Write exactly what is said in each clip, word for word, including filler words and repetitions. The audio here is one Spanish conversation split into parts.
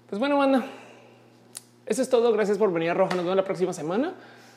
Pues bueno, banda, eso es todo. Gracias por venir a Roja. Nos vemos la próxima semana.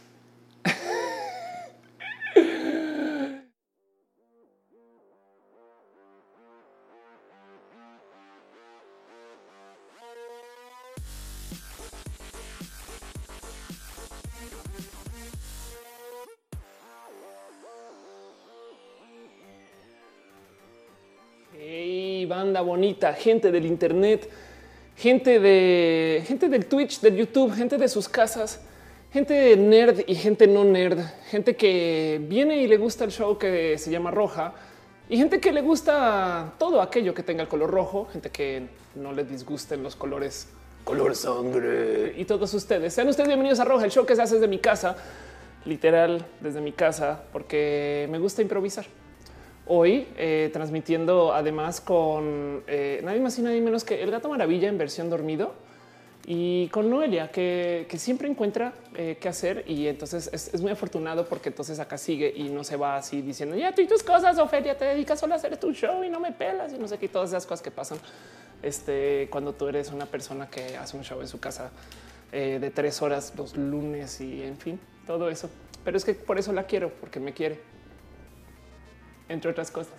Hey, banda bonita, gente del internet, gente de gente del Twitch, del YouTube, gente de sus casas, gente nerd y gente no nerd, gente que viene y le gusta el show que se llama Roja y gente que le gusta todo aquello que tenga el color rojo, gente que no les disgusten los colores color sangre y todos ustedes. Sean ustedes bienvenidos a Roja, el show que se hace desde mi casa, literal desde mi casa, porque me gusta improvisar. Hoy eh, transmitiendo además con eh, nadie más y nadie menos que el Gato Maravilla en versión dormido y con Noelia, que, que siempre encuentra eh, qué hacer. Y entonces es, es muy afortunado porque entonces acá sigue y no se va así diciendo ya tú y tus cosas, Ofelia, te dedicas solo a hacer tu show y no me pelas y no sé qué, todas esas cosas que pasan este, cuando tú eres una persona que hace un show en su casa eh, de tres horas los lunes y en fin, todo eso. Pero es que por eso la quiero, porque me quiere. Entre otras cosas.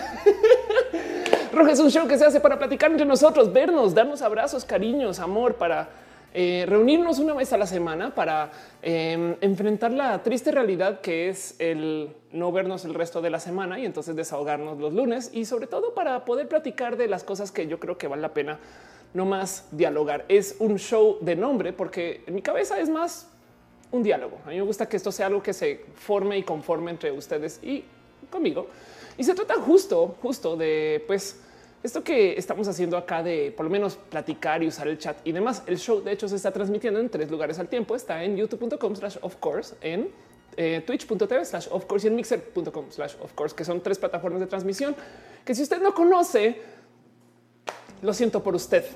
Roja es un show que se hace para platicar entre nosotros, vernos, darnos abrazos, cariños, amor, para eh, reunirnos una vez a la semana, para eh, enfrentar la triste realidad que es el no vernos el resto de la semana y entonces desahogarnos los lunes y sobre todo para poder platicar de las cosas que yo creo que vale la pena no más dialogar. Es un show de nombre porque en mi cabeza es más un diálogo. A mí me gusta que esto sea algo que se forme y conforme entre ustedes y conmigo. Y se trata justo, justo de pues esto que estamos haciendo acá de por lo menos platicar y usar el chat y demás. El show de hecho se está transmitiendo en tres lugares al tiempo. Está en youtube punto com slash of course, en eh, twitch punto tv slash of course y en mixer punto com slash of course, que son tres plataformas de transmisión que si usted no conoce, lo siento por usted.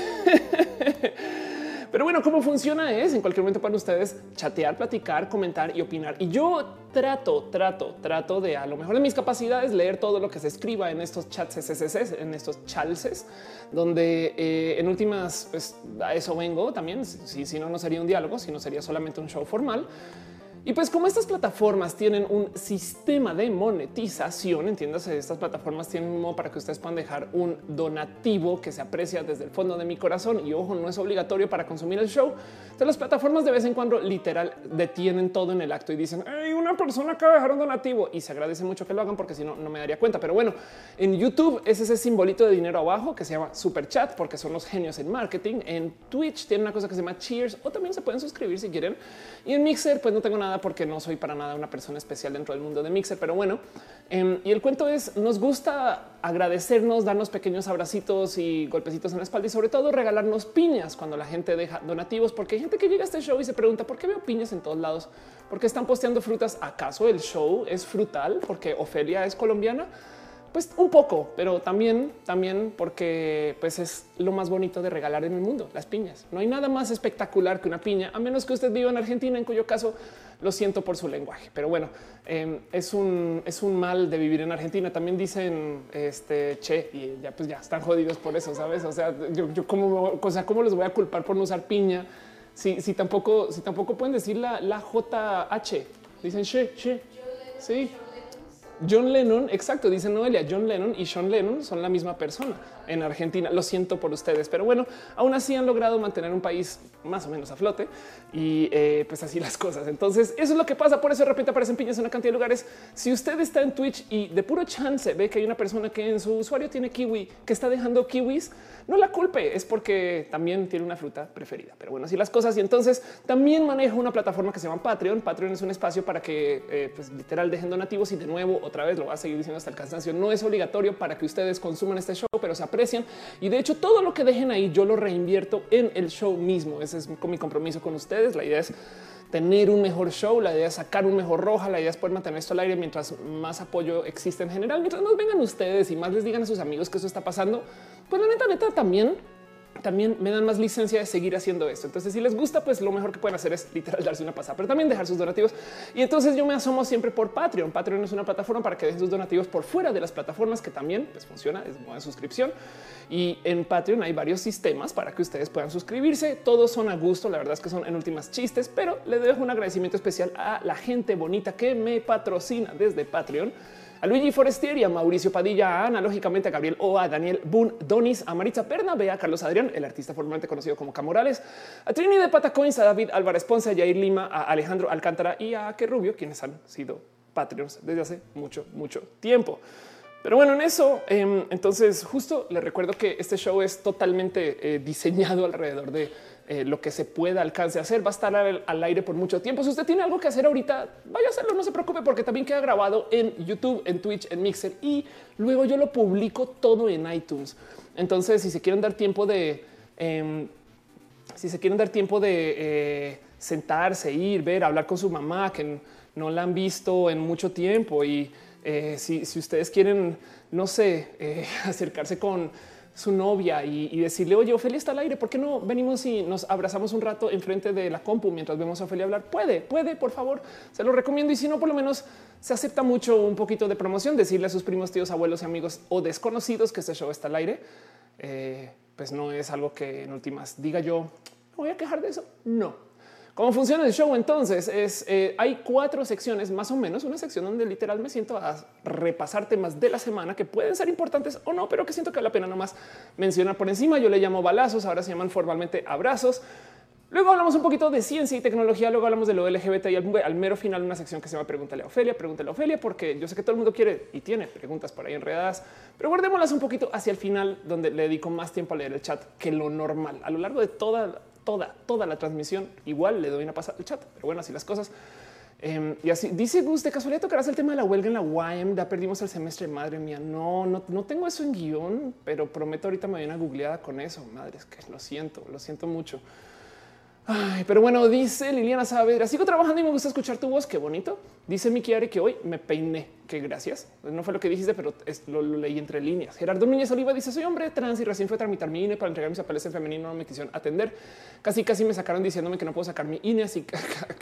Pero bueno, cómo funciona es en cualquier momento para ustedes chatear, platicar, comentar y opinar. Y yo trato, trato, trato de a lo mejor de mis capacidades leer todo lo que se escriba en estos chats, en estos chalces, donde eh, en últimas pues, a eso vengo también. Si, si no, no sería un diálogo, si no sería solamente un show formal. Y pues como estas plataformas tienen un sistema de monetización, entiéndase, estas plataformas tienen un modo para que ustedes puedan dejar un donativo que se aprecia desde el fondo de mi corazón y ojo, no es obligatorio para consumir el show. Entonces las plataformas de vez en cuando literal detienen todo en el acto y dicen hey, una persona acaba de dejar un donativo y se agradece mucho que lo hagan porque si no, no me daría cuenta. Pero bueno, en YouTube es ese simbolito de dinero abajo que se llama Super Chat porque son los genios en marketing. En Twitch tiene una cosa que se llama Cheers o también se pueden suscribir si quieren. Y en Mixer pues no tengo nada porque no soy para nada una persona especial dentro del mundo de Mixer, pero bueno, eh, y el cuento es, nos gusta agradecernos, darnos pequeños abracitos y golpecitos en la espalda y sobre todo regalarnos piñas cuando la gente deja donativos, porque hay gente que llega a este show y se pregunta ¿por qué veo piñas en todos lados? ¿Por qué están posteando frutas? ¿Acaso el show es frutal porque Ofelia es colombiana? Pues un poco, pero también, también porque pues es lo más bonito de regalar en el mundo, las piñas. No hay nada más espectacular que una piña, a menos que usted viva en Argentina, en cuyo caso lo siento por su lenguaje. Pero bueno, eh, es un es un mal de vivir en Argentina. También dicen este che y ya pues ya están jodidos por eso, sabes? O sea, yo, yo cómo, o sea, cómo les voy a culpar por no usar piña si, si tampoco, si tampoco pueden decir la, la J H. Dicen che, che. Sí. John Lennon, exacto, dice Noelia, John Lennon y Sean Lennon son la misma persona en Argentina. Lo siento por ustedes, pero bueno, aún así han logrado mantener un país más o menos a flote y eh, pues así las cosas. Entonces eso es lo que pasa. Por eso de repente aparecen piñas en una cantidad de lugares. Si usted está en Twitch y de puro chance ve que hay una persona que en su usuario tiene kiwi, que está dejando kiwis, no la culpe, es porque también tiene una fruta preferida. Pero bueno, así las cosas. Y entonces también manejo una plataforma que se llama Patreon. Patreon es un espacio para que eh, pues literal dejen donativos y de nuevo otra vez lo voy a seguir diciendo hasta el cansancio. No es obligatorio para que ustedes consuman este show, pero se aprecian y de hecho todo lo que dejen ahí yo lo reinvierto en el show mismo. Ese es mi compromiso con ustedes. La idea es tener un mejor show, la idea es sacar un mejor Roja, la idea es poder mantener esto al aire mientras más apoyo existe en general, mientras más vengan ustedes y más les digan a sus amigos que eso está pasando. Pues la neta, neta también también me dan más licencia de seguir haciendo esto. Entonces, si les gusta, pues lo mejor que pueden hacer es literal darse una pasada, pero también dejar sus donativos. Y entonces yo me asomo siempre por Patreon. Patreon es una plataforma para que dejen sus donativos por fuera de las plataformas, que también pues, funciona, es buena suscripción. Y en Patreon hay varios sistemas para que ustedes puedan suscribirse. Todos son a gusto. La verdad es que son en últimas chistes, pero le dejo un agradecimiento especial a la gente bonita que me patrocina desde Patreon. A Luigi Forestier y a Mauricio Padilla, a Ana, lógicamente a Gabriel O, a Daniel Boone Donis, a Maritza Bernabé, a Carlos Adrián, el artista formalmente conocido como Camorales, a Trini de Patacoins, a David Álvarez Ponce, a Yair Lima, a Alejandro Alcántara y a Que Rubio, quienes han sido Patreons desde hace mucho, mucho tiempo. Pero bueno, en eso, eh, entonces justo les recuerdo que este show es totalmente eh, diseñado alrededor de Eh, lo que se pueda alcance a hacer. Va a estar al, al aire por mucho tiempo. Si usted tiene algo que hacer ahorita, vaya a hacerlo, no se preocupe, porque también queda grabado en YouTube, en Twitch, en Mixer y luego yo lo publico todo en iTunes. Entonces, si se quieren dar tiempo de eh, si se quieren dar tiempo de eh, sentarse, ir, ver, hablar con su mamá que no la han visto en mucho tiempo y eh, si, si ustedes quieren, no sé, eh, acercarse con su novia y, y decirle, oye, Ofelia está al aire, ¿por qué no venimos y nos abrazamos un rato enfrente de la compu mientras vemos a Ofelia hablar? Puede, puede, por favor, se lo recomiendo. Y si no, por lo menos se acepta mucho un poquito de promoción, decirle a sus primos, tíos, abuelos y amigos o desconocidos que este show está al aire. Eh, pues no es algo que en últimas diga yo, ¿me voy a quejar de eso? No. ¿Cómo funciona el show? Entonces es eh, hay cuatro secciones más o menos, una sección donde literal me siento a repasar temas de la semana que pueden ser importantes o no, pero que siento que vale la pena nomás mencionar por encima. Yo le llamo balazos, ahora se llaman formalmente abrazos. Luego hablamos un poquito de ciencia y tecnología, luego hablamos de lo L G B T y al, al mero final una sección que se llama Pregúntale a Ofelia, Pregúntale a Ofelia, porque yo sé que todo el mundo quiere y tiene preguntas por ahí enredadas, pero guardémoslas un poquito hacia el final, donde le dedico más tiempo a leer el chat que lo normal. A lo largo de toda toda, toda la transmisión. Igual le doy una pasada al chat, pero bueno, así las cosas. Eh, y así dice Gus, de casualidad tocarás el tema de la huelga en la U A M. Ya perdimos el semestre. Madre mía, no, no, no tengo eso en guión, pero prometo ahorita me doy una googleada con eso. Madre, es que lo siento, lo siento mucho. Ay, pero bueno, dice Liliana Saavedra, sigo trabajando y me gusta escuchar tu voz. Qué bonito. Dice Miki Ari que hoy me peiné. Que gracias. No fue lo que dijiste, pero es, lo, lo leí entre líneas. Gerardo Núñez Oliva dice: soy hombre trans y recién fue a tramitar mi I N E para entregar mis papeles en femenino. No me quisieron atender. Casi, casi me sacaron diciéndome que no puedo sacar mi I N E. Así que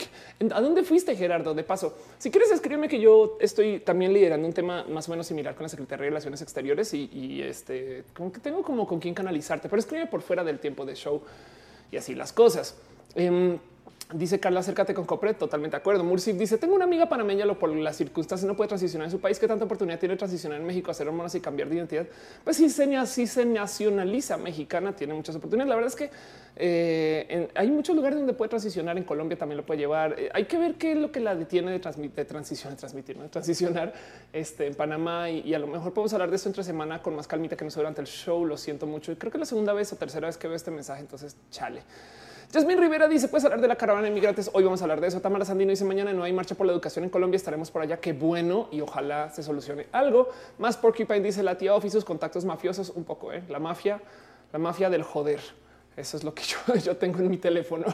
¿a dónde fuiste, Gerardo? De paso, si quieres, escríbeme que yo estoy también liderando un tema más o menos similar con la Secretaría de Relaciones Exteriores y, y este, como que tengo como con quién canalizarte, pero escribe por fuera del tiempo de show y así las cosas. Um, dice Carla, acércate con Copre. Totalmente de acuerdo. Mursif dice: tengo una amiga panameña, lo por las circunstancias no puede transicionar en su país. ¿Qué tanta oportunidad tiene de transicionar en México, hacer hormonas y cambiar de identidad? Pues si se, si se nacionaliza mexicana, tiene muchas oportunidades. La verdad es que eh, en, hay muchos lugares donde puede transicionar. En Colombia también lo puede llevar. Eh, hay que ver qué es lo que la detiene de, de transición, de transmitir, ¿no? de transicionar este, en Panamá. Y, y a lo mejor podemos hablar de esto entre semana con más calmita que no sé durante el show. Lo siento mucho. Y creo que es la segunda vez o tercera vez que veo este mensaje. Entonces, chale. Jasmine Rivera dice: puedes hablar de la caravana de inmigrantes. Hoy vamos a hablar de eso. Tamara Sandino dice: mañana no hay marcha por la educación en Colombia. Estaremos por allá. Qué bueno y ojalá se solucione algo. Más Porcupine dice: la tía Ofi, sus contactos mafiosos. Un poco, ¿eh? la mafia, la mafia del joder. Eso es lo que yo, yo tengo en mi teléfono.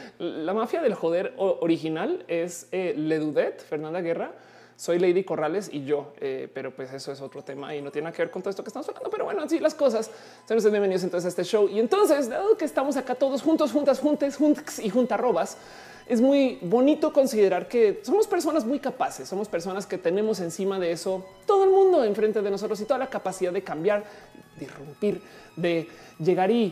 La mafia del joder original es eh, Ledudet, Fernanda Guerra. Soy Lady Corrales y yo, eh, pero pues eso es otro tema y no tiene nada que ver con todo esto que estamos hablando. Pero bueno, así las cosas. Sean ustedes bienvenidos entonces a este show. Y entonces, dado que estamos acá todos juntos, juntas, juntes, juntas y juntarrobas, es muy bonito considerar que somos personas muy capaces. Somos personas que tenemos encima de eso todo el mundo enfrente de nosotros y toda la capacidad de cambiar, de irrumpir, de llegar y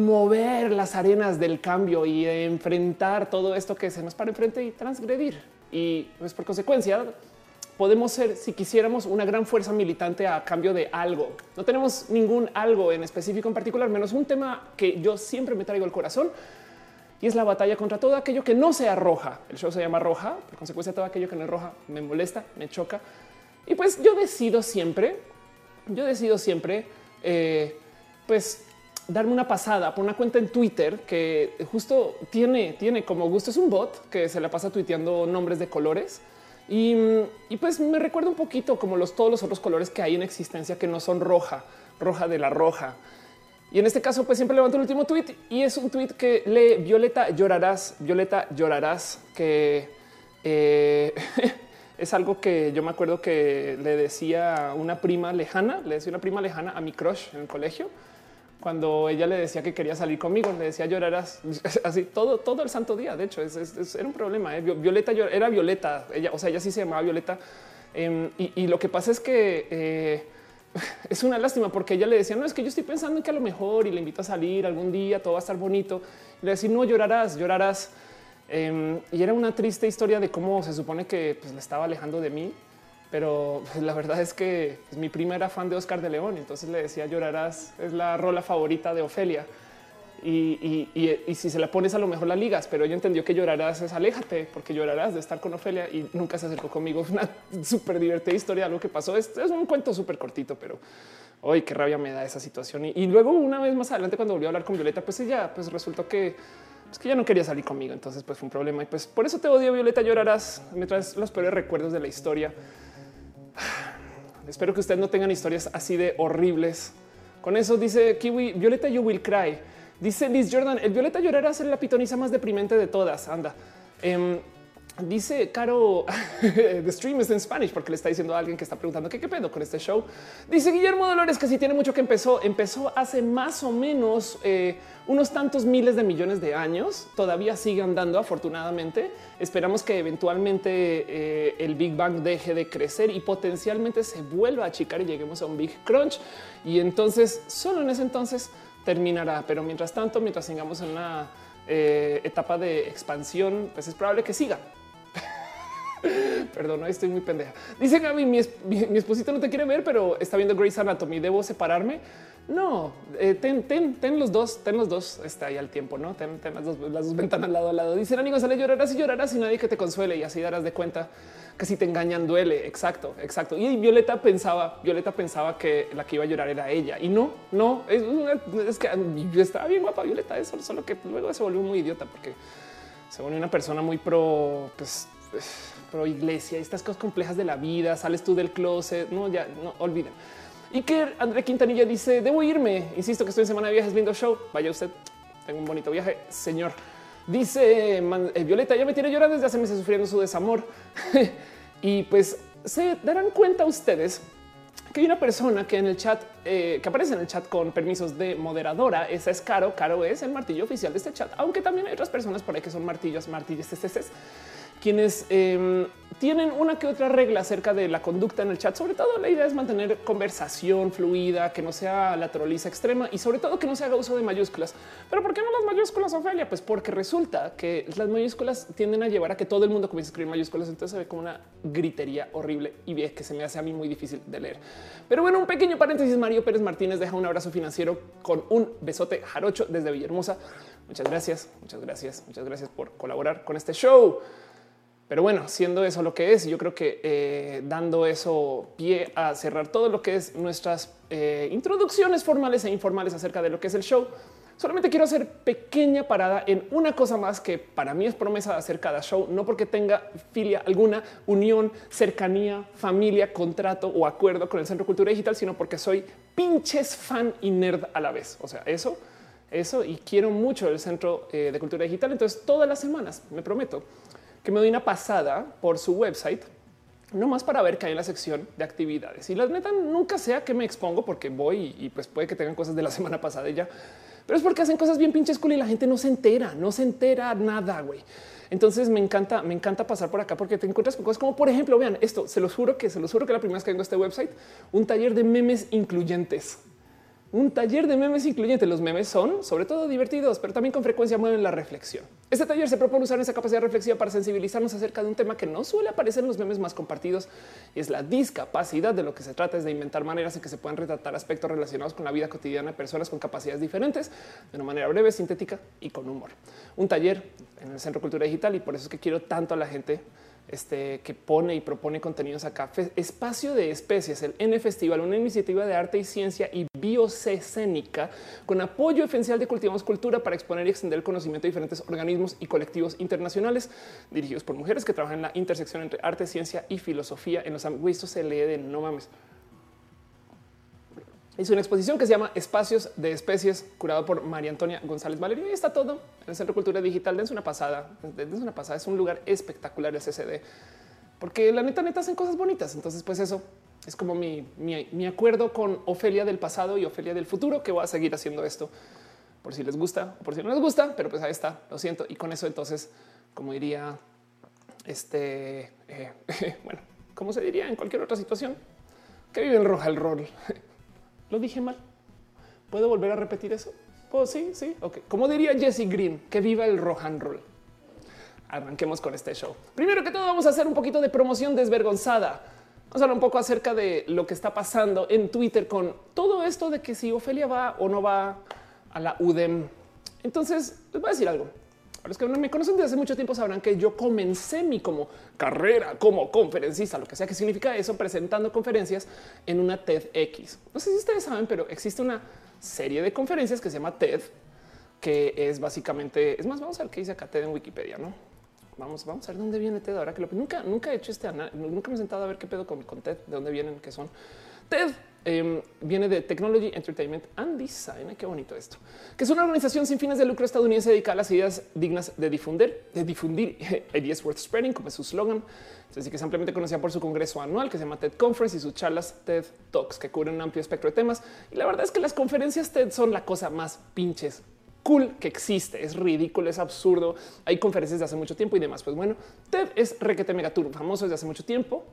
mover las arenas del cambio y de enfrentar todo esto que se nos para enfrente y transgredir. Y pues por consecuencia, podemos ser, si quisiéramos, una gran fuerza militante a cambio de algo. No tenemos ningún algo en específico en particular, menos un tema que yo siempre me traigo al corazón y es la batalla contra todo aquello que no sea roja. El show se llama Roja, por consecuencia todo aquello que no es roja me molesta, me choca. Y pues yo decido siempre, yo decido siempre, eh, pues darme una pasada por una cuenta en Twitter que justo tiene, tiene como gusto, es un bot que se la pasa tuiteando nombres de colores. Y, y pues me recuerda un poquito como los, todos los otros colores que hay en existencia que no son roja, roja de la roja. Y en este caso, pues siempre levanto el último tweet y es un tweet que lee Violeta Llorarás, Violeta Llorarás, que eh, es algo que yo me acuerdo que le decía una prima lejana, le decía una prima lejana a mi crush en el colegio. cuando ella le decía que quería salir conmigo, le decía llorarás así todo, todo el santo día. De hecho, es, es, es, era un problema. ¿eh? Violeta era Violeta. Ella, o sea, ella sí se llamaba Violeta. Eh, y, y lo que pasa es que eh, es una lástima porque ella le decía, no, es que yo estoy pensando en que a lo mejor y le invito a salir algún día, todo va a estar bonito. Y le decía, no, llorarás, llorarás. Eh, y era una triste historia de cómo se supone que pues, le estaba alejando de mí. Pero pues, la verdad es que pues, mi prima era fan de Oscar de León, entonces le decía llorarás, es la rola favorita de Ofelia. Y, y, y, y si se la pones a lo mejor la ligas, pero ella entendió que llorarás es aléjate porque llorarás de estar con Ofelia y nunca se acercó conmigo. Es una súper divertida historia, algo que pasó. Es, es un cuento súper cortito, pero hoy qué rabia me da esa situación. Y, y luego una vez más adelante cuando volvió a hablar con Violeta, pues ella pues resultó que es que ya no quería salir conmigo. Entonces pues fue un problema y pues por eso te odio, Violeta, llorarás. Me traes los peores recuerdos de la historia. Espero que ustedes no tengan historias así de horribles. Con eso dice Kiwi, Violeta, you will cry. Dice Liz Jordan, el Violeta llorará ser la pitoniza más deprimente de todas. Anda. Um, dice Caro, the stream is in Spanish porque le está diciendo a alguien que está preguntando qué, qué pedo con este show. Dice Guillermo Dolores que si tiene mucho que empezó, empezó hace más o menos eh, unos tantos miles de millones de años. Todavía sigue andando, afortunadamente. Esperamos que eventualmente eh, el Big Bang deje de crecer y potencialmente se vuelva a achicar y lleguemos a un Big Crunch. Y entonces, solo en ese entonces terminará. Pero mientras tanto, mientras tengamos una eh, etapa de expansión, pues es probable que siga. Perdón, estoy muy pendeja. Dice Gaby, mi, mi, mi esposito no te quiere ver, pero está viendo Grey's Anatomy. ¿Debo separarme? No, eh, ten, ten, ten los dos, ten los dos. Está ahí al tiempo, ¿no? Ten, ten las, dos, las dos ventanas lado a lado. Dice Nani González, llorarás y llorarás y nadie que te consuele y así darás de cuenta que si te engañan duele. Exacto, exacto. Y Violeta pensaba, Violeta pensaba que la que iba a llorar era ella y no, no, es, es que estaba bien guapa Violeta, eso, solo que luego se volvió muy idiota porque se volvió una persona muy pro, pues, pro iglesia y estas cosas complejas de la vida. Sales tú del closet, no, ya no olviden. Y que André Quintanilla dice debo irme. Insisto que estoy en semana de viajes viendo show. Vaya usted, tengo un bonito viaje, señor. Dice man, eh, Violeta ya me tiene llorando desde hace meses sufriendo su desamor. Y pues se darán cuenta ustedes que hay una persona que en el chat eh, que aparece en el chat con permisos de moderadora. Esa es Caro. Caro es el martillo oficial de este chat, aunque también hay otras personas por ahí que son martillos, martillos, quienes eh, tienen una que otra regla acerca de la conducta en el chat. Sobre todo la idea es mantener conversación fluida, que no sea la troliza extrema y sobre todo que no se haga uso de mayúsculas. Pero ¿por qué no las mayúsculas, Ofelia? Pues porque resulta que las mayúsculas tienden a llevar a que todo el mundo comience a escribir mayúsculas. Entonces se ve como una gritería horrible y bien que se me hace a mí muy difícil de leer. Pero bueno, un pequeño paréntesis. Mario Pérez Martínez deja un abrazo financiero con un besote jarocho desde Villahermosa. Muchas gracias, muchas gracias, muchas gracias por colaborar con este show. Pero bueno, siendo eso lo que es, yo creo que eh, dando eso pie a cerrar todo lo que es nuestras eh, introducciones formales e informales acerca de lo que es el show, solamente quiero hacer pequeña parada en una cosa más que para mí es promesa de hacer cada show, no porque tenga filia alguna, unión, cercanía, familia, contrato o acuerdo con el Centro de Cultura Digital, sino porque soy pinches fan y nerd a la vez. O sea, eso, eso y quiero mucho el Centro eh, de Cultura Digital. Entonces todas las semanas me prometo que me doy una pasada por su website, no más para ver qué hay en la sección de actividades. Y la neta nunca sea que me expongo porque voy y, y pues puede que tengan cosas de la semana pasada y ya, pero es porque hacen cosas bien pinches cool y la gente no se entera, no se entera nada, güey. Entonces me encanta, me encanta pasar por acá porque te encuentras con cosas como, por ejemplo, vean esto, se los juro que se los juro que la primera vez que vengo a este website, un taller de memes incluyentes. Un taller de memes incluyente. Los memes son sobre todo divertidos, pero también con frecuencia mueven la reflexión. Este taller se propone usar esa capacidad reflexiva para sensibilizarnos acerca de un tema que no suele aparecer en los memes más compartidos y es la discapacidad. De lo que se trata es de inventar maneras en que se puedan retratar aspectos relacionados con la vida cotidiana de personas con capacidades diferentes de una manera breve, sintética y con humor. Un taller en el Centro de Cultura Digital y por eso es que quiero tanto a la gente Este, que pone y propone contenidos acá. Espacio de Especies, el N Festival, una iniciativa de arte y ciencia y biocescénica con apoyo esencial de Cultivamos Cultura para exponer y extender el conocimiento de diferentes organismos y colectivos internacionales dirigidos por mujeres que trabajan en la intersección entre arte, ciencia y filosofía en los ámbitos. Esto se lee de no mames. Es una exposición que se llama Espacios de Especies, curado por María Antonia González Valerio. Y está todo en el Centro de Cultura Digital. Dense una pasada, dense una pasada. Es un lugar espectacular el C C D, porque la neta, neta hacen cosas bonitas. Entonces, pues eso, es como mi, mi, mi acuerdo con Ofelia del pasado y Ofelia del futuro, que voy a seguir haciendo esto por si les gusta o por si no les gusta, pero pues ahí está, lo siento. Y con eso entonces, como diría este, eh, bueno, como se diría en cualquier otra situación, que vive el roja el rol. Lo dije mal. ¿Puedo volver a repetir eso? Oh, sí, sí. Ok. Como diría Jesse Green, que viva el rock and roll. Arranquemos con este show. Primero que todo, vamos a hacer un poquito de promoción desvergonzada. Vamos a hablar un poco acerca de lo que está pasando en Twitter con todo esto de que si Ofelia va o no va a la U D E M. Entonces, les voy a decir algo. A los que no me conocen desde hace mucho tiempo sabrán que yo comencé mi como carrera como conferencista, lo que sea que significa eso, presentando conferencias en una TEDx. No sé si ustedes saben, pero existe una serie de conferencias que se llama TED, que es básicamente, es más, vamos a ver qué dice acá TED en Wikipedia, ¿no? Vamos, vamos a ver dónde viene TED ahora que lo, nunca, nunca he hecho este análisis, nunca me he sentado a ver qué pedo con, con TED, de dónde vienen, qué son. TED eh, viene de Technology, Entertainment and Design. Ay, qué bonito esto, que es una organización sin fines de lucro estadounidense dedicada a las ideas dignas de difundir, de difundir ideas worth spreading, como es su slogan. Así que es ampliamente conocida por su congreso anual que se llama TED Conference y sus charlas TED Talks, que cubren un amplio espectro de temas. Y la verdad es que las conferencias TED son la cosa más pinches cool que existe. Es ridículo, es absurdo. Hay conferencias de hace mucho tiempo y demás. Pues bueno, TED es requete mega turbo, famoso desde hace mucho tiempo.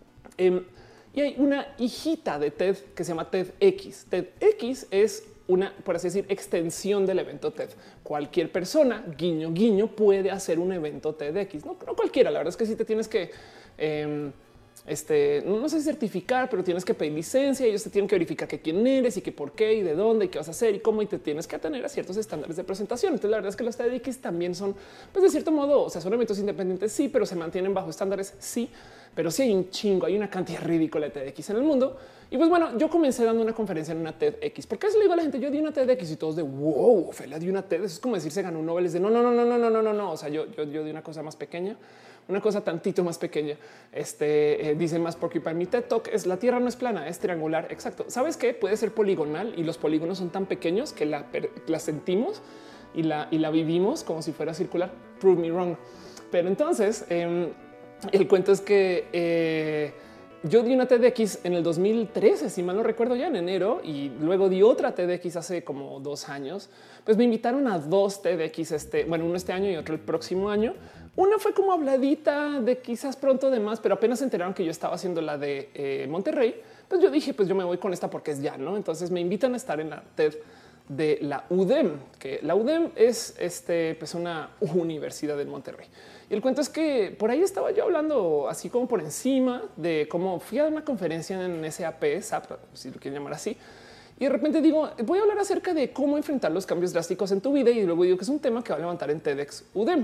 Eh, y hay una hijita de TED que se llama TEDx. TEDx es una, por así decir, extensión del evento TED. Cualquier persona, guiño, guiño, puede hacer un evento TEDx. No, no cualquiera. La verdad es que sí te tienes que, eh, este, no sé si certificar, pero tienes que pedir licencia. Ellos te tienen que verificar que quién eres y que por qué y de dónde y qué vas a hacer y cómo, y te tienes que atener a ciertos estándares de presentación. Entonces, la verdad es que los TEDx también son, pues de cierto modo, o sea, son eventos independientes, sí, pero se mantienen bajo estándares, sí. Pero sí hay un chingo, hay una cantidad ridícula de TEDx en el mundo. Y pues bueno, yo comencé dando una conferencia en una TEDx. ¿Por qué eso le digo a la gente? Yo di una TEDx y todos de wow, Ofelia dio una TED. Eso es como decir se ganó un Nobel. Es de no, no, no, no, no, no, no, no, no. O sea, yo, yo, yo di una cosa más pequeña, una cosa tantito más pequeña. Este eh, dice más porque para mi TED Talk es la Tierra no es plana, es triangular. Exacto. ¿Sabes qué? Puede ser poligonal y los polígonos son tan pequeños que la, la sentimos y la, y la vivimos como si fuera circular. Prove me wrong. Pero entonces, eh, el cuento es que eh, yo di una TEDx en el dos mil trece, si mal no recuerdo, ya en enero, y luego di otra TEDx hace como dos años. Pues me invitaron a dos TEDx, este, bueno, uno este año y otro el próximo año. Una fue como habladita de quizás pronto de más, pero apenas se enteraron que yo estaba haciendo la de eh, Monterrey. Pues yo dije, pues yo me voy con esta porque es ya, ¿no? Entonces me invitan a estar en la TED de la U D E M, que la U D E M es este, pues una universidad en Monterrey. Y el cuento es que por ahí estaba yo hablando así como por encima de cómo fui a dar una conferencia en S A P, S A P, si lo quieren llamar así. Y de repente digo, voy a hablar acerca de cómo enfrentar los cambios drásticos en tu vida. Y luego digo que es un tema que va a levantar en TEDx U D E M.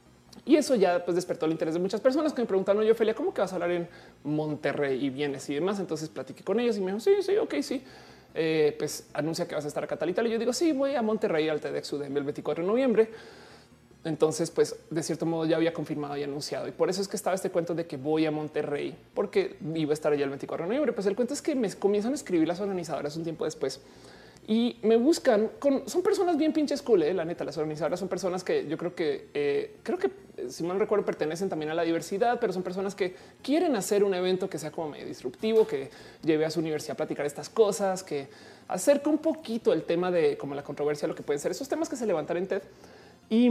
Y eso ya pues despertó el interés de muchas personas que me preguntaron, oye, Ofelia, ¿cómo que vas a hablar en Monterrey y vienes y demás? Entonces platiqué con ellos y me dijo, sí, sí, ok, sí. Eh, pues anuncia que vas a estar acá tal y tal. Y yo digo, sí, voy a Monterrey al TEDx U D E M el veinticuatro de noviembre. Entonces, pues de cierto modo ya había confirmado y anunciado. Y por eso es que estaba este cuento de que voy a Monterrey porque iba a estar allá el veinticuatro de noviembre. Pues el cuento es que me comienzan a escribir las organizadoras un tiempo después y me buscan con, son personas bien pinches cool. Eh, la neta, las organizadoras son personas que yo creo que, eh, creo que si mal no recuerdo, pertenecen también a la diversidad, pero son personas que quieren hacer un evento que sea como medio disruptivo, que lleve a su universidad a platicar estas cosas, que acerca un poquito el tema de como la controversia, lo que pueden ser esos temas que se levantan en TED. Y,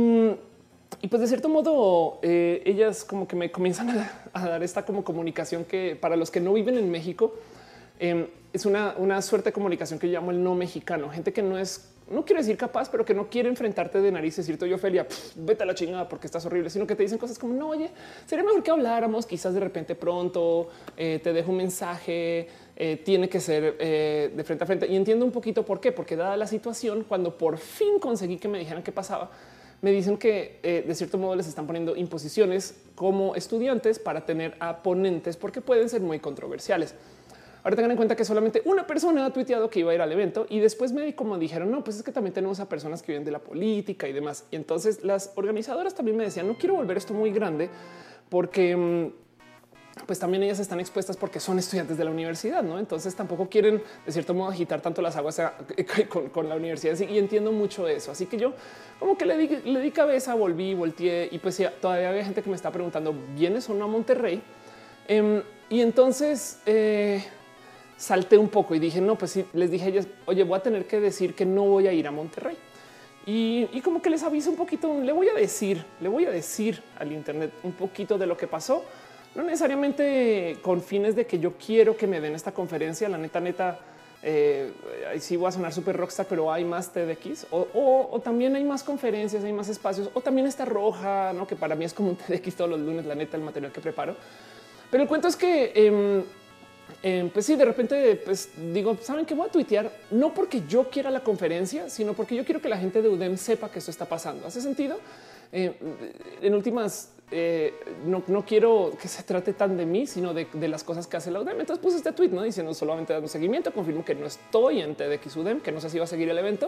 y pues de cierto modo eh, ellas como que me comienzan a, a dar esta como comunicación que para los que no viven en México eh, es una, una suerte de comunicación que yo llamo el no mexicano. Gente que no es, no quiero decir capaz, pero que no quiere enfrentarte de nariz y decirte, oye, Ofelia, pff, vete a la chingada porque estás horrible, sino que te dicen cosas como, no, oye, sería mejor que habláramos quizás de repente pronto, eh, te dejo un mensaje, eh, tiene que ser eh, de frente a frente. Y entiendo un poquito por qué, porque dada la situación, cuando por fin conseguí que me dijeran qué pasaba, me dicen que eh, de cierto modo les están poniendo imposiciones como estudiantes para tener a ponentes porque pueden ser muy controversiales. Ahora tengan en cuenta que solamente una persona ha tuiteado que iba a ir al evento y después me como dijeron, no, pues es que también tenemos a personas que viven de la política y demás. Y entonces las organizadoras también me decían, no quiero volver esto muy grande porque pues también ellas están expuestas porque son estudiantes de la universidad, ¿no? Entonces tampoco quieren de cierto modo agitar tanto las aguas con, con la universidad y entiendo mucho eso. Así que yo como que le di, le di cabeza, volví, volteé y pues ya, todavía había gente que me está preguntando, ¿vienes o no a Monterrey? Eh, y entonces... Eh, salté un poco y dije, no, pues sí, les dije a ellas, oye, voy a tener que decir que no voy a ir a Monterrey. Y, y como que les aviso un poquito, le voy a decir, le voy a decir al Internet un poquito de lo que pasó, no necesariamente con fines de que yo quiero que me den esta conferencia. La neta, neta, eh, sí voy a sonar súper rockstar, pero hay más TEDx o, o, o también hay más conferencias, hay más espacios, o también está Roja, ¿no? Que para mí es como un TEDx todos los lunes, la neta, el material que preparo. Pero el cuento es que eh, Eh, pues sí, de repente, pues digo, saben que voy a tuitear no porque yo quiera la conferencia, sino porque yo quiero que la gente de U D E M sepa que esto está pasando. ¿Hace sentido? Eh, en últimas, eh, no, no quiero que se trate tan de mí, sino de, de las cosas que hace la U D E M. Entonces puse este tweet, no diciendo solamente dando seguimiento, confirmo que no estoy en TEDx U D E M, que no sé si va a seguir el evento.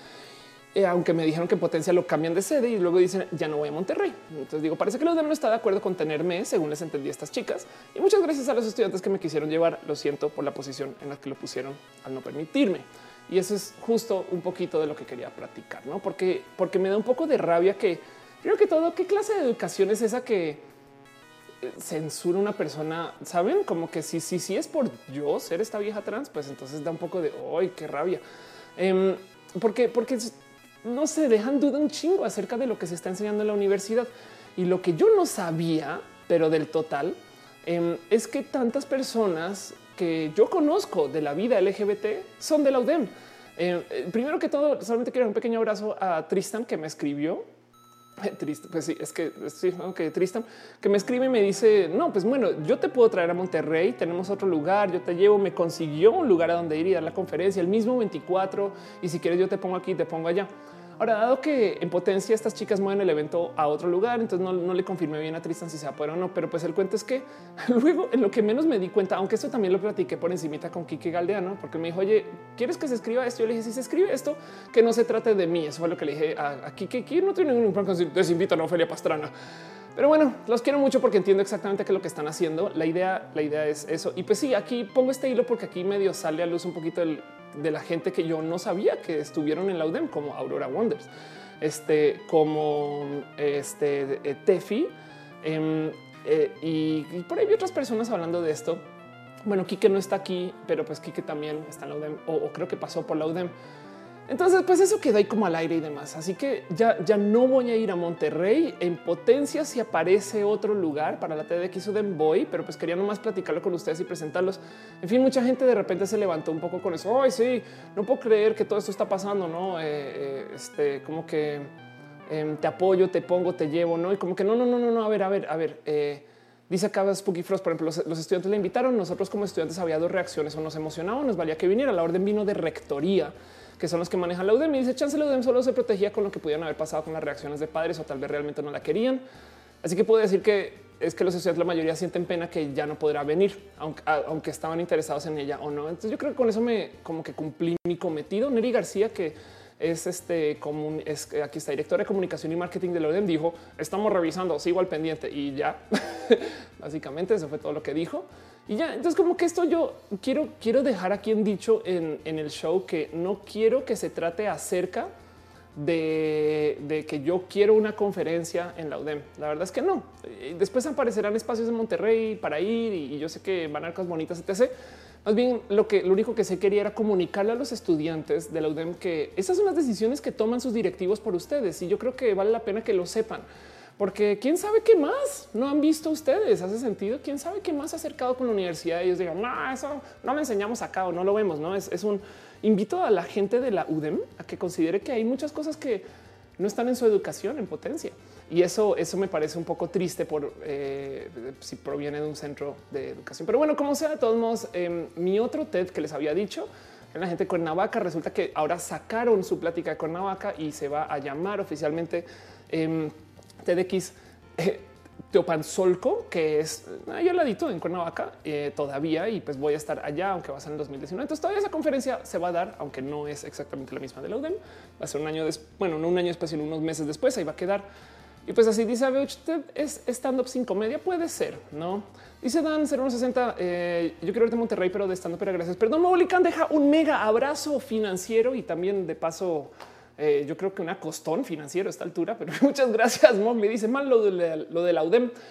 Eh, aunque me dijeron que en Potencia lo cambian de sede y luego dicen ya no voy a Monterrey. Entonces digo, parece que la U D E M no está de acuerdo con tenerme, según les entendí a estas chicas. Y muchas gracias a los estudiantes que me quisieron llevar. Lo siento por la posición en la que lo pusieron al no permitirme. Y eso es justo un poquito de lo que quería platicar, ¿no? Porque, porque me da un poco de rabia que, primero que todo, ¿qué clase de educación es esa que censura una persona? Saben, como que si sí, sí, sí es por yo ser esta vieja trans, pues entonces da un poco de ¡ay, qué rabia! Eh, porque, porque no se dejan duda un chingo acerca de lo que se está enseñando en la universidad. Y lo que yo no sabía, pero del total, eh, es que tantas personas que yo conozco de la vida L G B T son de la U D E M. Eh, primero que todo, solamente quiero un pequeño abrazo a Tristan, que me escribió. Triste, pues sí, es que sí, okay, Tristan, que me escribe y me dice, no, pues bueno, yo te puedo traer a Monterrey, tenemos otro lugar, yo te llevo, me consiguió un lugar a donde ir y dar la conferencia, el mismo veinticuatro, y si quieres yo te pongo aquí, te pongo allá. Ahora, dado que en Potencia estas chicas mueven el evento a otro lugar, entonces no, no le confirmé bien a Tristan si se va a poder o no, pero pues el cuento es que luego en lo que menos me di cuenta, aunque esto también lo platiqué por encimita con Kike Galdeano, porque me dijo, oye, ¿quieres que se escriba esto? Yo le dije, si se escribe esto, que no se trate de mí. Eso fue lo que le dije a, a Kike, que no tiene ningún plan con desinvitan a Ofelia Pastrana. Pero bueno, los quiero mucho porque entiendo exactamente qué es lo que están haciendo. La idea, la idea es eso. Y pues sí, aquí pongo este hilo porque aquí medio sale a luz un poquito del, de la gente que yo no sabía que estuvieron en la U D E M, como Aurora Wonders, este, como este eh, Tefi eh, eh, y, y por ahí vi otras personas hablando de esto. Bueno, Kike no está aquí, pero pues Kike también está en la U D E M o, o creo que pasó por la U D E M. Entonces, pues eso queda ahí como al aire y demás. Así que ya, ya no voy a ir a Monterrey. En Potencia, si aparece otro lugar para la TEDx U D E M, voy, pero pues quería nomás platicarlo con ustedes y presentarlos. En fin, mucha gente de repente se levantó un poco con eso. Ay, sí, no puedo creer que todo esto está pasando, no? Eh, eh, este, como que eh, te apoyo, te pongo, te llevo, no? Y como que no, no, no, no, no. A ver, a ver, a ver. Eh, Dice acá Spooky Frost, por ejemplo, los, los estudiantes le invitaron. Nosotros como estudiantes había dos reacciones: o nos emocionaba o nos valía que viniera. La orden vino de rectoría, que son los que manejan la U D E M, y dice chance la U D E M solo se protegía con lo que pudieran haber pasado con las reacciones de padres o tal vez realmente no la querían. Así que puedo decir que es que los estudiantes, la mayoría sienten pena que ya no podrá venir, aunque, aunque estaban interesados en ella o no. Entonces yo creo que con eso me como que cumplí mi cometido. Neri García, que es este común, es aquí está directora de comunicación y marketing de la U D E M, dijo estamos revisando, sigo al pendiente y ya. Básicamente eso fue todo lo que dijo. Y ya, entonces como que esto yo quiero, quiero dejar aquí en dicho en, en el show que no quiero que se trate acerca de, de que yo quiero una conferencia en la U D E M. La verdad es que no. Después aparecerán espacios en Monterrey para ir y, y yo sé que van a haber cosas bonitas, etcétera. Más bien lo que lo único que se quería era comunicarle a los estudiantes de la U D E M que esas son las decisiones que toman sus directivos por ustedes. Y yo creo que vale la pena que lo sepan. Porque quién sabe qué más no han visto ustedes. Hace sentido. Quién sabe qué más ha acercado con la universidad. Ellos digan, no, eso no lo enseñamos acá o no lo vemos. No es, es un invito a la gente de la U D E M a que considere que hay muchas cosas que no están en su educación en Potencia. Y eso, eso me parece un poco triste por eh, si proviene de un centro de educación. Pero bueno, como sea, de todos modos, eh, mi otro TED que les había dicho en la gente de Cuernavaca, resulta que ahora sacaron su plática de Cuernavaca y se va a llamar oficialmente eh, TEDx eh, Teopanzolco, que es allá al ladito en Cuernavaca eh, todavía, y pues voy a estar allá, aunque va a ser en dos mil diecinueve. Entonces todavía esa conferencia se va a dar, aunque no es exactamente la misma de la U D E M. Va a ser un año después, bueno, no un año después, sino unos meses después, ahí va a quedar. Y pues así dice, usted es stand-up sin comedia, puede ser, ¿no? Dice Dan cero uno sesenta, eh, yo quiero verte en Monterrey, pero de stand-up, pero gracias. Perdón, Maulican deja un mega abrazo financiero y también de paso, eh, yo creo que una costón financiero a esta altura, pero muchas gracias, Mowgli. Dice mal lo de, la, lo de la U D E M,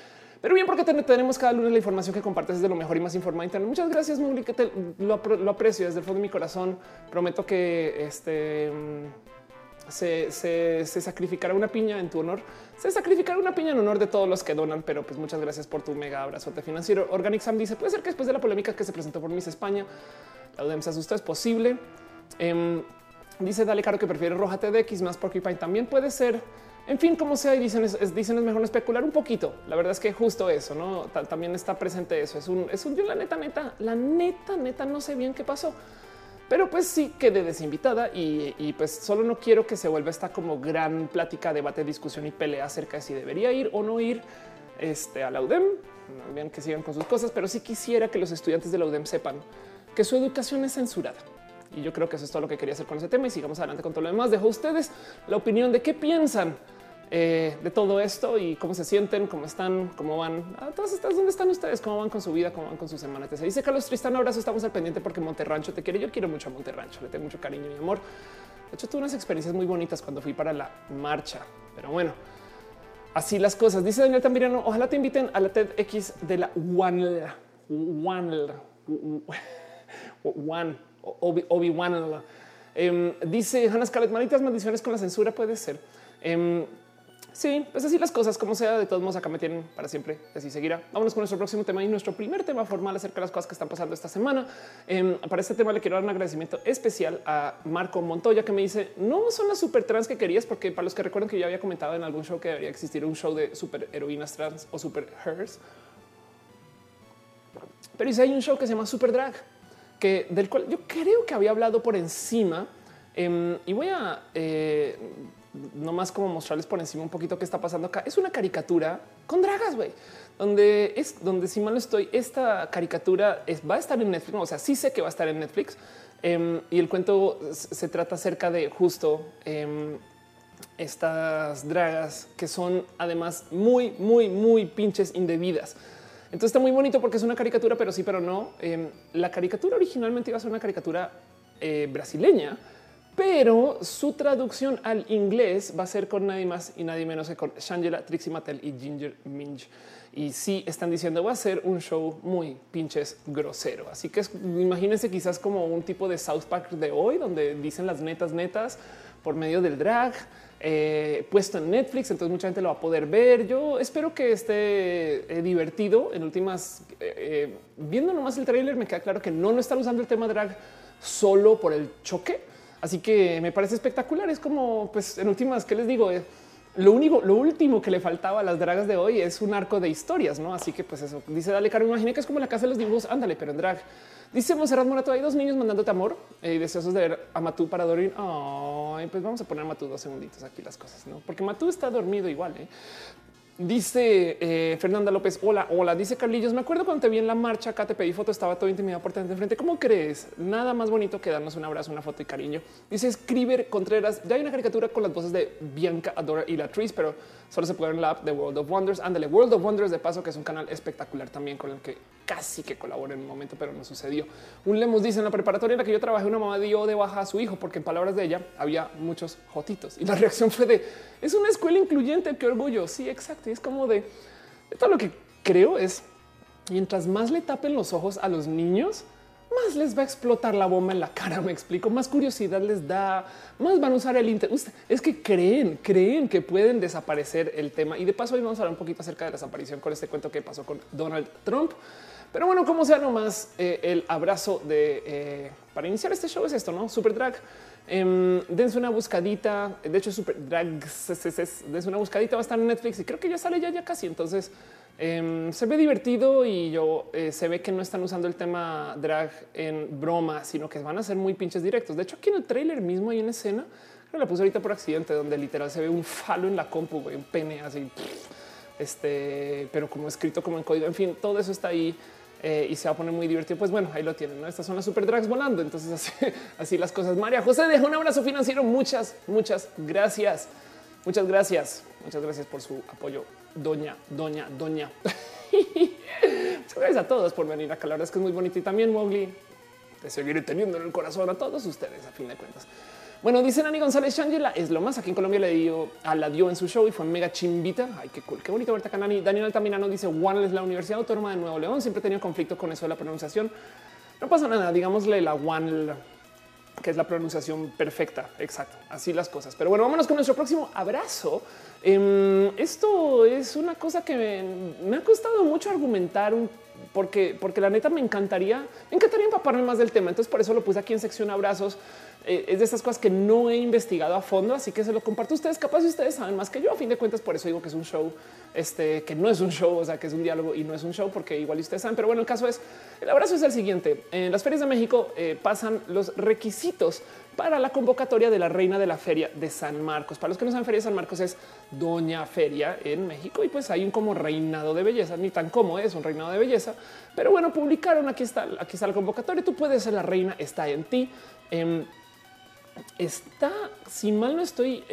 Pero bien, porque te- tenemos cada lunes la información que compartes es de lo mejor y más informada internet. Muchas gracias, Mowgli, que te, lo, lo aprecio desde el fondo de mi corazón. Prometo que este se, se, se sacrificará una piña en tu honor. Se sacrificará una piña en honor de todos los que donan, pero pues muchas gracias por tu mega abrazote financiero. Organic Sam dice, puede ser que después de la polémica que se presentó por Miss España, la U D E M se asustó, es posible. Um, dice Dale Caro que prefiere Roja T D X más Porcupine, también puede ser. En fin, como sea, y dicen es, es, dicen es mejor no especular un poquito. La verdad es que justo eso, no Ta también está presente eso. Es un, es un yo la neta, neta, la neta, neta, no sé bien qué pasó, pero pues sí quedé desinvitada y, y pues solo no quiero que se vuelva esta como gran plática, debate, discusión y pelea acerca de si debería ir o no ir este, a la U D E M. No, bien que sigan con sus cosas, pero sí quisiera que los estudiantes de la U D E M sepan que su educación es censurada. Y yo creo que eso es todo lo que quería hacer con ese tema y sigamos adelante con todo lo demás. Dejo a ustedes la opinión de qué piensan eh, de todo esto y cómo se sienten, cómo están, cómo van a todas estas, dónde están ustedes, cómo van con su vida, cómo van con su semana. Te dice Carlos Tristán, abrazo, estamos al pendiente porque Monterrancho te quiere. Yo quiero mucho a Monterrancho, le tengo mucho cariño y amor. De hecho, tuve unas experiencias muy bonitas cuando fui para la marcha, pero bueno, así las cosas. Dice Daniel Tambiriano, ojalá te inviten a la TEDx de la One, One, One, Obi-Wan. Um, dice Hannah Scarlett, manitas maldiciones con la censura, puede ser. Um, sí, pues así las cosas, como sea, de todos modos acá me tienen para siempre, así seguirá. Vámonos con nuestro próximo tema y nuestro primer tema formal acerca de las cosas que están pasando esta semana. Um, para este tema le quiero dar un agradecimiento especial a Marco Montoya, que me dice, no son las super trans que querías, porque para los que recuerdan que yo había comentado en algún show que debería existir un show de super heroínas trans o super hers, pero dice hay un show que se llama Super Drag, que del cual yo creo que había hablado por encima eh, y voy a eh, nomás como mostrarles por encima un poquito qué está pasando acá. Es una caricatura con dragas, güey, donde es donde si mal no estoy, esta caricatura es, va a estar en Netflix. O sea, sí sé que va a estar en Netflix eh, y el cuento se trata acerca de justo eh, estas dragas que son además muy, muy, muy pinches indebidas. Entonces está muy bonito porque es una caricatura, pero sí, pero no. Eh, la caricatura originalmente iba a ser una caricatura eh, brasileña, pero su traducción al inglés va a ser con nadie más y nadie menos que con Shangela, Trixie Mattel y Ginger Minj. Y sí están diciendo va a ser un show muy pinches grosero. Así que es, imagínense quizás como un tipo de South Park de hoy, donde dicen las netas netas por medio del drag. Eh, puesto en Netflix, entonces mucha gente lo va a poder ver. Yo espero que esté eh, divertido. En últimas, eh, eh, viendo nomás el tráiler, me queda claro que no, no están usando el tema drag solo por el choque. Así que me parece espectacular. Es como, pues, en últimas, ¿qué les digo? Eh, lo único, lo último que le faltaba a las dragas de hoy es un arco de historias, ¿no? Así que, pues eso, dice Dale Caro, imagina que es como la casa de los dibujos, ándale, pero en drag. Dice Monserrat Morato, hay dos niños mandándote amor y eh, deseosos de ver a Matú para dormir. Ay, pues vamos a poner a Matú dos segunditos aquí las cosas, ¿no? Porque Matú está dormido igual, ¿eh? Dice eh, Fernanda López, hola, hola. Dice Carlillos, me acuerdo cuando te vi en la marcha, acá te pedí foto, estaba todo intimidado por tener enfrente. ¿Cómo crees? Nada más bonito que darnos un abrazo, una foto y cariño. Dice Scriber Contreras, ya hay una caricatura con las voces de Bianca, Adora y Latrice, pero solo se puede ver en la app de World of Wonders. Ándale, World of Wonders de paso, que es un canal espectacular también con el que casi que colaboro en un momento, pero no sucedió. Un Lemos dice, en la preparatoria en la que yo trabajé, una mamá dio de baja a su hijo porque en palabras de ella había muchos jotitos y la reacción fue de, es una escuela incluyente, qué orgullo. Sí, exacto. Y es como de, todo lo que creo es, mientras más le tapen los ojos a los niños, más les va a explotar la bomba en la cara. Me explico, más curiosidad les da, más van a usar el internet. Es que creen, creen que pueden desaparecer el tema. Y de paso, hoy vamos a hablar un poquito acerca de la desaparición con este cuento que pasó con Donald Trump. Pero bueno, como sea, nomás eh, el abrazo de eh, para iniciar este show es esto, no? Super Drag. Eh, dense una buscadita. De hecho, Super Drag, dense una buscadita. Va a estar en Netflix y creo que ya sale ya, ya casi. Entonces eh, se ve divertido y yo eh, se ve que no están usando el tema drag en broma, sino que van a ser muy pinches directos. De hecho, aquí en el tráiler mismo hay una escena, creo que la puse ahorita por accidente, donde literal se ve un falo en la compu, güey, un pene así, este, pero como escrito como en código. En fin, todo eso está ahí. Eh, y se va a poner muy divertido. Pues bueno, ahí lo tienen, ¿no? Estas son las super drags volando. Entonces así, así las cosas. María José deja un abrazo financiero. Muchas, muchas gracias. Muchas gracias. Muchas gracias por su apoyo. Doña, doña, doña. Muchas gracias a todos por venir acá. La verdad es que es muy bonito. Y también Mowgli, te seguiré teniendo en el corazón a todos ustedes a fin de cuentas. Bueno, dice Nani González, Shangela es lo más. Aquí en Colombia le dio a la dio en su show y fue mega chimbita. Ay, qué cool, qué bonito verte acá, Nani. Daniel Altamirano dice One es la Universidad Autónoma de Nuevo León. Siempre he tenido conflicto con eso de la pronunciación. No pasa nada, digámosle la One, que es la pronunciación perfecta. Exacto, así las cosas. Pero bueno, vámonos con nuestro próximo abrazo. Um, esto es una cosa que me, me ha costado mucho argumentar un porque, porque la neta me encantaría, me encantaría empaparme más del tema. Entonces por eso lo puse aquí en sección abrazos. Eh, es de estas cosas que no he investigado a fondo, así que se lo comparto a ustedes. Capaz si ustedes saben más que yo, a fin de cuentas, por eso digo que es un show, este, que no es un show, o sea, que es un diálogo y no es un show, porque igual ustedes saben. Pero bueno, el caso es, el abrazo es el siguiente. En las ferias de México eh, pasan los requisitos para la convocatoria de la reina de la feria de San Marcos. Para los que no saben, feria de San Marcos es doña feria en México y pues hay un como reinado de belleza, ni tan como es un reinado de belleza. Pero bueno, publicaron, aquí está, aquí está la convocatoria. Tú puedes ser la reina, está en ti. Eh, Está, si mal no estoy,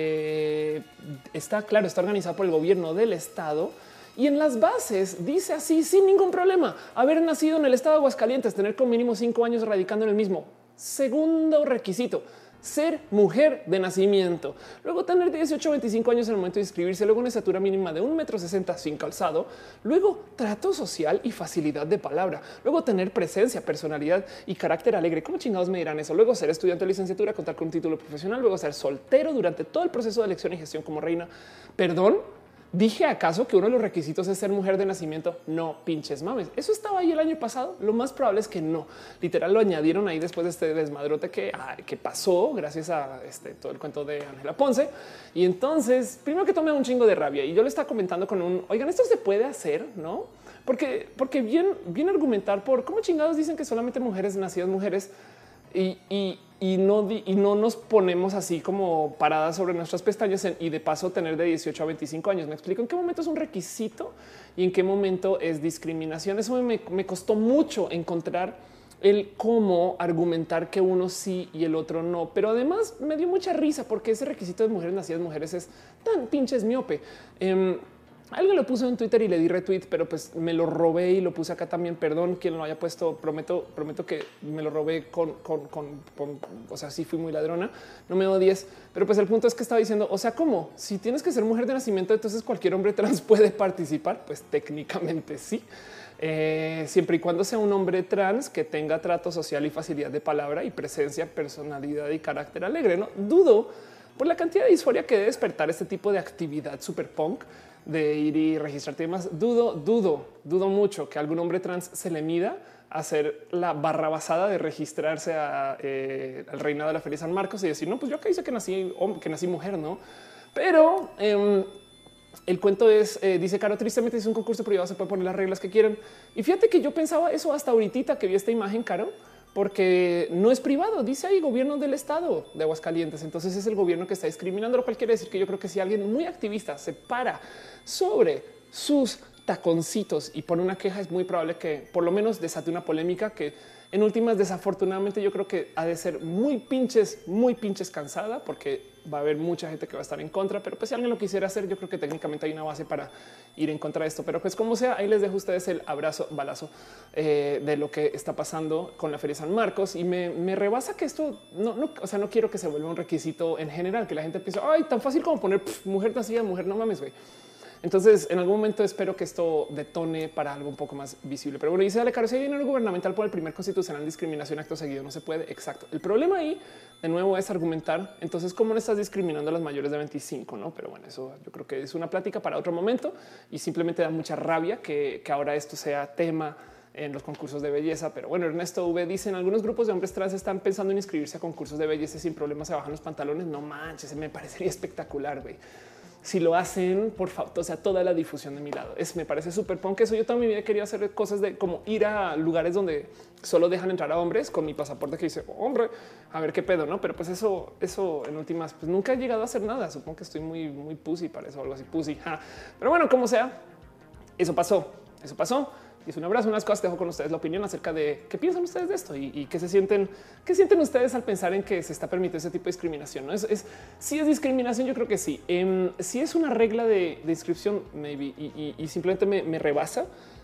eh, está claro, está organizado por el gobierno del estado y en las bases dice así, sin ningún problema, haber nacido en el estado de Aguascalientes, tener con mínimo cinco años radicando en el mismo. Segundo requisito, ser mujer de nacimiento, luego tener dieciocho a veinticinco años en el momento de inscribirse, luego una estatura mínima de un metro sesenta sin calzado, luego trato social y facilidad de palabra, luego tener presencia, personalidad y carácter alegre. ¿Cómo chingados me dirán eso? Luego ser estudiante de licenciatura, contar con un título profesional, luego ser soltero durante todo el proceso de elección y gestión como reina. Perdón. ¿Dije acaso que uno de los requisitos es ser mujer de nacimiento? No pinches mames. Eso estaba ahí el año pasado. Lo más probable es que no. Literal lo añadieron ahí después de este desmadrote que, ah, que pasó gracias a este, todo el cuento de Ángela Ponce. Y entonces, primero que tomé un chingo de rabia y yo le estaba comentando con un, oigan, esto se puede hacer, ¿no? Porque, porque bien, bien argumentar por cómo chingados dicen que solamente mujeres nacidas mujeres y, y, y, no, y no nos ponemos así como paradas sobre nuestras pestañas en, y de paso tener de dieciocho a veinticinco años. Me explico en qué momento es un requisito y en qué momento es discriminación. Eso me, me costó mucho encontrar el cómo argumentar que uno sí y el otro no. Pero además me dio mucha risa porque ese requisito de mujeres nacidas mujeres es tan pinches miope. Um, Alguien lo puso en Twitter y le di retweet, pero pues me lo robé y lo puse acá también. Perdón quien lo haya puesto. Prometo, prometo que me lo robé con, con, con, con, o sea, sí fui muy ladrona. No me odies, pero pues el punto es que estaba diciendo, o sea, ¿cómo? Si tienes que ser mujer de nacimiento, entonces cualquier hombre trans puede participar. Pues técnicamente sí, eh, siempre y cuando sea un hombre trans que tenga trato social y facilidad de palabra y presencia, personalidad y carácter alegre. No dudo por la cantidad de disforia que debe despertar este tipo de actividad super punk de ir y registrarte y demás. Dudo, dudo, dudo mucho que algún hombre trans se le mida a hacer la barrabasada de registrarse a, eh, al reinado de la Feria de San Marcos y decir, no, pues yo acá dice que nací, que nací mujer, no? Pero eh, el cuento es, eh, dice Caro, tristemente es un concurso privado, se puede poner las reglas que quieran. Y fíjate que yo pensaba eso hasta ahorita que vi esta imagen, Caro, porque no es privado, dice ahí gobierno del estado de Aguascalientes. Entonces es el gobierno que está discriminando, lo cual quiere decir que yo creo que si alguien muy activista se para sobre sus taconcitos y pone una queja, es muy probable que por lo menos desate una polémica que en últimas, desafortunadamente, yo creo que ha de ser muy pinches, muy pinches cansada, porque va a haber mucha gente que va a estar en contra. Pero pues si alguien lo quisiera hacer, yo creo que técnicamente hay una base para ir en contra de esto. Pero pues como sea, ahí les dejo a ustedes el abrazo balazo eh, de lo que está pasando con la Feria de San Marcos. Y me, me rebasa que esto no, no, o sea, no quiero que se vuelva un requisito en general, que la gente piense, ay, tan fácil como poner pff, mujer nacida, mujer, no mames, güey. Entonces, en algún momento espero que esto detone para algo un poco más visible. Pero bueno, dice Dale Caro, si hay dinero gubernamental por el primer constitucional, discriminación acto seguido no se puede. Exacto. El problema ahí, de nuevo, es argumentar. Entonces, ¿cómo no estás discriminando a las mayores de veinticinco? No, pero bueno, eso yo creo que es una plática para otro momento y simplemente da mucha rabia que, que ahora esto sea tema en los concursos de belleza. Pero bueno, Ernesto V dice, en algunos grupos de hombres trans están pensando en inscribirse a concursos de belleza y sin problema se bajan los pantalones. No manches, me parecería espectacular, güey. Si lo hacen, por favor, o sea, toda la difusión de mi lado es, me parece súper punk. Eso yo toda mi vida quería hacer cosas de como ir a lugares donde solo dejan entrar a hombres con mi pasaporte que dice hombre, a ver qué pedo, no? Pero pues eso, eso en últimas, pues nunca he llegado a hacer nada. Supongo que estoy muy, muy pussy para eso, algo así pussy. Ja. Pero bueno, como sea, eso pasó, eso pasó. Y es un abrazo, unas cosas. Dejo con ustedes la opinión acerca de qué piensan ustedes de esto y, y qué se sienten, qué sienten ustedes al pensar en que se está permitiendo ese tipo de discriminación. ¿No? Es, es si es discriminación, yo creo que sí. Eh, si es una regla de, de inscripción, maybe, y, y, y simplemente me, me rebasa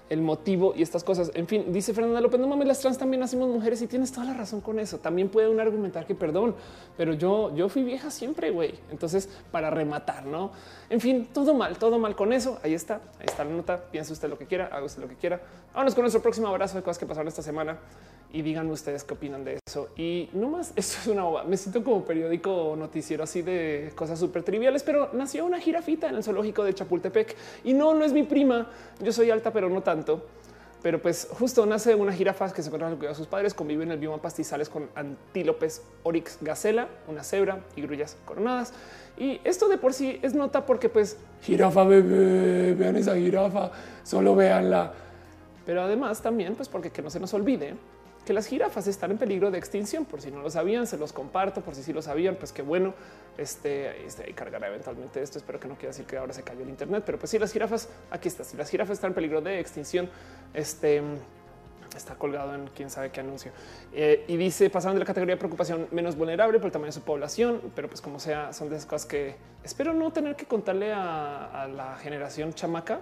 el motivo y estas cosas. En fin, dice Fernanda López, no mames, las trans también nacimos mujeres y tienes toda la razón con eso. También puede uno argumentar que perdón, pero yo, yo fui vieja siempre, güey. Entonces, para rematar, ¿no? En fin, todo mal, todo mal con eso. Ahí está, ahí está la nota. Piense usted lo que quiera, haga usted lo que quiera. Vámonos con nuestro próximo abrazo de cosas que pasaron esta semana y díganme ustedes qué opinan de eso. Y no más, esto es una boba. Me siento como periódico noticiero así de cosas súper triviales, pero nació una jirafita en el zoológico de Chapultepec y no, no es mi prima. Yo soy alta, pero no tanto. Pero pues justo nace una jirafa que se encuentra con el cuidado de sus padres, convive en el bioma pastizales con antílopes, oryx, gacela, una cebra y grullas coronadas. Y esto de por sí es nota porque pues jirafa bebé, vean esa jirafa, solo véanla. Pero además también pues porque que no se nos olvide que las jirafas están en peligro de extinción. Por si no lo sabían, se los comparto. Por si sí lo sabían, pues qué bueno. Este, este ahí cargará eventualmente esto. Espero que no quiera decir que ahora se cayó el internet, pero pues sí, las jirafas, aquí está. Si las jirafas están en peligro de extinción, este está colgado en quién sabe qué anuncio. Eh, y dice, pasaron de la categoría de preocupación menos vulnerable por el tamaño de su población, pero pues como sea, son de esas cosas que espero no tener que contarle a, a la generación chamaca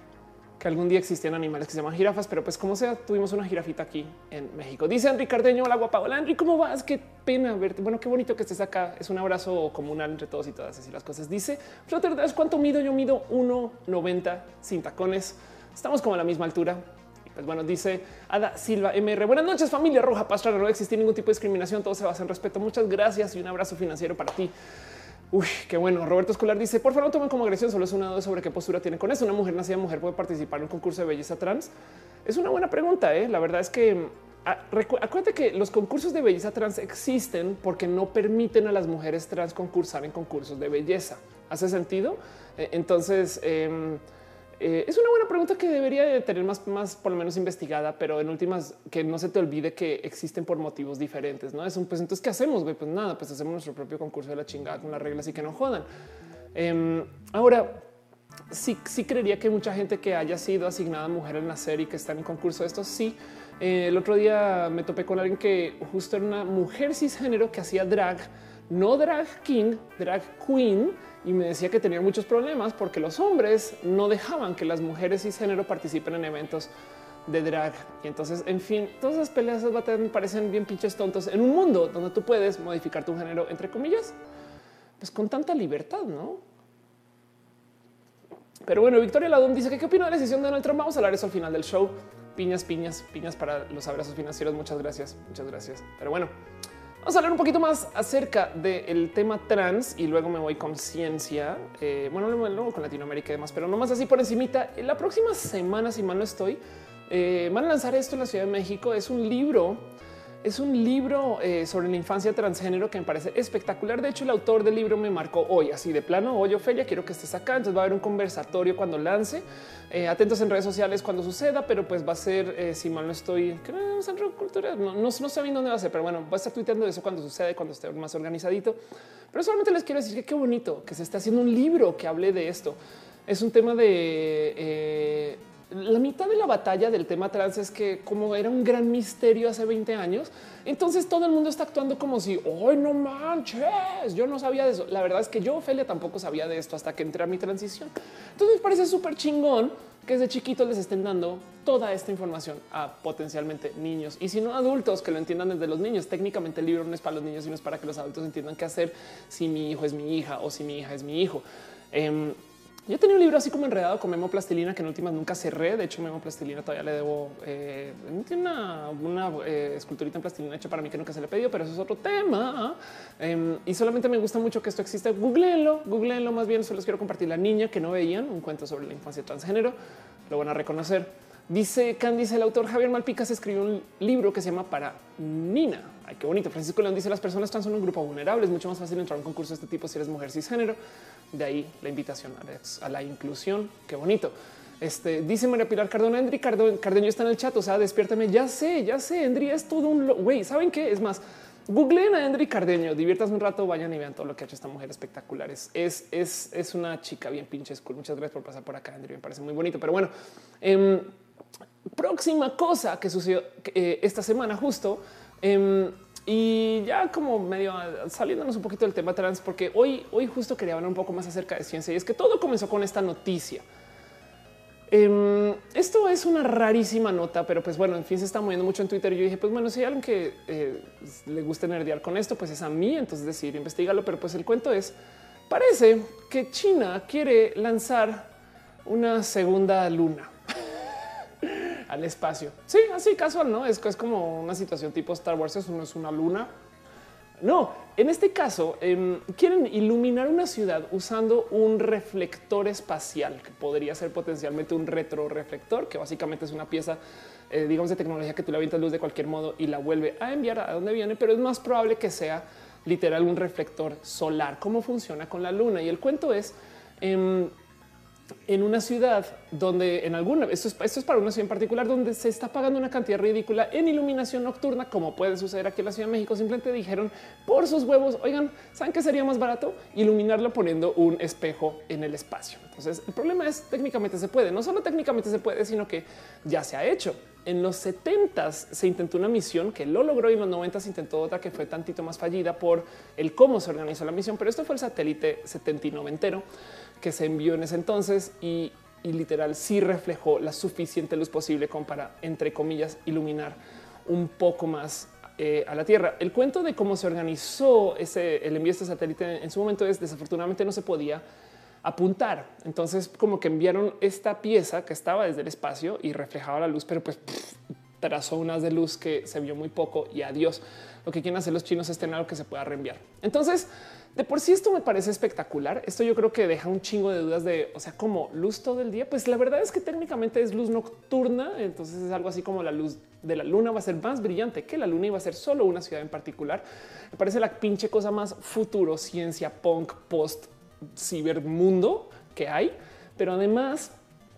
que algún día existían animales que se llaman jirafas, pero pues como sea, tuvimos una jirafita aquí en México. Dice Henry Cardeño, hola guapa, hola Henry, ¿cómo vas? Qué pena verte. Bueno, qué bonito que estés acá. Es un abrazo comunal entre todos y todas así las cosas. Dice, ¿sabes cuánto mido? Yo mido uno noventa sin tacones. Estamos como a la misma altura. Y pues bueno, dice Ada Silva M R. Buenas noches, familia roja pastra. No existe ningún tipo de discriminación. Todo se basa en respeto. Muchas gracias y un abrazo financiero para ti. Uy, qué bueno. Roberto Escolar dice, por favor, no tomen como agresión, solo es una duda sobre qué postura tiene con eso. ¿Una mujer nacida mujer puede participar en un concurso de belleza trans? Es una buena pregunta. ¿eh? La verdad es que a, acuérdate que los concursos de belleza trans existen porque no permiten a las mujeres trans concursar en concursos de belleza. ¿Hace sentido? Eh, entonces, eh, Eh, es una buena pregunta que debería de tener más, más por lo menos investigada, pero en últimas que no se te olvide que existen por motivos diferentes. No es un pues entonces qué hacemos? Güey? Pues nada, pues hacemos nuestro propio concurso de la chingada con las reglas y que no jodan. Eh, ahora sí, sí creería que mucha gente que haya sido asignada mujer al nacer y que está en concurso de estos. Sí, eh, el otro día me topé con alguien que justo era una mujer cisgénero que hacía drag, no drag king, drag queen. Y me decía que tenía muchos problemas porque los hombres no dejaban que las mujeres cisgénero participen en eventos de drag. Y entonces, en fin, todas esas peleas esas batallas me parecen bien pinches tontos en un mundo donde tú puedes modificar tu género, entre comillas, pues con tanta libertad, ¿no? Pero bueno, Victoria Ladón dice que qué opina de la decisión de Donald Trump. Vamos a hablar eso al final del show. Piñas, piñas, piñas para los abrazos financieros. Muchas gracias, muchas gracias. Pero bueno, vamos a hablar un poquito más acerca del tema trans y luego me voy con ciencia. Eh, bueno, luego con Latinoamérica y demás, pero no más así por encimita. La próxima semana, si mal no estoy, eh, van a lanzar esto en la Ciudad de México. Es un libro, es un libro eh, sobre la infancia transgénero que me parece espectacular. De hecho, el autor del libro me marcó hoy, así de plano. Oye, Ofelia, quiero que estés acá. Entonces va a haber un conversatorio cuando lance. Eh, atentos en redes sociales cuando suceda, pero pues va a ser, eh, si mal no estoy, creo en Centro Cultural, no, no, no sé bien dónde va a ser, pero bueno, voy a estar tuiteando eso cuando suceda, cuando esté más organizadito. Pero solamente les quiero decir que qué bonito que se esté haciendo un libro que hable de esto. Es un tema de... Eh, la mitad de la batalla del tema trans es que como era un gran misterio hace veinte años, entonces todo el mundo está actuando como si, ¡ay, no manches! Yo no sabía de eso. La verdad es que yo, Ofelia, tampoco sabía de esto hasta que entré a mi transición. Entonces me parece súper chingón que desde chiquitos les estén dando toda esta información a potencialmente niños y si no adultos que lo entiendan desde los niños. Técnicamente el libro no es para los niños, sino es para que los adultos entiendan qué hacer si mi hijo es mi hija o si mi hija es mi hijo. Eh, Yo tenía un libro así como enredado con Memo Plastilina que en últimas nunca cerré. De hecho, Memo Plastilina todavía le debo eh, tiene una, una eh, esculturita en plastilina hecha para mí que nunca se le pidió, pero eso es otro tema. Eh, y solamente me gusta mucho que esto existe. Googleenlo, googleenlo más bien. Solo les quiero compartir La niña que no veían, un cuento sobre la infancia transgénero. Lo van a reconocer. Dice Candice, el autor Javier Malpicas escribió un libro que se llama Para Nina. Ay, qué bonito. Francisco León dice las personas trans son un grupo vulnerable. Es mucho más fácil entrar a un concurso de este tipo si eres mujer cisgénero. De ahí la invitación a la, a la inclusión. Qué bonito. Este dice María Pilar Cardona, Endri Cardo, Cardeño está en el chat. O sea, despiértame. Ya sé, ya sé. Endri es todo un güey. ¿Saben qué? Es más, googleen a Endri Cardeño, diviértanse un rato, vayan y vean todo lo que ha hecho esta mujer espectacular. Es, es, es, es una chica bien pinches cool. Muchas gracias por pasar por acá, Endri. Me parece muy bonito. Pero bueno, eh, próxima cosa que sucedió eh, esta semana justo. Eh, Y ya como medio saliéndonos un poquito del tema trans, porque hoy, hoy justo quería hablar un poco más acerca de ciencia y es que todo comenzó con esta noticia. Eh, esto es una rarísima nota, pero pues bueno, en fin, se está moviendo mucho en Twitter. Y yo dije, pues bueno, si hay alguien que eh, le guste nerdear con esto, pues es a mí. Entonces decidir investigarlo. Pero pues el cuento es, parece que China quiere lanzar una segunda luna al espacio. Sí, así casual, ¿no? Es, es como una situación tipo Star Wars, eso no es una luna. No, en este caso eh, quieren iluminar una ciudad usando un reflector espacial que podría ser potencialmente un retroreflector, que básicamente es una pieza, eh, digamos, de tecnología que tú le avientas luz de cualquier modo y la vuelve a enviar a donde viene, pero es más probable que sea literal un reflector solar. ¿Cómo funciona con la luna? Y el cuento es eh, en una ciudad donde en alguna, esto es, esto es para una ciudad en particular donde se está pagando una cantidad ridícula en iluminación nocturna, como puede suceder aquí en la Ciudad de México. Simplemente dijeron por sus huevos, oigan, ¿saben qué sería más barato? Iluminarlo poniendo un espejo en el espacio. Entonces el problema es técnicamente se puede, no solo técnicamente se puede, sino que ya se ha hecho. En los setentas se intentó una misión que lo logró y en los noventas se intentó otra que fue tantito más fallida por el cómo se organizó la misión. Pero esto fue el satélite setenta y noventero que se envió en ese entonces y, y literal sí reflejó la suficiente luz posible como para, entre comillas, iluminar un poco más eh, a la Tierra. El cuento de cómo se organizó ese, el envío de este satélite en su momento es desafortunadamente no se podía apuntar. Entonces como que enviaron esta pieza que estaba desde el espacio y reflejaba la luz, pero pues pff, trazó unas de luz que se vio muy poco y adiós. Lo que quieren hacer los chinos es tener algo que se pueda reenviar. Entonces, de por sí esto me parece espectacular. Esto yo creo que deja un chingo de dudas de, o sea, como luz todo el día. Pues la verdad es que técnicamente es luz nocturna. Entonces es algo así como la luz de la luna va a ser más brillante que la luna y va a ser solo una ciudad en particular. Me parece la pinche cosa más futuro, ciencia, punk, post, cibermundo que hay. Pero además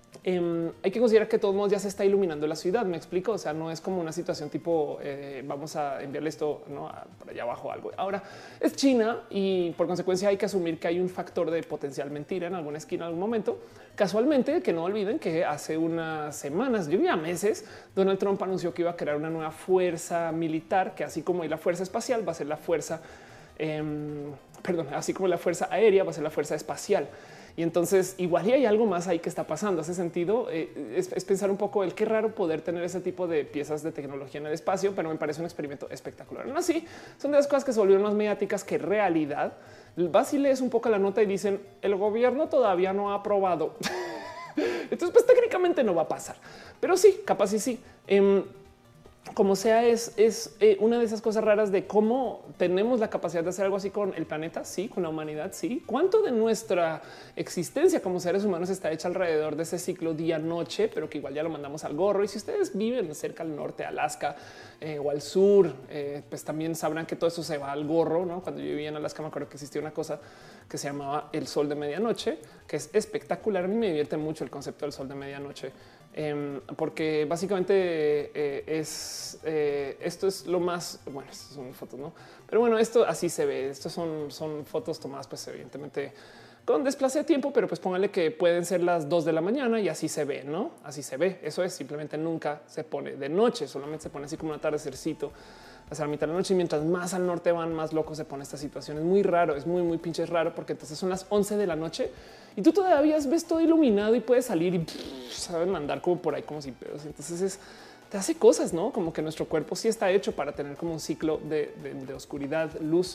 Eh, hay que considerar que de todos modos ya se está iluminando la ciudad. Me explico. O sea, no es como una situación tipo eh, vamos a enviarle esto, ¿no?, a, por allá abajo algo. Ahora es China y por consecuencia hay que asumir que hay un factor de potencial mentira en alguna esquina en algún momento. Casualmente, que no olviden que hace unas semanas, yo diría meses, Donald Trump anunció que iba a crear una nueva fuerza militar que, así como hay la fuerza espacial, va a ser la fuerza, eh, perdón, así como la fuerza aérea va a ser la fuerza espacial. Y entonces igual y hay algo más ahí que está pasando. Hace sentido eh, es, es pensar un poco el qué raro poder tener ese tipo de piezas de tecnología en el espacio, pero me parece un experimento espectacular. No, así son de las cosas que se volvieron más mediáticas que realidad. Vas y lees un poco la nota y dicen el gobierno todavía no ha aprobado. Entonces, pues técnicamente no va a pasar, pero sí, capaz y sí. Eh, Como sea, es, es eh, una de esas cosas raras de cómo tenemos la capacidad de hacer algo así con el planeta. Sí, con la humanidad. Sí, cuánto de nuestra existencia como seres humanos está hecha alrededor de ese ciclo día noche, pero que igual ya lo mandamos al gorro. Y si ustedes viven cerca al norte, Alaska eh, o al sur, eh, pues también sabrán que todo eso se va al gorro. ¿No? Cuando yo vivía en Alaska me acuerdo que existía una cosa que se llamaba el sol de medianoche, que es espectacular. A mí me divierte mucho el concepto del sol de medianoche. Eh, porque básicamente eh, es eh, esto es lo más bueno. Estas son fotos, no? Pero bueno, esto así se ve. Estos son, son fotos tomadas, pues evidentemente con desplace de tiempo, pero pues póngale que pueden ser las dos de la mañana y así se ve, no? Así se ve. Eso es simplemente nunca se pone de noche, solamente se pone así como un atardecercito hacia la mitad de la noche. Y mientras más al norte van, más loco se pone esta situación. Es muy raro, es muy, muy pinche raro, porque entonces son las once de la noche y tú todavía ves todo iluminado y puedes salir y pff, saben andar como por ahí como si pedos. Entonces es, te hace cosas, ¿no? Como que nuestro cuerpo sí está hecho para tener como un ciclo de, de, de oscuridad, luz.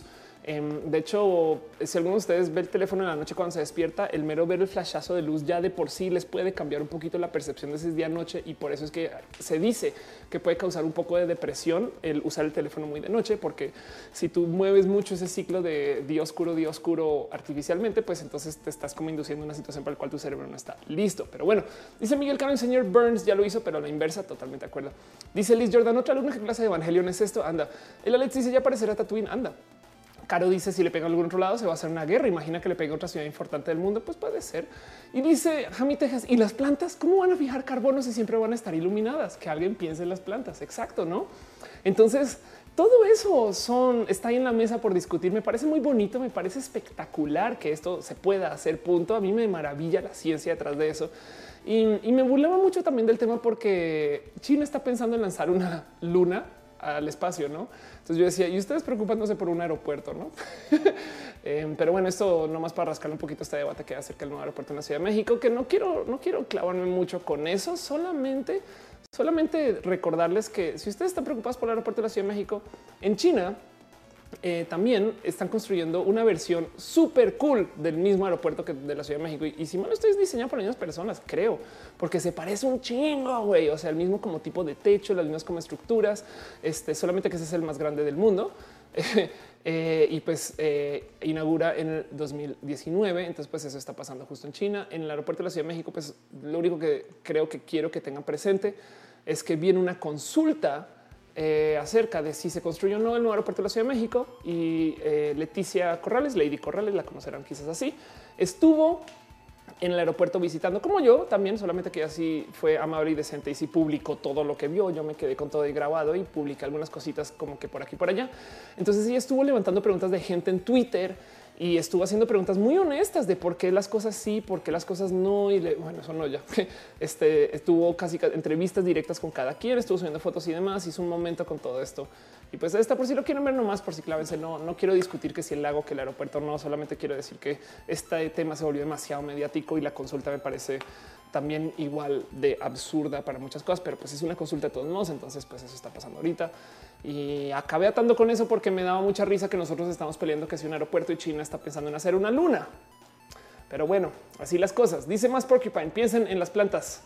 De hecho, si alguno de ustedes ve el teléfono en la noche cuando se despierta, el mero ver el flashazo de luz ya de por sí les puede cambiar un poquito la percepción de ese día noche, y por eso es que se dice que puede causar un poco de depresión el usar el teléfono muy de noche, porque si tú mueves mucho ese ciclo de día oscuro, día oscuro artificialmente, pues entonces te estás como induciendo una situación para la cual tu cerebro no está listo. Pero bueno, dice Miguel Cano, el señor Burns ya lo hizo, pero a la inversa, totalmente de acuerdo. Dice Liz Jordan, otra alumna, ¿qué clase de Evangelion es esto? Anda. El Alex dice, ya aparecerá Tatooine, anda. Caro dice, si le pega a algún otro lado se va a hacer una guerra. Imagina que le pegue a otra ciudad importante del mundo. Pues puede ser. Y dice Jami Texas, ¿y las plantas cómo van a fijar carbono si siempre van a estar iluminadas? Que alguien piense en las plantas. Exacto, ¿no? Entonces, todo eso son, está ahí en la mesa por discutir. Me parece muy bonito, me parece espectacular que esto se pueda hacer, punto. A mí me maravilla la ciencia detrás de eso. Y, y me burlaba mucho también del tema porque China está pensando en lanzar una luna al espacio, ¿no? Entonces yo decía, y ustedes preocupándose por un aeropuerto, ¿no? eh, pero bueno, esto nomás para rascar un poquito este debate que hay acerca del nuevo aeropuerto en la Ciudad de México, que no quiero, no quiero clavarme mucho con eso, solamente, solamente recordarles que si ustedes están preocupados por el aeropuerto de la Ciudad de México, en China, Eh, también están construyendo una versión súper cool del mismo aeropuerto que de la Ciudad de México. Y, y si mal estoy, es diseñado por las mismas personas, creo, porque se parece un chingo, güey. O sea, el mismo como tipo de techo, las mismas como estructuras, este, solamente que ese es el más grande del mundo. eh, y pues eh, inaugura en el dos mil diecinueve. Entonces, pues eso está pasando justo en China. En el aeropuerto de la Ciudad de México, pues lo único que creo que quiero que tengan presente es que viene una consulta Eh, acerca de si se construyó o no el nuevo aeropuerto de la Ciudad de México y eh, Leticia Corrales, Lady Corrales, la conocerán quizás así, estuvo en el aeropuerto visitando como yo también, solamente que así fue amable y decente y sí publicó todo lo que vio. Yo me quedé con todo y grabado y publiqué algunas cositas como que por aquí y por allá. Entonces ella estuvo levantando preguntas de gente en Twitter y estuvo haciendo preguntas muy honestas de por qué las cosas sí, por qué las cosas no. Y le, bueno, eso no ya. Este estuvo casi entrevistas directas con cada quien, estuvo subiendo fotos y demás. Hizo un momento con todo esto. Y pues esta, por si lo quieren ver nomás, por si clávense, no, no quiero discutir que si el lago, que el aeropuerto no, solamente quiero decir que este tema se volvió demasiado mediático y la consulta me parece también igual de absurda para muchas cosas, pero pues es una consulta de todos modos. Entonces, pues eso está pasando ahorita. Y acabé atando con eso porque me daba mucha risa que nosotros estamos peleando que si un aeropuerto y China está pensando en hacer una luna. Pero bueno, así las cosas. Dice más Porcupine, piensen en las plantas.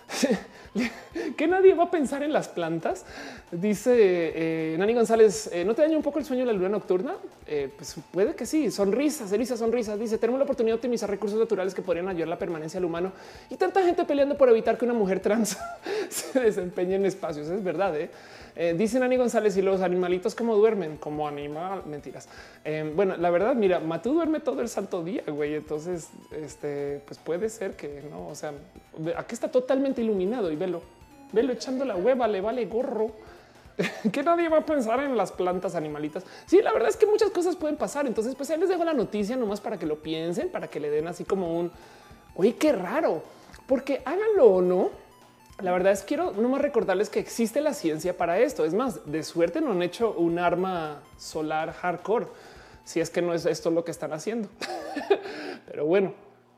Que nadie va a pensar en las plantas. Dice eh, Nani González, eh, ¿no te daña un poco el sueño de la luna nocturna? Eh, pues puede que sí. Sonrisas, risas, sonrisas. Dice, tenemos la oportunidad de optimizar recursos naturales que podrían ayudar a la permanencia del humano y tanta gente peleando por evitar que una mujer trans se desempeñe en espacios. Es verdad, ¿eh? Eh, dice Nani González, y los animalitos como duermen, como animal, mentiras. Eh, bueno, la verdad, mira, Matú duerme todo el santo día, güey. Entonces, este, pues puede ser que no. O sea, aquí está totalmente iluminado y velo, velo echando la hueva, le vale gorro. Que nadie va a pensar en las plantas, animalitas. Sí, la verdad es que muchas cosas pueden pasar. Entonces, pues ahí les dejo la noticia nomás para que lo piensen, para que le den así como un oye, qué raro, porque háganlo o no. La verdad es que quiero nomás recordarles que existe la ciencia para esto. Es más, de suerte no han hecho un arma solar hardcore, si es que no es esto lo que están haciendo. Pero bueno.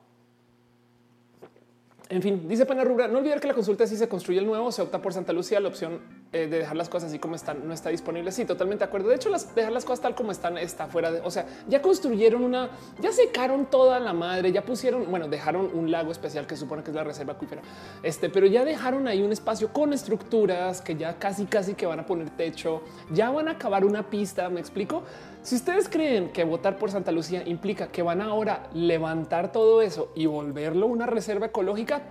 En fin, dice Pena Rubra, no olvidar que la consulta si se construye el nuevo, se opta por Santa Lucía, la opción eh, de dejar las cosas así como están no está disponible. Sí, totalmente de acuerdo. De hecho, las, dejar las cosas tal como están está fuera de, o sea, ya construyeron una, ya secaron toda la madre, ya pusieron, bueno, dejaron un lago especial que supone que es la reserva acuífera, este, pero ya dejaron ahí un espacio con estructuras que ya casi, casi que van a poner techo, ya van a acabar una pista. ¿Me explico? Si ustedes creen que votar por Santa Lucía implica que van ahora levantar todo eso y volverlo una reserva ecológica,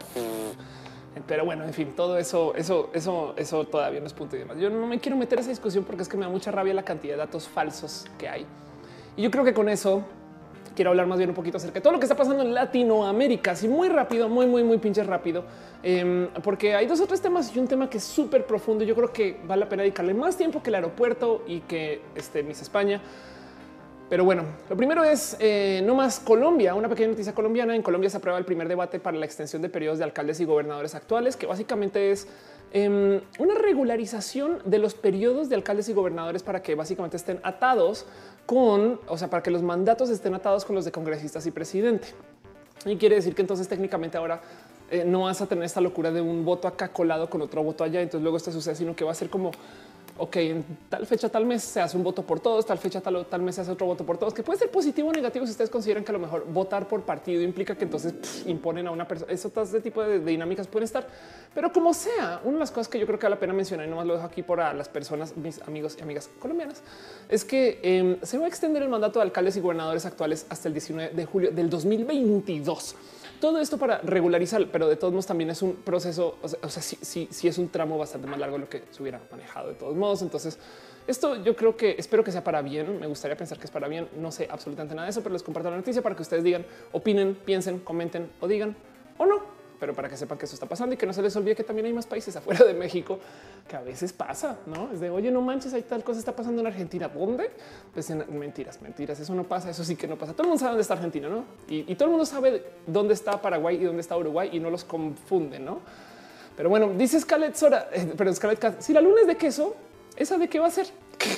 pero bueno, en fin, todo eso, eso, eso, eso todavía no es punto y demás. Yo no me quiero meter a esa discusión porque es que me da mucha rabia la cantidad de datos falsos que hay. Y yo creo que con eso quiero hablar más bien un poquito acerca de todo lo que está pasando en Latinoamérica, así muy rápido, muy, muy, muy pinche rápido, eh, porque hay dos o tres temas y un tema que es súper profundo. Yo creo que vale la pena dedicarle más tiempo que el aeropuerto y que este Miss España. Pero bueno, lo primero es eh, no más Colombia, una pequeña noticia colombiana. En Colombia se aprueba el primer debate para la extensión de periodos de alcaldes y gobernadores actuales, que básicamente es eh, una regularización de los periodos de alcaldes y gobernadores para que básicamente estén atados con, o sea, para que los mandatos estén atados con los de congresistas y presidente. Y quiere decir que entonces técnicamente ahora eh, no vas a tener esta locura de un voto acá colado con otro voto allá. Entonces luego esto sucede, sino que va a ser como ok, en tal fecha, tal mes se hace un voto por todos, tal fecha, tal, tal mes se hace otro voto por todos, que puede ser positivo o negativo si ustedes consideran que a lo mejor votar por partido implica que entonces pff, imponen a una persona. Eso, este tipo de, de dinámicas pueden estar, pero como sea, una de las cosas que yo creo que vale la pena mencionar y nomás lo dejo aquí para las personas, mis amigos y amigas colombianas, es que eh, se va a extender el mandato de alcaldes y gobernadores actuales hasta el diecinueve de julio del dos mil veintidós. Todo esto para regularizar, pero de todos modos también es un proceso, o sea, o sea sí, sí, sí es un tramo bastante más largo de lo que se hubiera manejado de todos modos. Entonces, esto yo creo que espero que sea para bien. Me gustaría pensar que es para bien. No sé absolutamente nada de eso, pero les comparto la noticia para que ustedes digan, opinen, piensen, comenten o digan o no. Pero para que sepan que eso está pasando y que no se les olvide que también hay más países afuera de México que a veces pasa, ¿no? Es de, oye, no manches, hay tal cosa está pasando en Argentina. ¿Dónde? Pues en mentiras, mentiras. Eso no pasa, eso sí que no pasa. Todo el mundo sabe dónde está Argentina, ¿no? Y, y todo el mundo sabe dónde está Paraguay y dónde está Uruguay y no los confunden, ¿no? Pero bueno, dice Scarlett Sora, eh, pero Scarlett Cat, si la luna es de queso, ¿Esa de qué va a ser?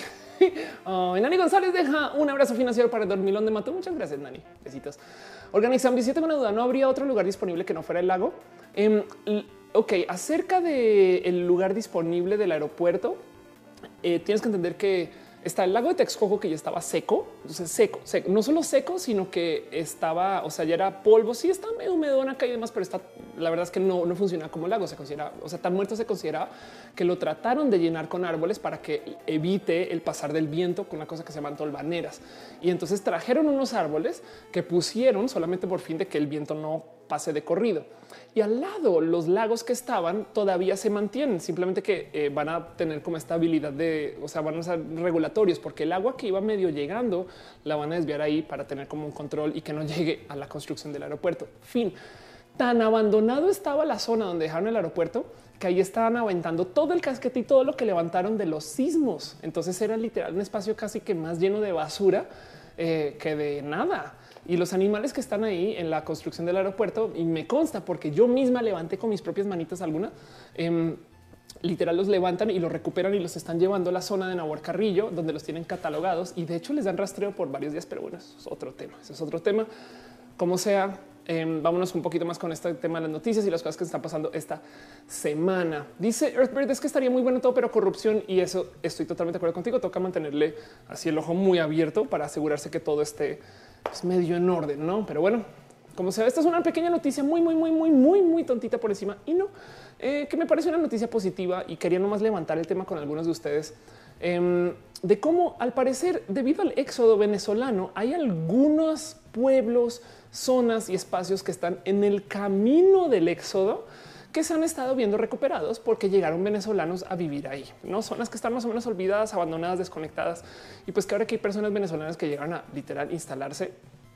Oh, Nani González deja un abrazo financiero para el dormilón de Matú. Muchas gracias, Nani. Besitos. Organizan visita con una duda. ¿No habría otro lugar disponible que no fuera el lago? Um, ok, acerca del lugar disponible del aeropuerto, eh, tienes que entender que está el lago de Texcoco, que ya estaba seco, entonces seco, seco, no solo seco, sino que estaba, o sea, ya era polvo. Sí, está medio humedón acá y demás, pero está, la verdad es que no, no funciona como lago. Se considera, o sea, tan muerto se considera que lo trataron de llenar con árboles para que evite el pasar del viento con una cosa que se llaman tolvaneras. Y entonces trajeron unos árboles que pusieron solamente por fin de que el viento no pase de corrido. Y al lado los lagos que estaban todavía se mantienen, simplemente que eh, van a tener como esta habilidad de, o sea, van a ser regulatorios, porque el agua que iba medio llegando la van a desviar ahí para tener como un control y que no llegue a la construcción del aeropuerto. Fin. Tan abandonado estaba la zona donde dejaron el aeropuerto que ahí estaban aventando todo el casquete y todo lo que levantaron de los sismos. Entonces era literal un espacio casi que más lleno de basura eh, que de nada. Y los animales que están ahí en la construcción del aeropuerto, y me consta porque yo misma levanté con mis propias manitas alguna, eh, literal los levantan y los recuperan y los están llevando a la zona de Nahuel Carrillo, donde los tienen catalogados y de hecho les dan rastreo por varios días. Pero bueno, eso es otro tema. Eso es otro tema. Como sea, eh, vámonos un poquito más con este tema de las noticias y las cosas que están pasando esta semana. Dice Earthbird, es que estaría muy bueno todo, pero corrupción, y eso estoy totalmente de acuerdo contigo. Toca mantenerle así el ojo muy abierto para asegurarse que todo esté pues, medio en orden, ¿no? Pero bueno, como sea, esta es una pequeña noticia muy, muy, muy, muy, muy, muy tontita por encima y no, eh, que me parece una noticia positiva y quería nomás levantar el tema con algunos de ustedes eh, de cómo al parecer debido al éxodo venezolano hay algunos pueblos, zonas y espacios que están en el camino del éxodo que se han estado viendo recuperados porque llegaron venezolanos a vivir ahí, no zonas que están más o menos olvidadas, abandonadas, desconectadas. Y pues que ahora que hay personas venezolanas que llegaron a literal instalarse,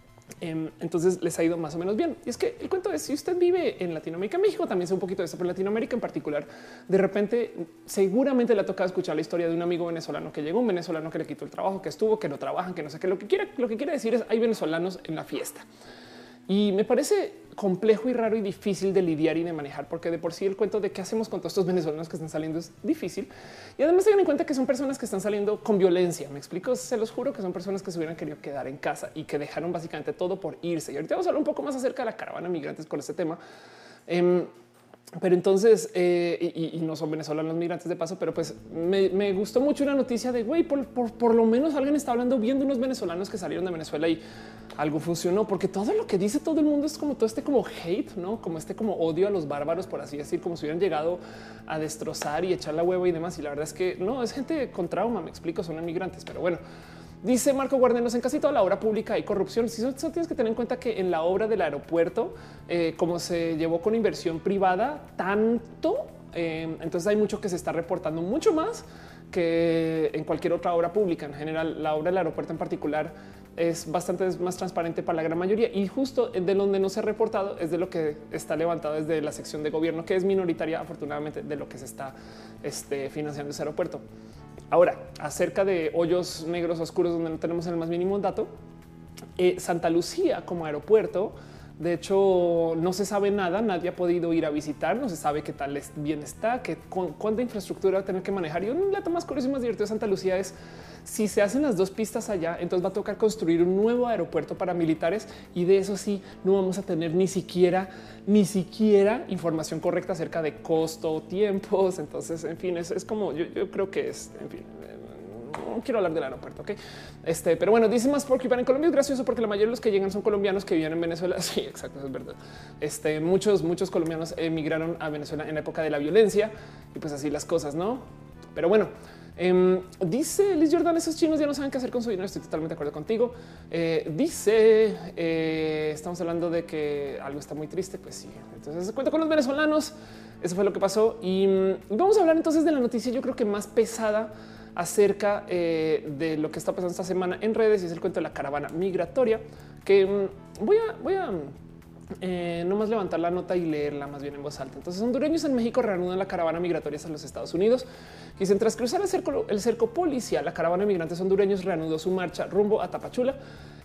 eh, entonces les ha ido más o menos bien. Y es que el cuento es si usted vive en Latinoamérica, México también sé un poquito de esto, pero Latinoamérica en particular, de repente seguramente le ha tocado escuchar la historia de un amigo venezolano que llegó, un venezolano que le quitó el trabajo, que estuvo, que no trabajan, que no sé qué. Lo que quiere, lo que quiere decir es hay venezolanos en la fiesta. Y me parece complejo y raro y difícil de lidiar y de manejar, porque de por sí el cuento de qué hacemos con todos estos venezolanos que están saliendo es difícil. Y además tengan en cuenta que son personas que están saliendo con violencia. Me explico, se los juro que son personas que se hubieran querido quedar en casa y que dejaron básicamente todo por irse. Y ahorita vamos a hablar un poco más acerca de la caravana de migrantes con este tema. Um, Pero entonces, eh, y, y no son venezolanos migrantes de paso, pero pues me, me gustó mucho una noticia de güey, por, por, por lo menos alguien está hablando bien de unos venezolanos que salieron de Venezuela y algo funcionó, porque todo lo que dice todo el mundo es como todo este como hate, no como este como odio a los bárbaros, por así decir, como si hubieran llegado a destrozar y echar la hueva y demás. Y la verdad es que no es gente con trauma. Me explico, son inmigrantes, pero bueno. Dice Marco Guarneros, en casi toda la obra pública hay corrupción. Si eso, tienes que tener en cuenta que en la obra del aeropuerto, eh, como se llevó con inversión privada tanto, eh, entonces hay mucho que se está reportando mucho más que en cualquier otra obra pública. En general, la obra del aeropuerto en particular es bastante más transparente para la gran mayoría y justo de donde no se ha reportado es de lo que está levantado desde la sección de gobierno, que es minoritaria, afortunadamente, de lo que se está este, financiando ese aeropuerto. Ahora, acerca de hoyos negros oscuros donde no tenemos el más mínimo dato, eh, Santa Lucía como aeropuerto, de hecho, no se sabe nada, nadie ha podido ir a visitar, no se sabe qué tal bien está, qué, cu cuánta infraestructura va a tener que manejar. Y un dato más curioso y más divertido de Santa Lucía es si se hacen las dos pistas allá, entonces va a tocar construir un nuevo aeropuerto para militares y de eso sí no vamos a tener ni siquiera, ni siquiera información correcta acerca de costo, tiempos. Entonces, en fin, es, es como yo, yo creo que es, en fin. No quiero hablar del aeropuerto, ok? Este, pero bueno, dice más porque en Colombia es gracioso porque la mayoría de los que llegan son colombianos que vivían en Venezuela. Sí, exacto, eso es verdad. Este, muchos, muchos colombianos emigraron a Venezuela en la época de la violencia y pues así las cosas, ¿no? Pero bueno, eh, dice Liz Jordan, esos chinos ya no saben qué hacer con su dinero. Estoy totalmente de acuerdo contigo. Eh, dice, eh, estamos hablando de que algo está muy triste. Pues sí, entonces se cuenta con los venezolanos. Eso fue lo que pasó y um, vamos a hablar entonces de la noticia, yo creo que más pesada acerca eh, de lo que está pasando esta semana en redes y es el cuento de la caravana migratoria, que um, voy a, voy a eh, no más levantar la nota y leerla más bien en voz alta. Entonces, hondureños en México reanudan la caravana migratoria hacia los Estados Unidos. Dicen, tras cruzar el cerco, el cerco policial, la caravana de migrantes hondureños reanudó su marcha rumbo a Tapachula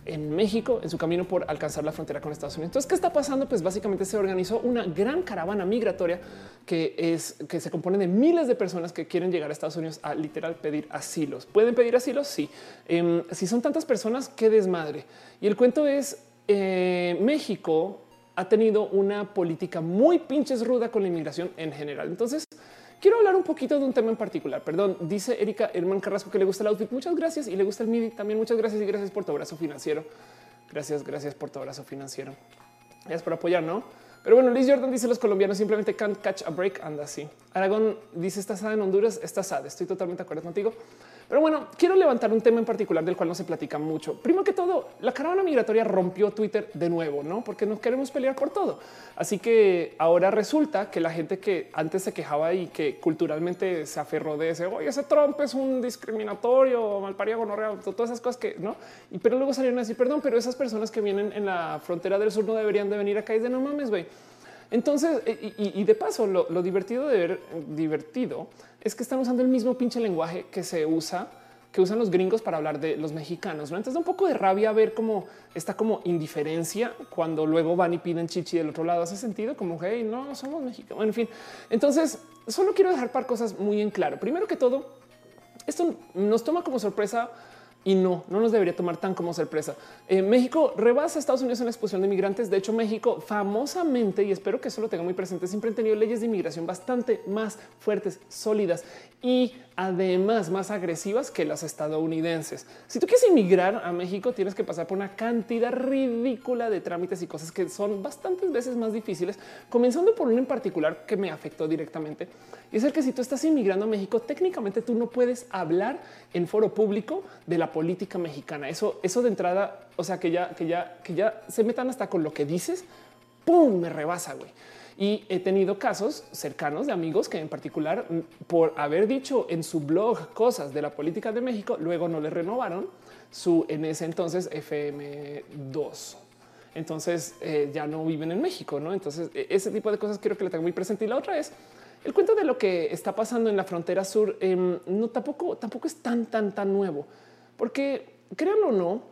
en México en su camino por alcanzar la frontera con Estados Unidos. Entonces, ¿qué está pasando? Pues básicamente se organizó una gran caravana migratoria que es que se compone de miles de personas que quieren llegar a Estados Unidos a literal pedir asilos. ¿Pueden pedir asilos? Sí. Eh, si son tantas personas, qué desmadre. Y el cuento es eh, México ha tenido una política muy pinches ruda con la inmigración en general. Entonces, quiero hablar un poquito de un tema en particular. Perdón, dice Erika Herman Carrasco que le gusta el outfit. Muchas gracias. Y le gusta el M I D I también. Muchas gracias y gracias por tu abrazo financiero. Gracias, gracias por tu abrazo financiero. Gracias por apoyar, ¿no? Pero bueno, Liz Jordan dice los colombianos simplemente can't catch a break. Anda así. Aragón dice está sad en Honduras. Está sad. Estoy totalmente de acuerdo contigo. Pero bueno, quiero levantar un tema en particular del cual no se platica mucho. Primero que todo, la caravana migratoria rompió Twitter de nuevo, no? Porque no queremos pelear por todo. Así que ahora resulta que la gente que antes se quejaba y que culturalmente se aferró de ese, oye, ese Trump es un discriminatorio, malparido, gonorrea, todas esas cosas que no. Y pero luego salieron a decir perdón, pero esas personas que vienen en la frontera del sur no deberían de venir acá y de no mames, güey. Entonces, y, y de paso, lo, lo divertido de ver divertido es que están usando el mismo pinche lenguaje que se usa, que usan los gringos para hablar de los mexicanos. ¿No? Entonces da un poco de rabia ver cómo está como indiferencia cuando luego van y piden chichi del otro lado. Hace sentido como hey, no somos mexicanos. Bueno, en fin, entonces solo quiero dejar par cosas muy en claro. Primero que todo, esto nos toma como sorpresa. Y no, no nos debería tomar tan como sorpresa. Eh, México rebasa a Estados Unidos en la expulsión de inmigrantes. De hecho, México famosamente, y espero que eso lo tenga muy presente, siempre han tenido leyes de inmigración bastante más fuertes, sólidas y además más agresivas que las estadounidenses. Si tú quieres inmigrar a México, tienes que pasar por una cantidad ridícula de trámites y cosas que son bastantes veces más difíciles, comenzando por uno en particular que me afectó directamente. Y es el que si tú estás inmigrando a México, técnicamente tú no puedes hablar en foro público de la política mexicana. Eso, eso de entrada, o sea, que ya, que ya, que ya se metan hasta con lo que dices, ¡pum! Me rebasa, güey. Y he tenido casos cercanos de amigos que en particular por haber dicho en su blog cosas de la política de México, luego no le renovaron su en ese entonces F M dos. Entonces eh, ya no viven en México, ¿no? Entonces ese tipo de cosas quiero que lo tengan muy presente. Y la otra es el cuento de lo que está pasando en la frontera sur. Eh, no tampoco, tampoco es tan, tan, tan nuevo, porque créanlo o no,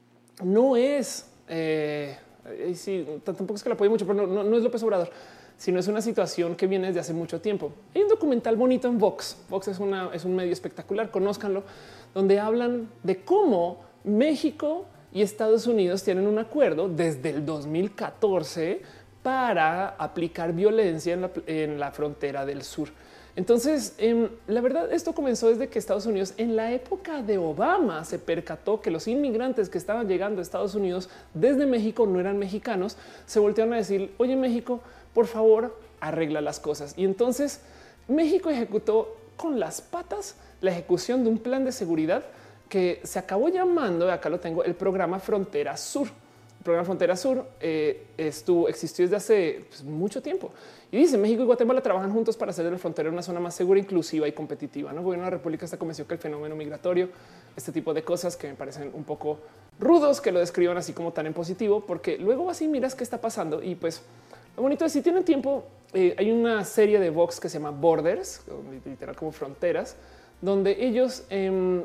no es... Eh, Y sí, tampoco es que la apoye mucho, pero no, no, no es López Obrador, sino es una situación que viene desde hace mucho tiempo. Hay un documental bonito en Vox. Vox es, una, es un medio espectacular, conózcanlo, donde hablan de cómo México y Estados Unidos tienen un acuerdo desde el dos mil catorce para aplicar violencia en la, en la frontera del sur. Entonces, eh, la verdad, esto comenzó desde que Estados Unidos en la época de Obama se percató que los inmigrantes que estaban llegando a Estados Unidos desde México no eran mexicanos. Se voltearon a decir, oye, México, por favor, arregla las cosas. Y entonces México ejecutó con las patas la ejecución de un plan de seguridad que se acabó llamando, acá lo tengo, el programa Frontera Sur. El programa Frontera Sur eh, estuvo, existió desde hace pues, mucho tiempo. Y dice México y Guatemala trabajan juntos para hacer de la frontera una zona más segura, inclusiva y competitiva. ¿No? El gobierno de la República está convencido que el fenómeno migratorio, este tipo de cosas que me parecen un poco rudos que lo describan así como tan en positivo, porque luego así miras qué está pasando. Y pues lo bonito es si tienen tiempo, eh, hay una serie de Vox que se llama Borders, literal como fronteras, donde ellos, eh,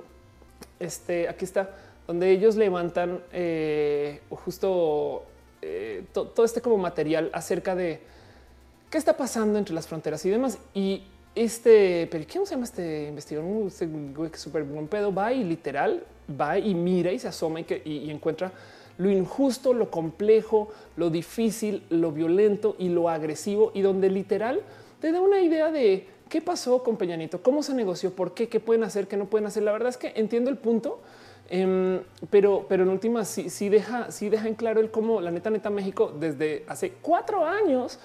este, aquí está, donde ellos levantan eh, justo eh, to, todo este como material acerca de qué está pasando entre las fronteras y demás. Y este, pero ¿cómo se llama este investigador? Un güey que súper buen pedo va y literal va y mira y se asoma y, que, y, y encuentra lo injusto, lo complejo, lo difícil, lo violento y lo agresivo, y donde literal te da una idea de qué pasó con Peña Nieto, cómo se negoció, por qué, qué pueden hacer, qué no pueden hacer. La verdad es que entiendo el punto. Um, pero, pero en últimas sí, sí deja, sí deja en claro el cómo la neta, neta México desde hace cuatro años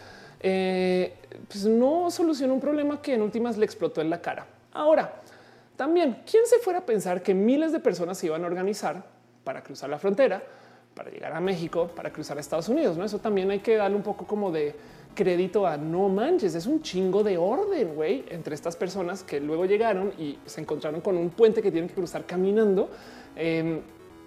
eh, pues no solucionó un problema que en últimas le explotó en la cara. Ahora, también, ¿quién se fuera a pensar que miles de personas se iban a organizar para cruzar la frontera, para llegar a México, para cruzar a Estados Unidos? ¿No? Eso también hay que darle un poco como de crédito a no manches, es un chingo de orden, güey, entre estas personas que luego llegaron y se encontraron con un puente que tienen que cruzar caminando. Eh,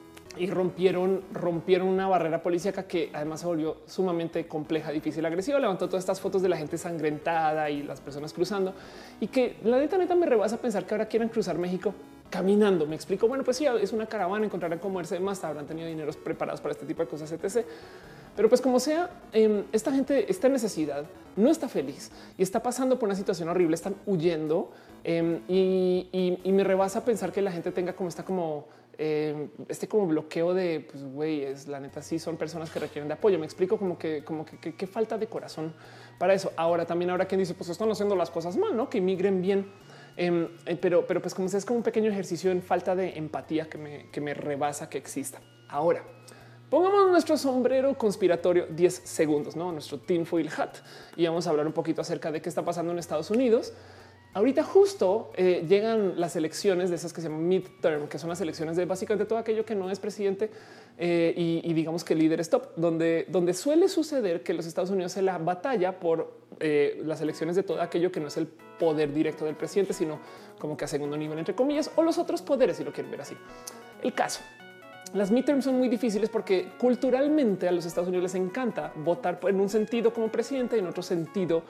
y rompieron, rompieron una barrera policíaca que además se volvió sumamente compleja, difícil, agresiva. Levantó todas estas fotos de la gente sangrentada y las personas cruzando, y que la neta neta me rebasa pensar que ahora quieren cruzar México caminando. Me explico. Bueno, pues sí, es una caravana, encontrarán cómo moverse más, habrán tenido dineros preparados para este tipo de cosas, etcétera. Pero pues como sea, eh, esta gente está en necesidad, no está feliz y está pasando por una situación horrible, están huyendo eh, y, y, y me rebasa pensar que la gente tenga como esta como eh, este como bloqueo de pues güey, es la neta, sí son personas que requieren de apoyo. Me explico como que como que, que, que falta de corazón para eso. Ahora también habrá quien dice pues están haciendo las cosas mal, no que inmigren bien. Eh, pero, pero pues como sea, es como un pequeño ejercicio en falta de empatía que me, que me rebasa que exista. Ahora pongamos nuestro sombrero conspiratorio diez segundos, no nuestro tinfoil hat, y vamos a hablar un poquito acerca de qué está pasando en Estados Unidos. Ahorita justo eh, llegan las elecciones de esas que se llaman midterm, que son las elecciones de básicamente todo aquello que no es presidente eh, y, y digamos que el líder es top, donde, donde suele suceder que los Estados Unidos se la batalla por eh, las elecciones de todo aquello que no es el poder directo del presidente, sino como que a segundo nivel, entre comillas, o los otros poderes, si lo quieren ver así. El caso. Las midterms son muy difíciles porque culturalmente a los Estados Unidos les encanta votar en un sentido como presidente y en otro sentido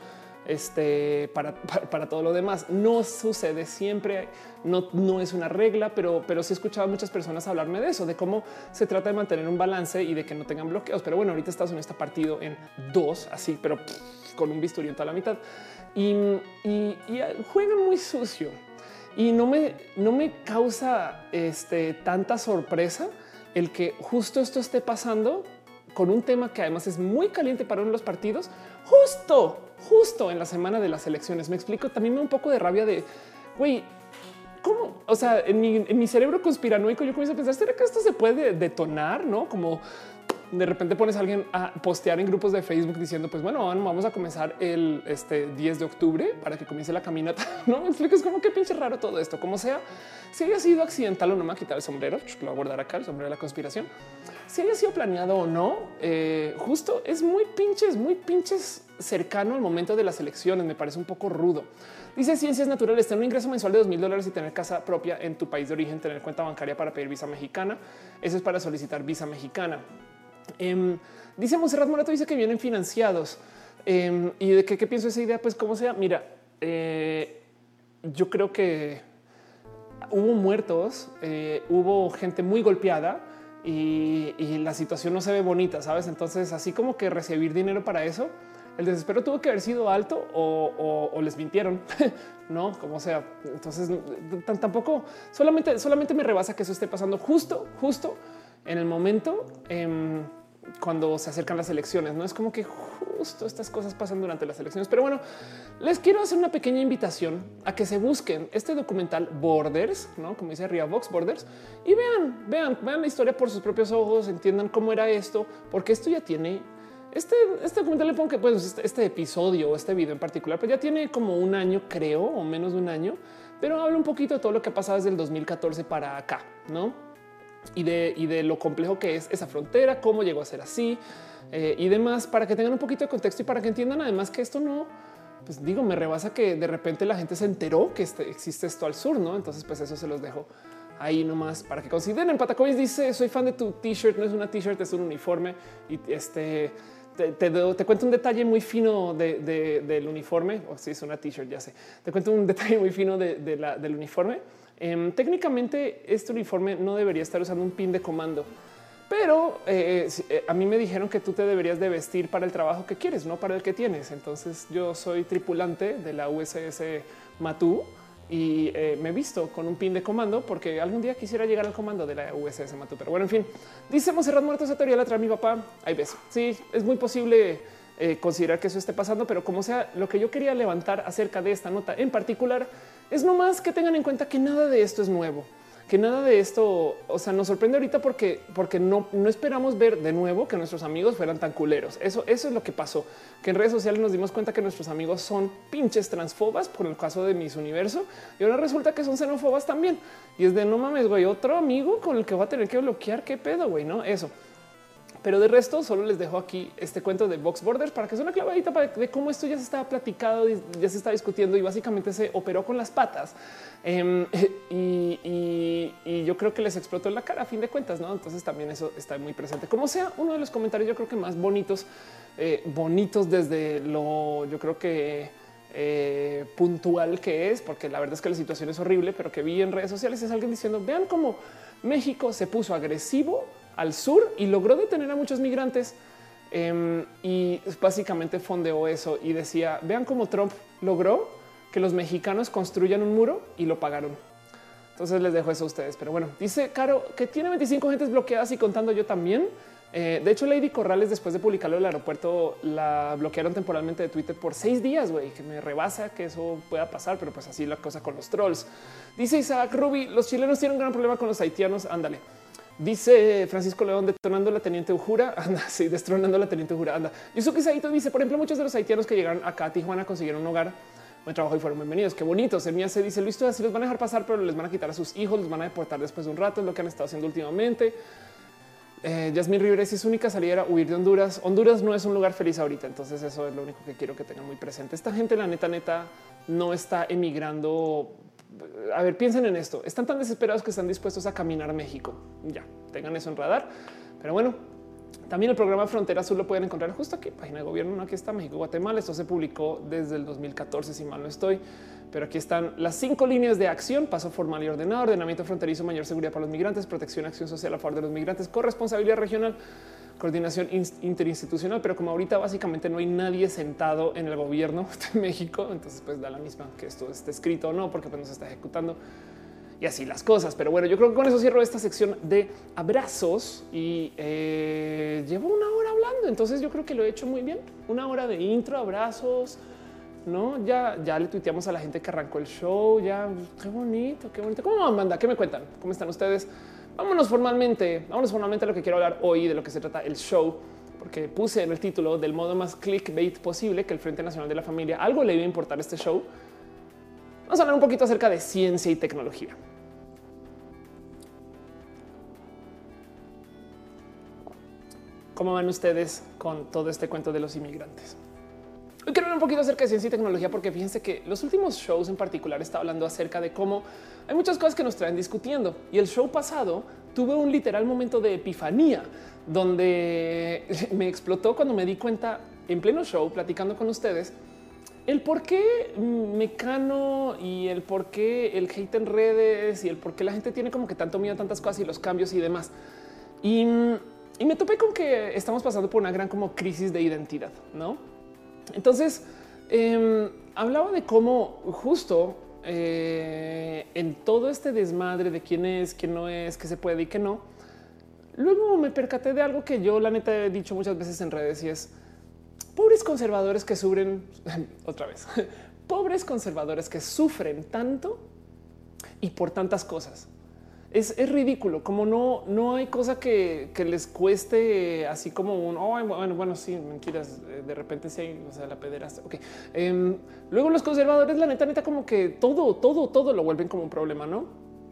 este, para, para, para todo lo demás. No sucede siempre, no, no es una regla, pero, pero sí he escuchado a muchas personas hablarme de eso, de cómo se trata de mantener un balance y de que no tengan bloqueos. Pero bueno, ahorita Estados Unidos está partido en dos, así, pero pff, con un bisturí en toda la mitad y, y, y juegan muy sucio. Y no me, no me causa este, tanta sorpresa el que justo esto esté pasando con un tema que además es muy caliente para uno de los partidos, justo, justo en la semana de las elecciones. Me explico, también me da un poco de rabia de, güey, ¿cómo? O sea, en mi, en mi cerebro conspiranoico yo comienzo a pensar, ¿será que esto se puede detonar? ¿No? Como de repente pones a alguien a postear en grupos de Facebook diciendo, pues bueno, vamos a comenzar el este, diez de octubre para que comience la caminata. No me explicas cómo qué pinche raro todo esto, como sea. Si haya sido accidental o no, me va a quitar el sombrero, lo voy a guardar acá, el sombrero de la conspiración. Si haya sido planeado o no, eh, justo es muy pinches, muy pinches cercano al momento de las elecciones. Me parece un poco rudo. Dice Ciencias Naturales, tener un ingreso mensual de dos mil dólares y tener casa propia en tu país de origen, tener cuenta bancaria para pedir visa mexicana. Eso es para solicitar visa mexicana. Eh, dice Monserrat Morato, dice que vienen financiados. Eh, y de qué, qué pienso esa idea, pues como sea, mira, eh, yo creo que hubo muertos, eh, hubo gente muy golpeada y, y la situación no se ve bonita, ¿sabes? Entonces, así como que recibir dinero para eso, el desespero tuvo que haber sido alto o, o, o les mintieron, no como sea. Entonces, tampoco solamente, solamente me rebasa que eso esté pasando justo, justo en el momento eh, cuando se acercan las elecciones. No es como que justo estas cosas pasan durante las elecciones, pero bueno, les quiero hacer una pequeña invitación a que se busquen este documental Borders, no como dice arriba Vox Borders, y vean, vean, vean la historia por sus propios ojos, entiendan cómo era esto, porque esto ya tiene este, este documental. Le pongo que pues este, este episodio o este video en particular, pues ya tiene como un año, creo, o menos de un año, pero habla un poquito de todo lo que ha pasado desde el dos mil catorce para acá, no? Y de, y de lo complejo que es esa frontera, cómo llegó a ser así eh, y demás, para que tengan un poquito de contexto y para que entiendan además que esto no, pues digo, me rebasa que de repente la gente se enteró que este, existe esto al sur, ¿no? Entonces pues eso se los dejo ahí nomás para que consideren. Patacovis dice, soy fan de tu t-shirt, no es una t-shirt, es un uniforme. Y este te, te, te cuento un detalle muy fino de, de, del uniforme, o oh, si sí, es una t-shirt, ya sé, te cuento un detalle muy fino de, de la, del uniforme. Um, técnicamente este uniforme no debería estar usando un pin de comando, pero eh, eh, a mí me dijeron que tú te deberías de vestir para el trabajo que quieres, no para el que tienes. Entonces yo soy tripulante de la U S S Matú y eh, me he visto con un pin de comando porque algún día quisiera llegar al comando de la U S S Matú. Pero bueno, en fin, dice Monserrat Muerto, esa teoría la trae mi papá. Ahí ves. Sí, es muy posible eh, considerar que eso esté pasando, pero como sea, lo que yo quería levantar acerca de esta nota en particular es nomás que tengan en cuenta que nada de esto es nuevo, que nada de esto, o sea, nos sorprende ahorita porque, porque no, no esperamos ver de nuevo que nuestros amigos fueran tan culeros. Eso, eso es lo que pasó, que en redes sociales nos dimos cuenta que nuestros amigos son pinches transfobas por el caso de Miss Universo y ahora resulta que son xenófobas también. Y es de no mames, güey, otro amigo con el que va a tener que bloquear. ¿Qué pedo, güey? No, eso. Pero de resto, solo les dejo aquí este cuento de Vox Borders para que sea una clavadita para de cómo esto ya se estaba platicado, ya se está discutiendo y básicamente se operó con las patas. Um, y, y, y yo creo que les explotó en la cara a fin de cuentas, ¿no? Entonces también eso está muy presente. Como sea, uno de los comentarios yo creo que más bonitos, eh, bonitos desde lo, yo creo que eh, puntual que es, porque la verdad es que la situación es horrible, pero que vi en redes sociales es alguien diciendo, vean cómo México se puso agresivo al sur y logró detener a muchos migrantes. Um, y básicamente fondeó eso y decía, vean cómo Trump logró que los mexicanos construyan un muro y lo pagaron. Entonces les dejo eso a ustedes. Pero bueno, dice Caro que tiene veinticinco gentes bloqueadas y contando yo también. Eh, de hecho, Lady Corrales, después de publicarlo en el aeropuerto, la bloquearon temporalmente de Twitter por seis días, güey, que me rebasa que eso pueda pasar, pero pues así la cosa con los trolls. Dice Isaac Ruby, los chilenos tienen un gran problema con los haitianos. Ándale. Dice Francisco León, detonando la teniente Ujura. Anda, sí, destronando la teniente Ujura. Anda. Yusuke Saito dice, por ejemplo, muchos de los haitianos que llegaron acá a Tijuana consiguieron un hogar, buen trabajo y fueron bienvenidos. Qué bonito. Semilla se dice, Luis, así los van a dejar pasar, pero les van a quitar a sus hijos, los van a deportar después de un rato. Es lo que han estado haciendo últimamente. Eh, Yasmín Rivera, si su única salida era huir de Honduras. Honduras no es un lugar feliz ahorita. Entonces eso es lo único que quiero que tengan muy presente. Esta gente, la neta, neta, no está emigrando. A ver, piensen en esto. Están tan desesperados que están dispuestos a caminar a México. Ya tengan eso en radar. Pero bueno, también el programa Frontera Azul lo pueden encontrar justo aquí, página de gobierno. ¿No? Aquí está México, Guatemala. Esto se publicó desde el dos mil catorce, si mal no estoy. Pero aquí están las cinco líneas de acción: paso formal y ordenado, ordenamiento fronterizo, mayor seguridad para los migrantes, protección, acción social a favor de los migrantes, corresponsabilidad regional, coordinación interinstitucional. Pero como ahorita básicamente no hay nadie sentado en el gobierno de México, entonces pues da la misma que esto esté escrito o no, porque pues no se está ejecutando y así las cosas. Pero bueno, yo creo que con eso cierro esta sección de abrazos y eh, llevo una hora hablando. Entonces yo creo que lo he hecho muy bien. Una hora de intro, abrazos. No, ya, ya le tuiteamos a la gente que arrancó el show. Ya qué bonito, qué bonito. ¿Cómo Amanda? ¿Qué me cuentan? ¿Cómo están ustedes? Vámonos formalmente, vámonos formalmente a lo que quiero hablar hoy, de lo que se trata el show, porque puse en el título del modo más clickbait posible que el Frente Nacional de la Familia algo le iba a importar este show. Vamos a hablar un poquito acerca de ciencia y tecnología. ¿Cómo van ustedes con todo este cuento de los inmigrantes? Hoy quiero hablar un poquito acerca de ciencia y tecnología, porque fíjense que los últimos shows en particular está hablando acerca de cómo hay muchas cosas que nos traen discutiendo. Y el show pasado tuve un literal momento de epifanía donde me explotó cuando me di cuenta en pleno show platicando con ustedes el por qué Mecano y el por qué el hate en redes y el por qué la gente tiene como que tanto miedo a tantas cosas y los cambios y demás. Y, y me topé con que estamos pasando por una gran como crisis de identidad, ¿no? Entonces eh, hablaba de cómo justo eh, en todo este desmadre de quién es, quién no es, qué se puede y qué no. Luego me percaté de algo que yo la neta he dicho muchas veces en redes y es pobres conservadores que sufren otra vez, pobres conservadores que sufren tanto y por tantas cosas. Es, es ridículo, como no, no hay cosa que, que les cueste así como un oh, bueno, bueno, sí, mentiras. De repente sí hay, o sea, la pederasta. Ok. Eh, luego los conservadores, la neta, neta, como que todo, todo, todo lo vuelven como un problema, no?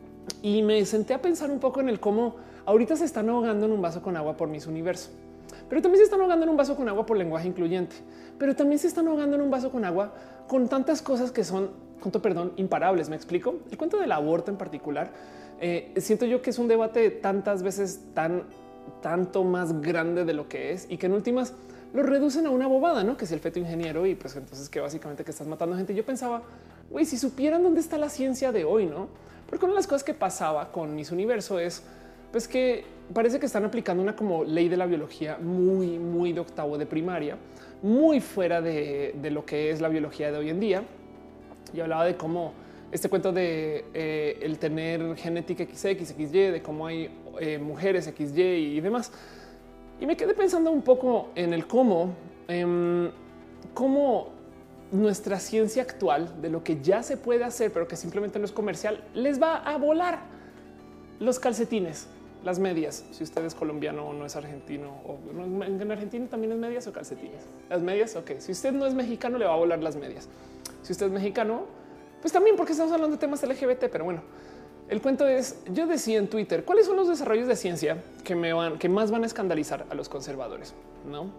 Y me senté a pensar un poco en el cómo ahorita se están ahogando en un vaso con agua por Miss Universo, pero también se están ahogando en un vaso con agua por lenguaje incluyente, pero también se están ahogando en un vaso con agua con tantas cosas que son, junto, perdón, imparables. Me explico. El cuento del aborto en particular. Eh, siento yo que es un debate tantas veces tan, tanto más grande de lo que es y que en últimas lo reducen a una bobada, ¿no? Que es el feto ingeniero y pues entonces que básicamente que estás matando gente. Yo pensaba, güey, si supieran dónde está la ciencia de hoy, ¿no? Porque una de las cosas que pasaba con Miss Universo es pues que parece que están aplicando una como ley de la biología muy, muy de octavo de primaria, muy fuera de, de lo que es la biología de hoy en día. Y hablaba de cómo este cuento de eh, el tener genética X X, X Y, de cómo hay eh, mujeres X Y y demás. Y me quedé pensando un poco en el cómo, eh, cómo nuestra ciencia actual de lo que ya se puede hacer, pero que simplemente no es comercial, les va a volar los calcetines, las medias. Si usted es colombiano o no es argentino, o no, en Argentina también es medias o calcetines. Las medias, ok. Si usted no es mexicano, le va a volar las medias. Si usted es mexicano, pues también, porque estamos hablando de temas L G B T, pero bueno, el cuento es, yo decía en Twitter, ¿cuáles son los desarrollos de ciencia que me van, que más van a escandalizar a los conservadores? No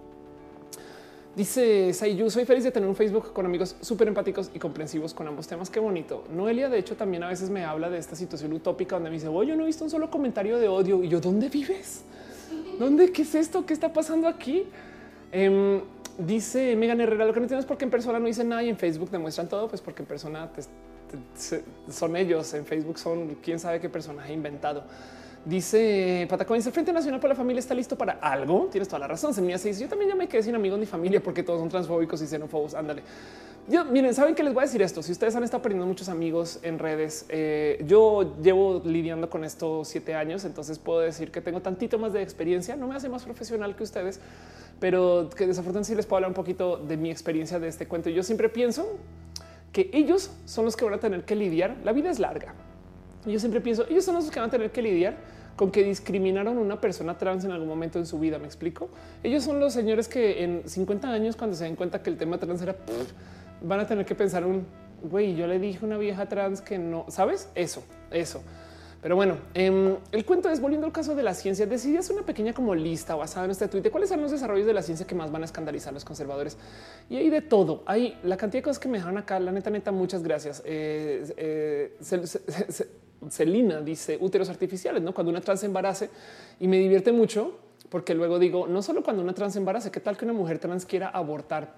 dice Sayu, soy feliz de tener un Facebook con amigos súper empáticos y comprensivos con ambos temas. Qué bonito. Noelia, de hecho, también a veces me habla de esta situación utópica donde me dice, oye, yo no he visto un solo comentario de odio. Y yo, ¿dónde vives? ¿Dónde? ¿Qué es esto? ¿Qué está pasando aquí? Eh, dice Megan Herrera, lo que no entiendo es porque en persona no dicen nada y en Facebook demuestran todo, pues porque en persona te, te, son ellos, en Facebook son quién sabe qué personaje inventado. Dice Patacón, dice el Frente Nacional por la Familia está listo para algo. Tienes toda la razón. Semilla se dice yo también ya me quedé sin amigos ni familia porque todos son transfóbicos y xenófobos. Ándale. Yo miren, saben que les voy a decir esto. Si ustedes han estado perdiendo muchos amigos en redes, eh, yo llevo lidiando con esto siete años, entonces puedo decir que tengo tantito más de experiencia. No me hace más profesional que ustedes, pero que desafortunadamente sí les puedo hablar un poquito de mi experiencia de este cuento. Yo siempre pienso que ellos son los que van a tener que lidiar. La vida es larga. Yo siempre pienso, ellos son los que van a tener que lidiar con que discriminaron a una persona trans en algún momento en su vida. ¿Me explico? Ellos son los señores que en cincuenta años, cuando se den cuenta que el tema trans era, pff, van a tener que pensar un güey. Yo le dije a una vieja trans que no, sabes eso, eso. Pero bueno, eh, el cuento es, volviendo al caso de la ciencia, decidí hacer una pequeña como lista basada en este tweet de cuáles son los desarrollos de la ciencia que más van a escandalizar a los conservadores. Y hay de todo. Hay la cantidad de cosas que me dejaron acá. La neta, neta, muchas gracias. Eh, eh, se, se, se, Celina dice úteros artificiales, ¿no? Cuando una trans se embarace, y me divierte mucho porque luego digo, no solo cuando una trans se embarace, ¿qué tal que una mujer trans quiera abortar?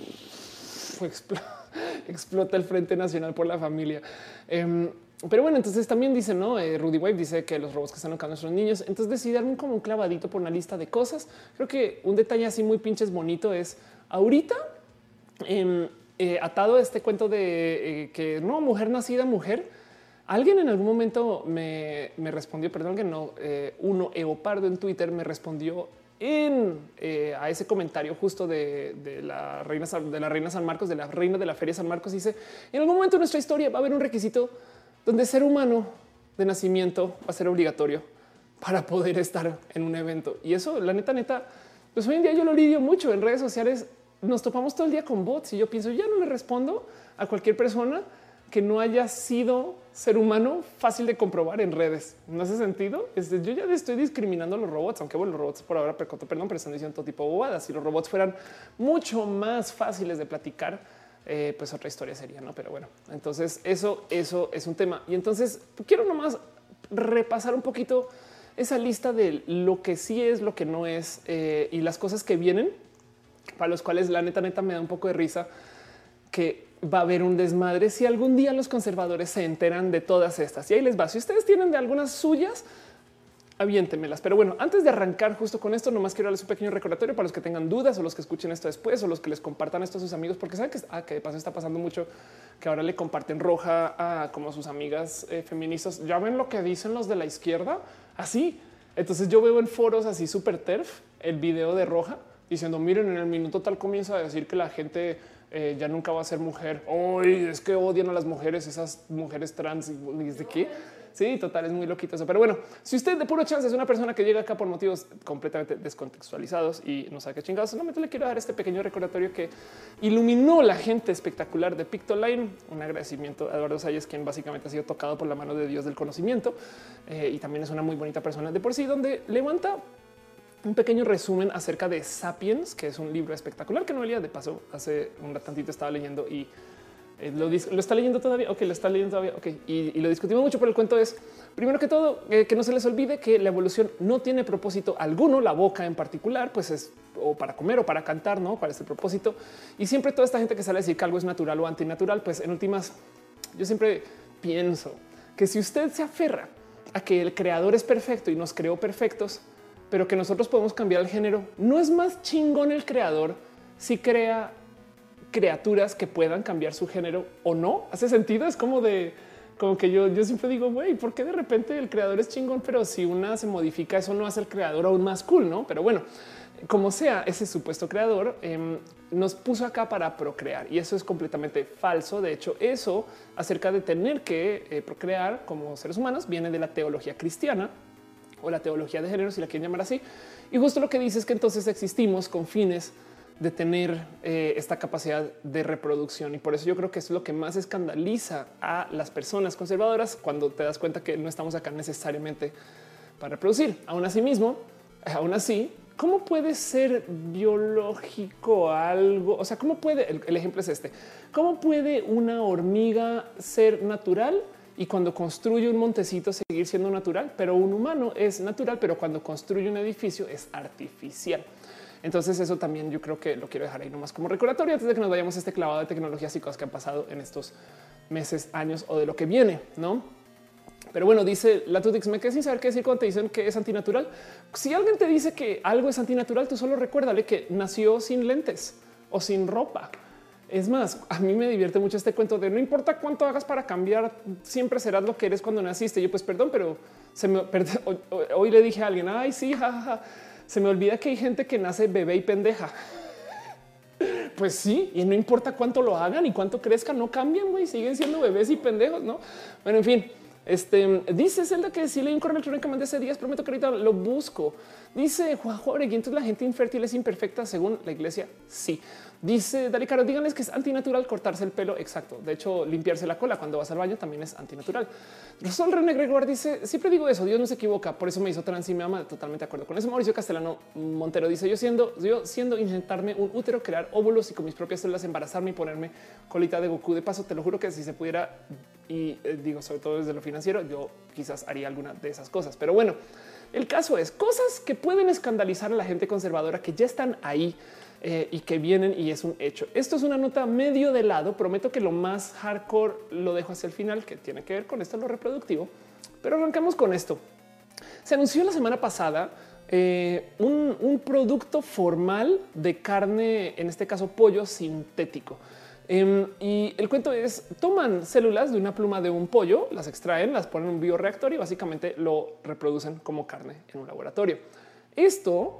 Explota el Frente Nacional por la Familia. Eh, Pero bueno, entonces también dice, no, eh, Rudy Wave dice que los robots que están educando a nuestros niños. Entonces decidí darme como un clavadito por una lista de cosas. Creo que un detalle así muy pinches bonito es ahorita eh, eh, atado a este cuento de eh, que no, mujer nacida mujer. Alguien en algún momento me, me respondió, perdón que no, eh, uno Eopardo en Twitter me respondió en eh, a ese comentario justo de, de la reina de la reina San Marcos, de la reina de la Feria San Marcos. Dice en algún momento en nuestra historia va a haber un requisito donde ser humano de nacimiento va a ser obligatorio para poder estar en un evento. Y eso, la neta, neta, pues hoy en día yo lo lidio mucho en redes sociales. Nos topamos todo el día con bots y yo pienso, ya no le respondo a cualquier persona que no haya sido ser humano fácil de comprobar en redes. ¿No hace sentido? Este, yo ya estoy discriminando a los robots, aunque bueno, los robots por ahora, perdón, pero están diciendo todo tipo de bobadas. Si los robots fueran mucho más fáciles de platicar, Eh, pues otra historia sería, no? Pero bueno, entonces eso, eso es un tema. Y entonces quiero nomás repasar un poquito esa lista de lo que sí es, lo que no es eh, y las cosas que vienen, para los cuales la neta, neta me da un poco de risa que va a haber un desmadre si algún día los conservadores se enteran de todas estas. Y ahí les va. Si ustedes tienen de algunas suyas, aviéntemelas. Pero bueno, antes de arrancar justo con esto, nomás quiero darles un pequeño recordatorio para los que tengan dudas o los que escuchen esto después o los que les compartan esto a sus amigos, porque saben que, ah, que de paso está pasando mucho que ahora le comparten Roja a como sus amigas eh, feministas. Ya ven lo que dicen los de la izquierda así. Entonces yo veo en foros así súper terf el video de Roja diciendo miren, en el minuto tal comienza a decir que la gente eh, ya nunca va a ser mujer. Hoy es que odian a las mujeres, esas mujeres trans y desde qué. Sí, total, es muy loquito eso. Pero bueno, si usted de puro chance es una persona que llega acá por motivos completamente descontextualizados y no sabe qué chingados, solamente le quiero dar este pequeño recordatorio que iluminó la gente espectacular de Pictoline. Un agradecimiento a Eduardo Salles, quien básicamente ha sido tocado por la mano de Dios del conocimiento eh, y también es una muy bonita persona de por sí, donde levanta un pequeño resumen acerca de Sapiens, que es un libro espectacular que Noelia de paso hace un tantito estaba leyendo y Eh, lo, lo está leyendo todavía. Ok, lo está leyendo todavía. Ok, y, y lo discutimos mucho, pero el cuento es primero que todo eh, que no se les olvide que la evolución no tiene propósito alguno. La boca en particular, pues es o para comer o para cantar, no? ¿Cuál es el propósito? Y siempre toda esta gente que sale a decir que algo es natural o antinatural, pues en últimas, yo siempre pienso que si usted se aferra a que el creador es perfecto y nos creó perfectos, pero que nosotros podemos cambiar el género, no es más chingón el creador si crea criaturas que puedan cambiar su género o no. Hace sentido. Es como de como que yo, yo siempre digo, güey, ¿por qué de repente el creador es chingón? Pero si una se modifica, eso no hace el creador aún más cool, no? Pero bueno, como sea, ese supuesto creador eh, nos puso acá para procrear y eso es completamente falso. De hecho, eso acerca de tener que eh, procrear como seres humanos viene de la teología cristiana o la teología de género, si la quieren llamar así. Y justo lo que dice es que entonces existimos con fines de tener eh, esta capacidad de reproducción. Y por eso yo creo que es lo que más escandaliza a las personas conservadoras cuando te das cuenta que no estamos acá necesariamente para reproducir. Aún así mismo, aún así, ¿cómo puede ser biológico algo? O sea, ¿cómo puede? El, el ejemplo es este. ¿Cómo puede una hormiga ser natural y cuando construye un montecito seguir siendo natural? Pero un humano es natural, pero cuando construye un edificio es artificial. Entonces eso también yo creo que lo quiero dejar ahí nomás como recordatorio antes de que nos vayamos a este clavado de tecnologías y cosas que han pasado en estos meses, años o de lo que viene, ¿no? Pero bueno, dice Latudix, me quedé sin saber qué decir cuando te dicen que es antinatural. Si alguien te dice que algo es antinatural, tú solo recuérdale que nació sin lentes o sin ropa. Es más, a mí me divierte mucho este cuento de no importa cuánto hagas para cambiar, siempre serás lo que eres cuando naciste. Yo pues perdón, pero se me perdón, hoy, hoy le dije a alguien, ay sí, jajaja, ja, ja. Se me olvida que hay gente que nace bebé y pendeja. Pues sí, y no importa cuánto lo hagan y cuánto crezcan, no cambian, güey, siguen siendo bebés y pendejos, ¿no? Bueno, en fin. Este dice Zelda que si leí un correo electrónico de hace días, prometo que ahorita lo busco. Dice Juanjo Oregui, entonces la gente infértil es imperfecta según la iglesia. Sí. Dice Dali Caro, díganles que es antinatural cortarse el pelo. Exacto. De hecho, limpiarse la cola cuando vas al baño también es antinatural. Rosol René Gregor dice siempre digo eso. Dios no se equivoca. Por eso me hizo trans y me ama. Totalmente de acuerdo con eso. Mauricio Castellano Montero dice yo siendo yo siendo inyectarme un útero, crear óvulos y con mis propias células embarazarme y ponerme colita de Goku. De paso, te lo juro que si se pudiera y eh, digo, sobre todo desde lo financiero, yo quizás haría alguna de esas cosas. Pero bueno, el caso es cosas que pueden escandalizar a la gente conservadora que ya están ahí eh, y que vienen y es un hecho. Esto es una nota medio de lado. Prometo que lo más hardcore lo dejo hacia el final, que tiene que ver con esto, lo reproductivo. Pero arrancamos con esto. Se anunció la semana pasada eh, un, un producto formal de carne, en este caso pollo sintético. Um, y el cuento es toman células de una pluma de un pollo, las extraen, las ponen en un bioreactor y básicamente lo reproducen como carne en un laboratorio. Esto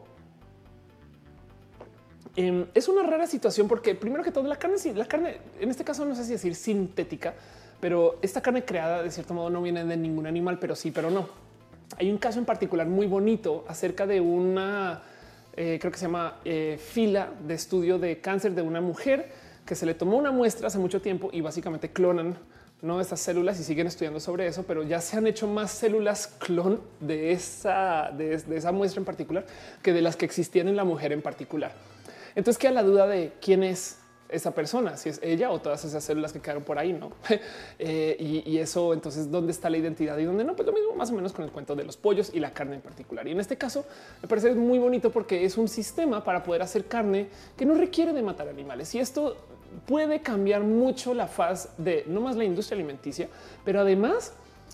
um, es una rara situación porque primero que todo la carne, la carne en este caso no sé si decir sintética, pero esta carne creada de cierto modo no viene de ningún animal, pero sí, pero no. Hay un caso en particular muy bonito acerca de una, eh, creo que se llama eh, fila de estudio de cáncer de una mujer que se le tomó una muestra hace mucho tiempo y básicamente clonan no estas células y siguen estudiando sobre eso, pero ya se han hecho más células clon de esa, de, de esa muestra en particular que de las que existían en la mujer en particular. Entonces queda la duda de quién es esa persona, si es ella o todas esas células que quedaron por ahí, no? eh, y, y eso, entonces, ¿dónde está la identidad y dónde no? Pues lo mismo más o menos con el cuento de los pollos y la carne en particular. Y en este caso me parece muy bonito porque es un sistema para poder hacer carne que no requiere de matar animales. Y esto puede cambiar mucho la faz de no más la industria alimenticia, pero además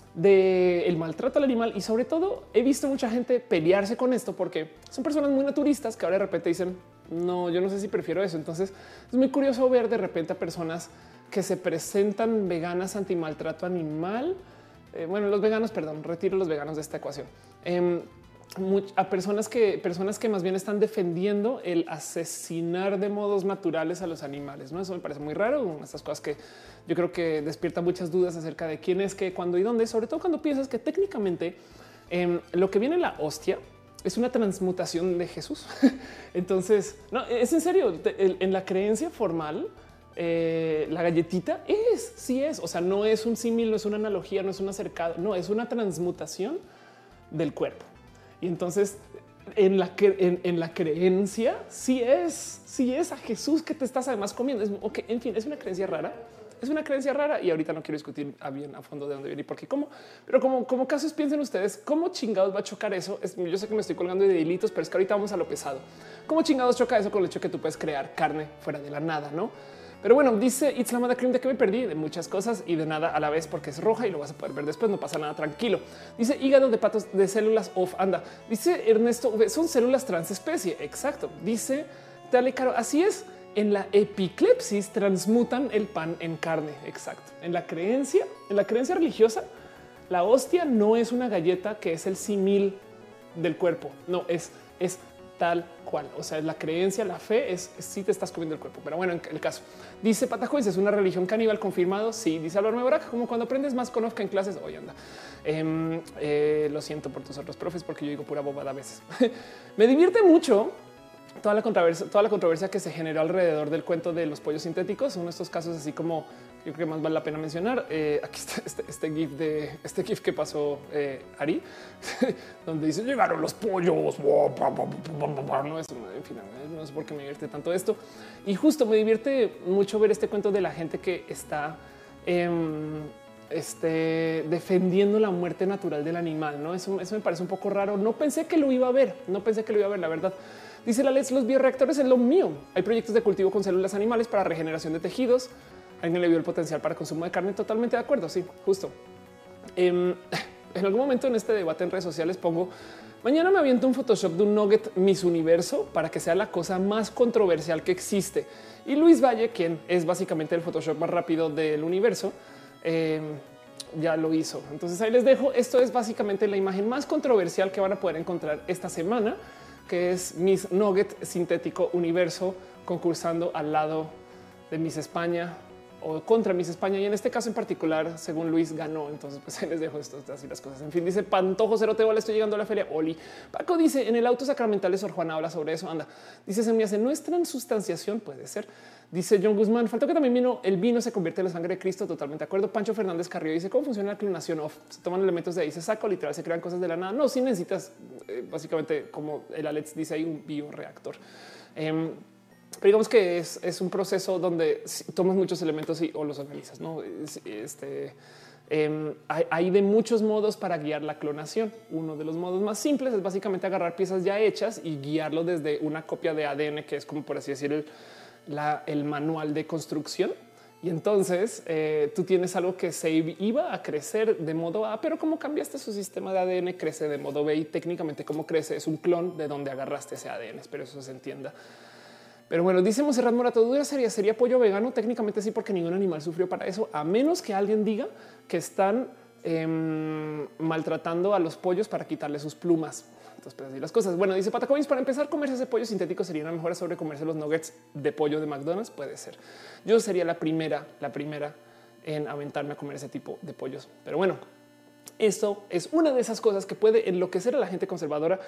de el maltrato al animal. Y sobre todo he visto mucha gente pelearse con esto porque son personas muy naturistas que ahora de repente dicen no, yo no sé si prefiero eso. Entonces es muy curioso ver de repente a personas que se presentan veganas anti maltrato animal. Eh, bueno, los veganos, perdón, retiro los veganos de esta ecuación. Eh, a personas que personas que más bien están defendiendo el asesinar de modos naturales a los animales. No, eso me parece muy raro. Una de estas cosas que yo creo que despierta muchas dudas acerca de quién es, qué, cuándo y dónde, sobre todo cuando piensas que técnicamente eh, lo que viene en la hostia es una transmutación de Jesús. Entonces, no, es en serio, en la creencia formal, eh, la galletita es, sí es, o sea, no es un símil, no es una analogía, no es un acercado, no, es una transmutación del cuerpo. Y entonces en la, en, en la creencia sí es, sí es a Jesús que te estás además comiendo. Es, okay, en fin, es una creencia rara. Es una creencia rara y ahorita no quiero discutir a bien a fondo de dónde viene y por qué, cómo, pero como, como casos piensen ustedes cómo chingados va a chocar eso. Es, yo sé que me estoy colgando de delitos, pero es que ahorita vamos a lo pesado. ¿Cómo chingados choca eso con el hecho que tú puedes crear carne fuera de la nada? No, pero bueno, dice It's la Mada Cream de que me perdí de muchas cosas y de nada a la vez porque es roja y lo vas a poder ver después. No pasa nada, tranquilo. Dice hígado de patos de células off. Anda, dice Ernesto, son células transespecie. Exacto. Dice Dale Caro. Así es. En la epiclepsis transmutan el pan en carne. Exacto. En la creencia, en la creencia religiosa, la hostia no es una galleta que es el símil del cuerpo. No es, es tal cual. O sea, la creencia, la fe es, es si te estás comiendo el cuerpo. Pero bueno, en el caso dice Patajuez, es una religión caníbal confirmado. Sí, dice Álvaro Mebraca, como cuando aprendes más con Ofca en clases. Hoy anda. Eh, eh, lo siento por tus otros profes, porque yo digo pura bobada a veces. Me divierte mucho toda la controversia, toda la controversia que se generó alrededor del cuento de los pollos sintéticos. Uno de estos casos, así como yo creo que más vale la pena mencionar. Eh, aquí está este, este gif de este gif que pasó eh, Ari, donde dice llegaron los pollos. No es, en fin, no sé por qué me divierte tanto esto. Y justo me divierte mucho ver este cuento de la gente que está eh, este, defendiendo la muerte natural del animal. No, eso, eso me parece un poco raro. No pensé que lo iba a ver, no pensé que lo iba a ver, la verdad. Dice la Let's, los bioreactores es lo mío. Hay proyectos de cultivo con células animales para regeneración de tejidos. Alguien le vio el potencial para consumo de carne. Totalmente de acuerdo. Sí, justo. Eh, en algún momento en este debate en redes sociales pongo mañana me aviento un Photoshop de un nugget Miss Universo para que sea la cosa más controversial que existe. Y Luis Valle, quien es básicamente el Photoshop más rápido del universo, eh, ya lo hizo. Entonces ahí les dejo. Esto es básicamente la imagen más controversial que van a poder encontrar esta semana, que es Miss Nugget Sintético Universo concursando al lado de Miss España o contra Miss España. Y en este caso en particular, según Luis, ganó. Entonces, pues ahí les dejo esto, así las cosas. En fin, dice Pantojo Cero Te, le estoy llegando a la feria. Oli. Paco dice en el auto sacramental de Sor Juana habla sobre eso. Anda, dice se me hace no es transustanciación, puede ser. Dice John Guzmán, faltó que también vino el vino se convierte en la sangre de Cristo. Totalmente de acuerdo. Pancho Fernández Carrillo dice cómo funciona la clonación. Off. Se toman elementos de ahí, se saca o literal, se crean cosas de la nada. No, si necesitas eh, básicamente, como el Alex dice, hay un bioreactor. Eh, Pero digamos que es, es un proceso donde tomas muchos elementos y o los organizas. No este, eh, hay, hay de muchos modos para guiar la clonación. Uno de los modos más simples es básicamente agarrar piezas ya hechas y guiarlo desde una copia de A D N, que es como por así decir el, la, el manual de construcción. Y entonces eh, tú tienes algo que se iba a crecer de modo A, pero como cambiaste su sistema de A D N, crece de modo B y técnicamente como crece es un clon de donde agarraste ese A D N. Espero eso se entienda. Pero bueno, dice Monserrat Morato, duda sería, sería pollo vegano. Técnicamente sí, porque ningún animal sufrió para eso, a menos que alguien diga que están eh, maltratando a los pollos para quitarle sus plumas. Entonces, pues así las cosas. Bueno, dice Patacoins, para empezar, comerse ese pollo sintético sería una mejora sobre comerse los nuggets de pollo de McDonald's. Puede ser. Yo sería la primera, la primera en aventarme a comer ese tipo de pollos. Pero bueno, esto es una de esas cosas que puede enloquecer a la gente conservadora.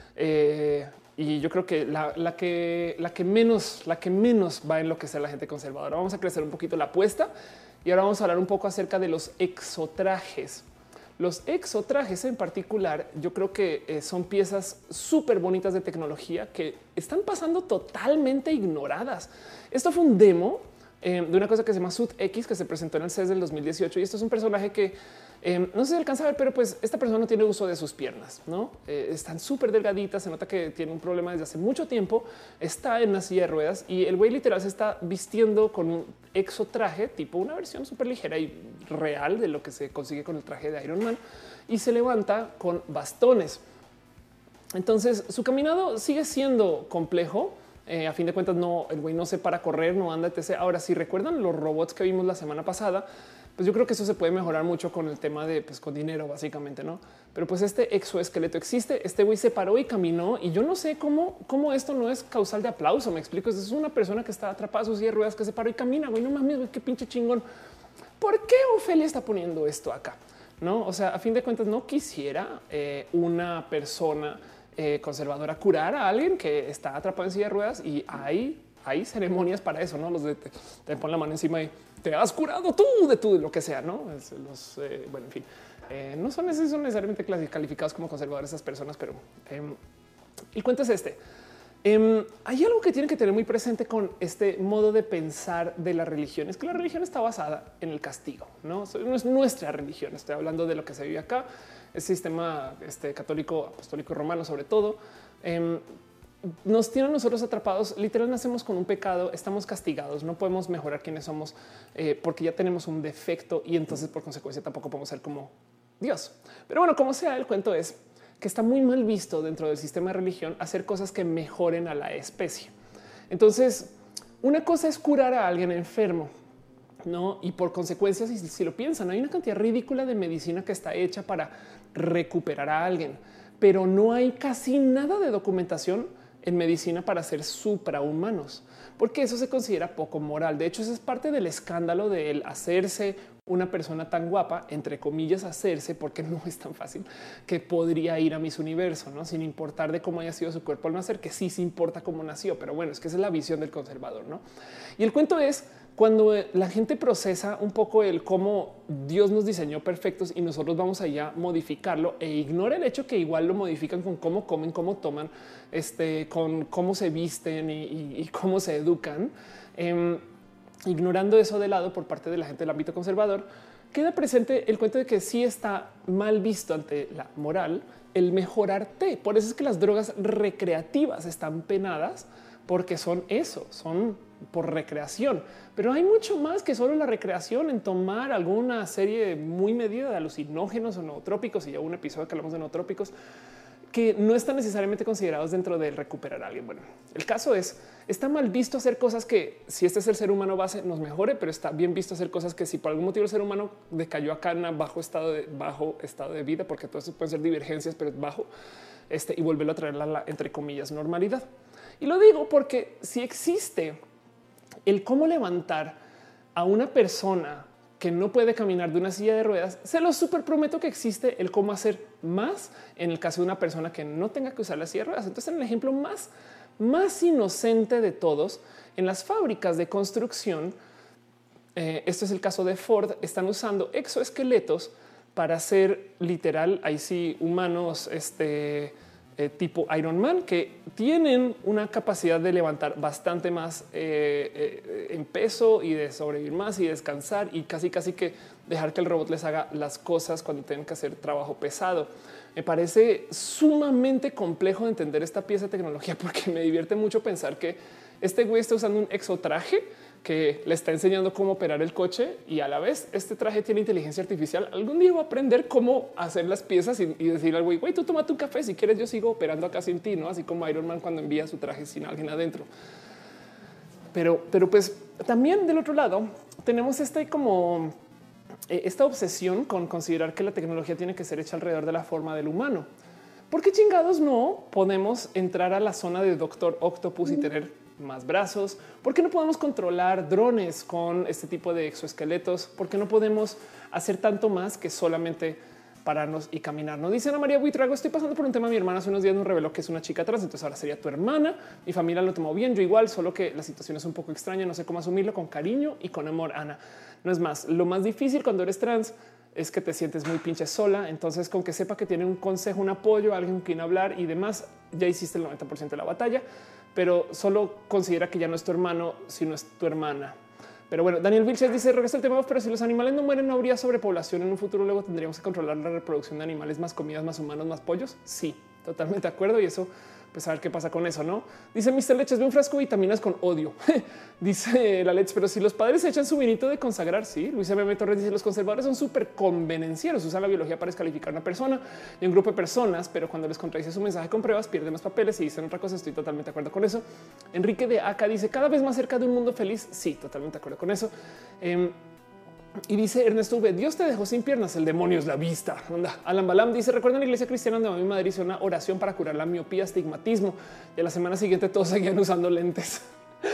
Eh, y yo creo que la, la que la que menos, la que menos va a enloquecer a la gente conservadora. Vamos a crecer un poquito la apuesta y ahora vamos a hablar un poco acerca de los exotrajes. Los exotrajes en particular, yo creo que eh, son piezas súper bonitas de tecnología que están pasando totalmente ignoradas. Esto fue un demo eh, de una cosa que se llama Sud X que se presentó en el C E S del dos mil dieciocho y esto es un personaje que Eh, no sé si alcanza a ver, pero pues esta persona no tiene uso de sus piernas, no eh, están súper delgaditas. Se nota que tiene un problema desde hace mucho tiempo. Está en una silla de ruedas y el güey literal se está vistiendo con un exotraje, tipo una versión súper ligera y real de lo que se consigue con el traje de Iron Man y se levanta con bastones. Entonces su caminado sigue siendo complejo. Eh, a fin de cuentas, no, el güey no se para correr, no anda, etcétera. Ahora, si recuerdan los robots que vimos la semana pasada, pues yo creo que eso se puede mejorar mucho con el tema de pues con dinero, básicamente, no? Pero pues este exoesqueleto existe. Este güey se paró y caminó y yo no sé cómo, cómo esto no es causal de aplauso. Me explico. Es una persona que está atrapada a sus silla de ruedas que se paró y camina. Güey, no mames, güey, qué pinche chingón. ¿Por qué Ofelia está poniendo esto acá? No, o sea, a fin de cuentas, no quisiera eh, una persona eh, conservadora curar a alguien que está atrapado en silla de ruedas y hay, hay ceremonias para eso, no? Los de te, te ponen la mano encima y te has curado tú de tú, de lo que sea, no? Es, los, eh, bueno, en fin, eh, no son, son necesariamente calificados como conservadores esas personas, pero eh, el cuento es este. Eh, hay algo que tienen que tener muy presente con este modo de pensar de la religión. Es que la religión está basada en el castigo, no, no es nuestra religión. Estoy hablando de lo que se vive acá, el sistema este, católico, apostólico y romano, sobre todo. Eh, nos tienen nosotros atrapados. Literal, nacemos con un pecado, estamos castigados, no podemos mejorar quiénes somos eh, porque ya tenemos un defecto y entonces por consecuencia tampoco podemos ser como Dios. Pero bueno, como sea, el cuento es que está muy mal visto dentro del sistema de religión hacer cosas que mejoren a la especie. Entonces, una cosa es curar a alguien enfermo, no? Y por consecuencia, si, si lo piensan, hay una cantidad ridícula de medicina que está hecha para recuperar a alguien, pero no hay casi nada de documentación en medicina para ser suprahumanos, porque eso se considera poco moral. De hecho, eso es parte del escándalo de él hacerse una persona tan guapa, entre comillas, hacerse, porque no es tan fácil, que podría ir a Miss Universo, ¿no? Sin importar de cómo haya sido su cuerpo al nacer, que sí se importa cómo nació, pero bueno, es que esa es la visión del conservador, ¿no? Y el cuento es cuando la gente procesa un poco el cómo Dios nos diseñó perfectos y nosotros vamos allá a modificarlo e ignora el hecho que igual lo modifican con cómo comen, cómo toman, este, con cómo se visten y, y, y cómo se educan. Eh, ignorando eso de lado por parte de la gente del ámbito conservador, queda presente el cuento de que sí está mal visto ante la moral el mejorarte. Por eso es que las drogas recreativas están penadas, porque son eso, son por recreación. Pero hay mucho más que solo la recreación en tomar alguna serie muy medida de alucinógenos o nootrópicos. Y ya hubo un episodio que hablamos de nootrópicos que no están necesariamente considerados dentro de recuperar a alguien. Bueno, el caso es, está mal visto hacer cosas que si este es el ser humano base nos mejore, pero está bien visto hacer cosas que si por algún motivo el ser humano decayó acá en bajo estado de bajo estado de vida, porque todo eso pueden ser divergencias, pero es bajo este y volverlo a traer la, la entre comillas normalidad. Y lo digo porque si existe el cómo levantar a una persona que no puede caminar de una silla de ruedas, se lo súper prometo que existe el cómo hacer más en el caso de una persona que no tenga que usar la silla de ruedas. Entonces, en el ejemplo más, más inocente de todos, en las fábricas de construcción, eh, este es el caso de Ford, están usando exoesqueletos para hacer literal, ahí sí, humanos, este Eh, tipo Iron Man, que tienen una capacidad de levantar bastante más eh, eh, en peso y de sobrevivir más y descansar y casi casi que dejar que el robot les haga las cosas cuando tienen que hacer trabajo pesado. Me parece sumamente complejo de entender esta pieza de tecnología porque me divierte mucho pensar que este güey está usando un exotraje que le está enseñando cómo operar el coche y a la vez este traje tiene inteligencia artificial. Algún día va a aprender cómo hacer las piezas y, y decir al güey, güey, tú toma tu café si quieres, yo sigo operando acá sin ti, no? Así como Iron Man cuando envía su traje sin alguien adentro. Pero, pero pues también del otro lado tenemos este como eh, esta obsesión con considerar que la tecnología tiene que ser hecha alrededor de la forma del humano. ¿Por qué chingados no podemos entrar a la zona de Doctor Octopus y tener más brazos? ¿Por qué no podemos controlar drones con este tipo de exoesqueletos? ¿Por qué no podemos hacer tanto más que solamente pararnos y caminar? No dice Ana María Buitrago, estoy pasando por un tema. Mi hermana hace unos días nos reveló que es una chica trans, entonces ahora sería tu hermana. Mi familia lo tomó bien, yo igual, solo que la situación es un poco extraña. No sé cómo asumirlo con cariño y con amor. Ana, no es más. Lo más difícil cuando eres trans es que te sientes muy pinche sola. Entonces, con que sepa que tiene un consejo, un apoyo, alguien con quien hablar y demás, ya hiciste el noventa por ciento de la batalla, pero solo considera que ya no es tu hermano, sino es tu hermana. Pero bueno, Daniel Vilches dice, regresa el tema, pero si los animales no mueren, no habría sobrepoblación en un futuro. Luego tendríamos que controlar la reproducción de animales, más comidas, más humanos, más pollos. Sí, totalmente de acuerdo. Y eso, pues a ver qué pasa con eso, ¿no? Dice mister Leches, ve un frasco de vitaminas con odio. Dice la Leche, pero si los padres echan su vinito de consagrar, sí. Luis M M Torres dice, los conservadores son súper convenencieros, usan la biología para descalificar a una persona y un grupo de personas, pero cuando les contradice su mensaje con pruebas, pierden los papeles y dicen otra cosa. Estoy totalmente de acuerdo con eso. Enrique de Acá dice, cada vez más cerca de un mundo feliz. Sí, totalmente de acuerdo con eso. Eh, Y dice Ernesto V, Dios te dejó sin piernas, el demonio es la vista. Onda. Alan Balam dice, recuerda en la iglesia cristiana donde mi madre hizo una oración para curar la miopía, astigmatismo, y a la semana siguiente todos seguían usando lentes.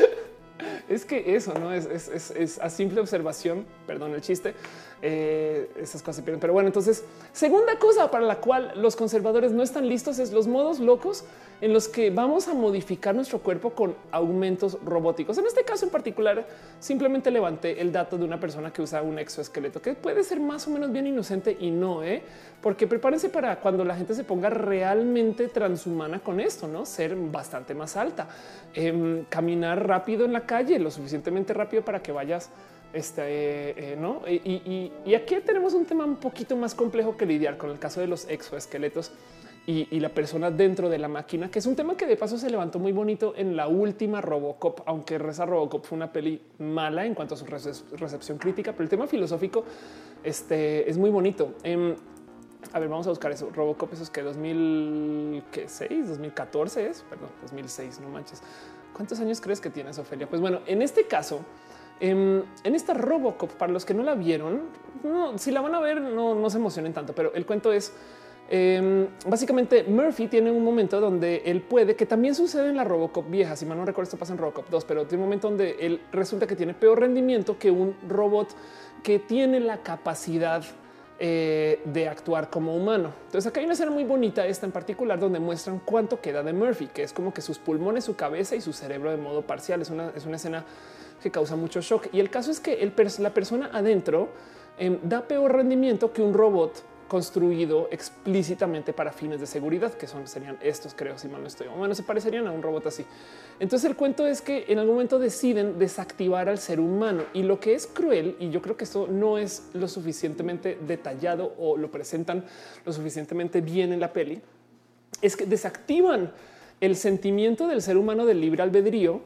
Es que eso no es, es, es, es a simple observación, perdón el chiste, eh, esas cosas se pierden. Pero bueno, entonces, segunda cosa para la cual los conservadores no están listos es los modos locos en los que vamos a modificar nuestro cuerpo con aumentos robóticos. En este caso en particular, simplemente levanté el dato de una persona que usa un exoesqueleto que puede ser más o menos bien inocente y no, ¿eh? Porque prepárense para cuando la gente se ponga realmente transhumana con esto, ¿no? Ser bastante más alta, eh, caminar rápido en la calle, lo suficientemente rápido para que vayas este, eh, eh, no? Y, y, y aquí tenemos un tema un poquito más complejo que lidiar con el caso de los exoesqueletos y, y la persona dentro de la máquina, que es un tema que de paso se levantó muy bonito en la última Robocop, aunque esa Robocop fue una peli mala en cuanto a su recepción crítica, pero el tema filosófico este, es muy bonito. Eh, a ver, vamos a buscar eso. Robocop, eso es que dos mil seis, dos mil catorce es, perdón, dos mil seis, no manches. ¿Cuántos años crees que tienes, Ofelia? Pues bueno, en este caso, en esta Robocop, para los que no la vieron, no, si la van a ver, no, no se emocionen tanto, pero el cuento es eh, básicamente Murphy tiene un momento donde él puede, que también sucede en la Robocop vieja, si mal no recuerdo, esto pasa en Robocop dos, pero tiene un momento donde él resulta que tiene peor rendimiento que un robot que tiene la capacidad Eh, de actuar como humano. Entonces acá hay una escena muy bonita, esta en particular, donde muestran cuánto queda de Murphy, que es como que sus pulmones, su cabeza y su cerebro de modo parcial. Es una, es una escena que causa mucho shock. Y el caso es que el, la persona adentro eh, da peor rendimiento que un robot construido explícitamente para fines de seguridad, que son serían estos, creo, si mal no estoy, o bueno, se parecerían a un robot así. Entonces el cuento es que en algún momento deciden desactivar al ser humano, y lo que es cruel, y yo creo que esto no es lo suficientemente detallado o lo presentan lo suficientemente bien en la peli, es que desactivan el sentimiento del ser humano del libre albedrío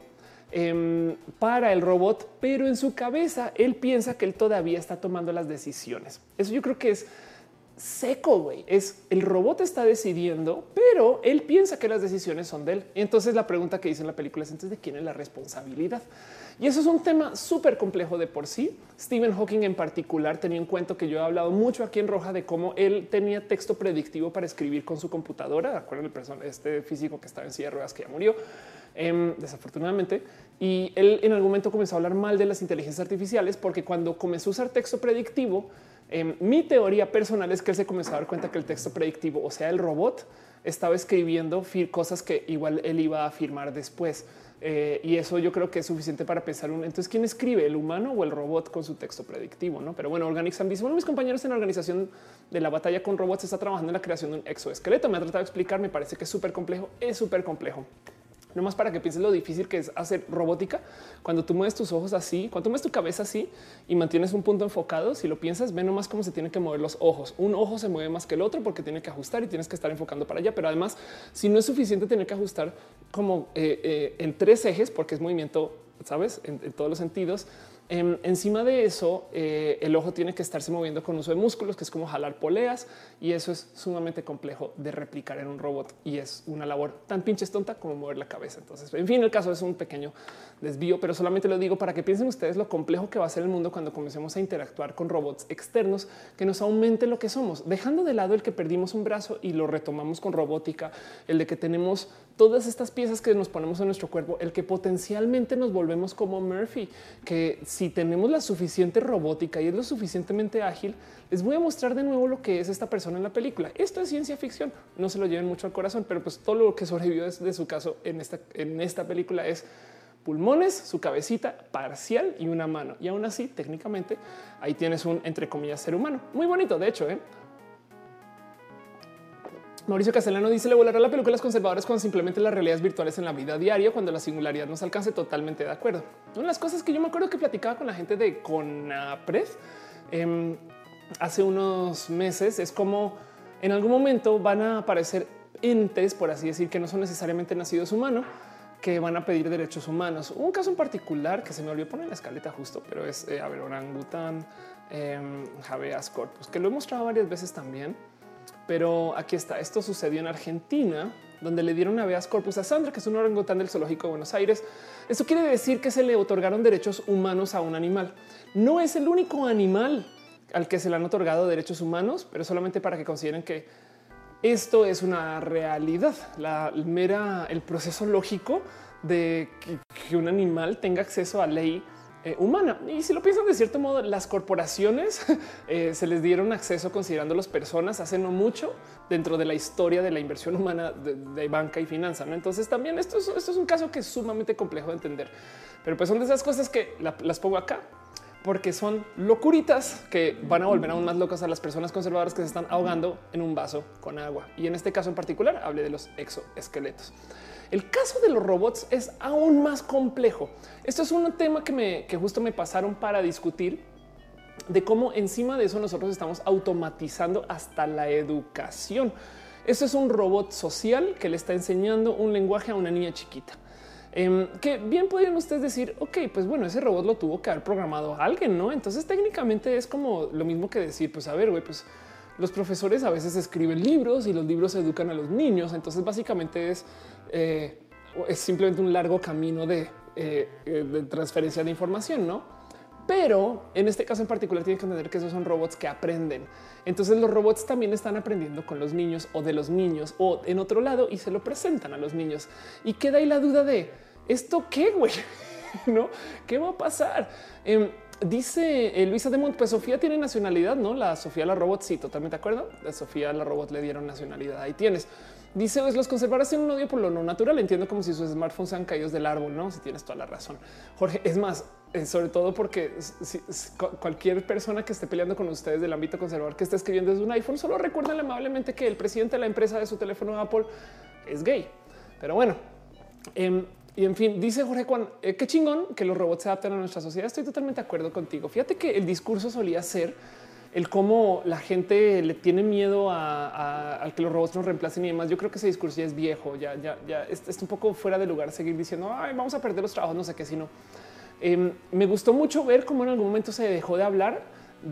eh, para el robot, pero en su cabeza él piensa que él todavía está tomando las decisiones. Eso yo creo que es seco, güey. Es el robot está decidiendo, pero él piensa que las decisiones son de él. Y entonces la pregunta que dice en la película es entonces de quién es la responsabilidad. Y eso es un tema súper complejo de por sí. Stephen Hawking en particular tenía un cuento que yo he hablado mucho aquí en Roja de cómo él tenía texto predictivo para escribir con su computadora. ¿De acuerdo? El persona, este físico que estaba en silla de ruedas que ya murió eh, desafortunadamente. Y él en algún momento comenzó a hablar mal de las inteligencias artificiales porque cuando comenzó a usar texto predictivo, Eh, mi teoría personal es que él se comenzó a dar cuenta que el texto predictivo, o sea, el robot, estaba escribiendo cosas que igual él iba a afirmar después. Eh, y eso yo creo que es suficiente para pensar un entonces quién escribe, el humano o el robot con su texto predictivo, no? Pero bueno, Organixam dice bueno, mis compañeros en la organización de la batalla con robots está trabajando en la creación de un exoesqueleto. Me ha tratado de explicar, me parece que es súper complejo, es súper complejo. No más para que pienses lo difícil que es hacer robótica. Cuando tú mueves tus ojos así, cuando tú mueves tu cabeza así y mantienes un punto enfocado, si lo piensas, ve nomás cómo se tienen que mover los ojos. Un ojo se mueve más que el otro porque tiene que ajustar y tienes que estar enfocando para allá. Pero además, si no es suficiente tener que ajustar como eh, eh, en tres ejes, porque es movimiento, sabes, en, en todos los sentidos. Eh, encima de eso, eh, el ojo tiene que estarse moviendo con uso de músculos, que es como jalar poleas, y eso es sumamente complejo de replicar en un robot y es una labor tan pinches tonta como mover la cabeza. Entonces, en fin, el caso es un pequeño desvío, pero solamente lo digo para que piensen ustedes lo complejo que va a ser el mundo cuando comencemos a interactuar con robots externos que nos aumenten lo que somos, dejando de lado el que perdimos un brazo y lo retomamos con robótica, el de que tenemos todas estas piezas que nos ponemos en nuestro cuerpo, el que potencialmente nos volvemos como Murphy, que si tenemos la suficiente robótica y es lo suficientemente ágil, les voy a mostrar de nuevo lo que es esta persona en la película. Esto es ciencia ficción, no se lo lleven mucho al corazón, pero pues todo lo que sobrevivió de su caso en esta, en esta película es pulmones, su cabecita parcial y una mano. Y aún así, técnicamente, ahí tienes un, entre comillas, ser humano. Muy bonito, de hecho, ¿eh? Mauricio Castellano dice le volará la película a los conservadores cuando simplemente las realidades virtuales en la vida diaria, cuando la singularidad nos alcance. Totalmente de acuerdo. Una de las cosas que yo me acuerdo que platicaba con la gente de CONAPRED eh, hace unos meses es como en algún momento van a aparecer entes, por así decir, que no son necesariamente nacidos humanos, que van a pedir derechos humanos. Un caso en particular que se me olvidó poner en la escaleta justo, pero es eh, a ver, orangután, eh, habeas corpus, que lo he mostrado varias veces también. Pero aquí está. Esto sucedió en Argentina, donde le dieron habeas corpus a Sandra, que es un orangután del Zoológico de Buenos Aires. Esto quiere decir que se le otorgaron derechos humanos a un animal. No es el único animal al que se le han otorgado derechos humanos, pero solamente para que consideren que esto es una realidad. La mera, el proceso lógico de que, que un animal tenga acceso a ley Eh, humana. Y si lo piensan de cierto modo, las corporaciones eh, se les dieron acceso considerándolos personas hace no mucho dentro de la historia de la inversión humana de, de banca y finanza, ¿no? Entonces también esto es, esto es un caso que es sumamente complejo de entender, pero pues son de esas cosas que la, las pongo acá porque son locuritas que van a volver aún más locas a las personas conservadoras que se están ahogando en un vaso con agua. Y en este caso en particular hablé de los exoesqueletos. El caso de los robots es aún más complejo. Esto es un tema que, me, que justo me pasaron para discutir de cómo encima de eso nosotros estamos automatizando hasta la educación. Esto es un robot social que le está enseñando un lenguaje a una niña chiquita. Eh, que bien podrían ustedes decir, ok, pues bueno, ese robot lo tuvo que haber programado a alguien, ¿no? Entonces técnicamente es como lo mismo que decir, pues a ver, güey, pues los profesores a veces escriben libros y los libros educan a los niños. Entonces básicamente es, eh, es simplemente un largo camino de, eh, de transferencia de información, ¿no? Pero en este caso en particular tienen que entender que esos son robots que aprenden. Entonces los robots también están aprendiendo con los niños o de los niños o en otro lado y se lo presentan a los niños. Y queda ahí la duda de esto qué, güey, ¿no? ¿Qué va a pasar? Eh, Dice eh, Luisa de Mont, pues Sofía tiene nacionalidad, ¿no? La Sofía la robot, sí, totalmente de acuerdo. La Sofía la robot le dieron nacionalidad, ahí tienes. Dice, pues los conservadores tienen un odio por lo no natural, entiendo como si sus smartphones sean caídos del árbol, ¿no? Si tienes toda la razón. Jorge, es más, Eh, sobre todo porque si, si, cualquier persona que esté peleando con ustedes del ámbito conservador que esté escribiendo desde un iPhone, solo recuerden amablemente que el presidente de la empresa de su teléfono Apple es gay. Pero bueno, eh, y en fin, dice Jorge Juan, eh, qué chingón que los robots se adapten a nuestra sociedad. Estoy totalmente de acuerdo contigo. Fíjate que el discurso solía ser el cómo la gente le tiene miedo a, a, a que los robots nos reemplacen y demás. Yo creo que ese discurso ya es viejo, ya, ya, ya es, es un poco fuera de lugar seguir diciendo ay, vamos a perder los trabajos, no sé qué, sino eh, me gustó mucho ver cómo en algún momento se dejó de hablar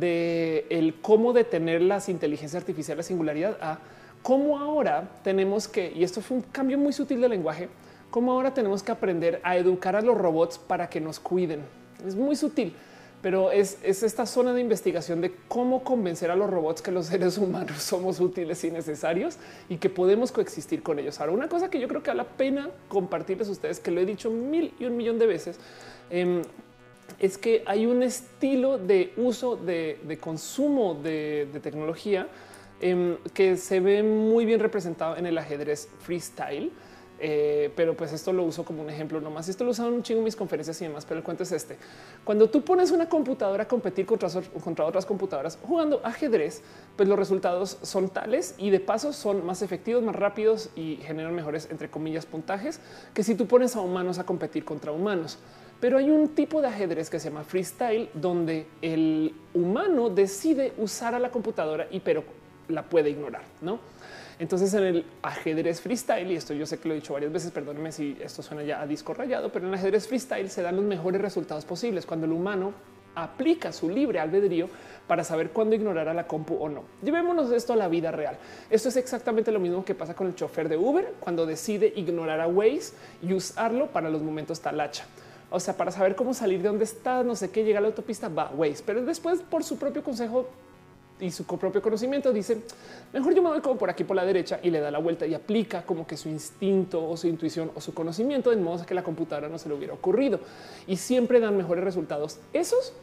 de el cómo detener las inteligencias artificiales singularidad a cómo ahora tenemos que, y esto fue un cambio muy sutil de lenguaje, cómo ahora tenemos que aprender a educar a los robots para que nos cuiden. Es muy sutil, pero es, es esta zona de investigación de cómo convencer a los robots que los seres humanos somos útiles y necesarios y que podemos coexistir con ellos. Ahora, una cosa que yo creo que vale la pena compartirles a ustedes, que lo he dicho mil y un millón de veces, eh, es que hay un estilo de uso, de, de consumo de, de tecnología eh, que se ve muy bien representado en el ajedrez freestyle. Eh, pero pues esto lo uso como un ejemplo nomás. Esto lo usan un chingo en mis conferencias y demás, pero el cuento es este. Cuando tú pones una computadora a competir contra, contra otras computadoras jugando ajedrez, pues los resultados son tales y de paso son más efectivos, más rápidos y generan mejores, entre comillas, puntajes que si tú pones a humanos a competir contra humanos. Pero hay un tipo de ajedrez que se llama freestyle, donde el humano decide usar a la computadora y pero la puede ignorar, ¿no? Entonces en el ajedrez freestyle, y esto yo sé que lo he dicho varias veces, perdónenme si esto suena ya a disco rayado, pero en el ajedrez freestyle se dan los mejores resultados posibles cuando el humano aplica su libre albedrío para saber cuándo ignorar a la compu o no. Llevémonos esto a la vida real. Esto es exactamente lo mismo que pasa con el chofer de Uber cuando decide ignorar a Waze y usarlo para los momentos talacha. O sea, para saber cómo salir de donde está, no sé qué, llega a la autopista, va Waze, pero después por su propio consejo y su propio conocimiento dice mejor yo me voy como por aquí por la derecha y le da la vuelta y aplica como que su instinto o su intuición o su conocimiento de modo que la computadora no se le hubiera ocurrido y siempre dan mejores resultados esos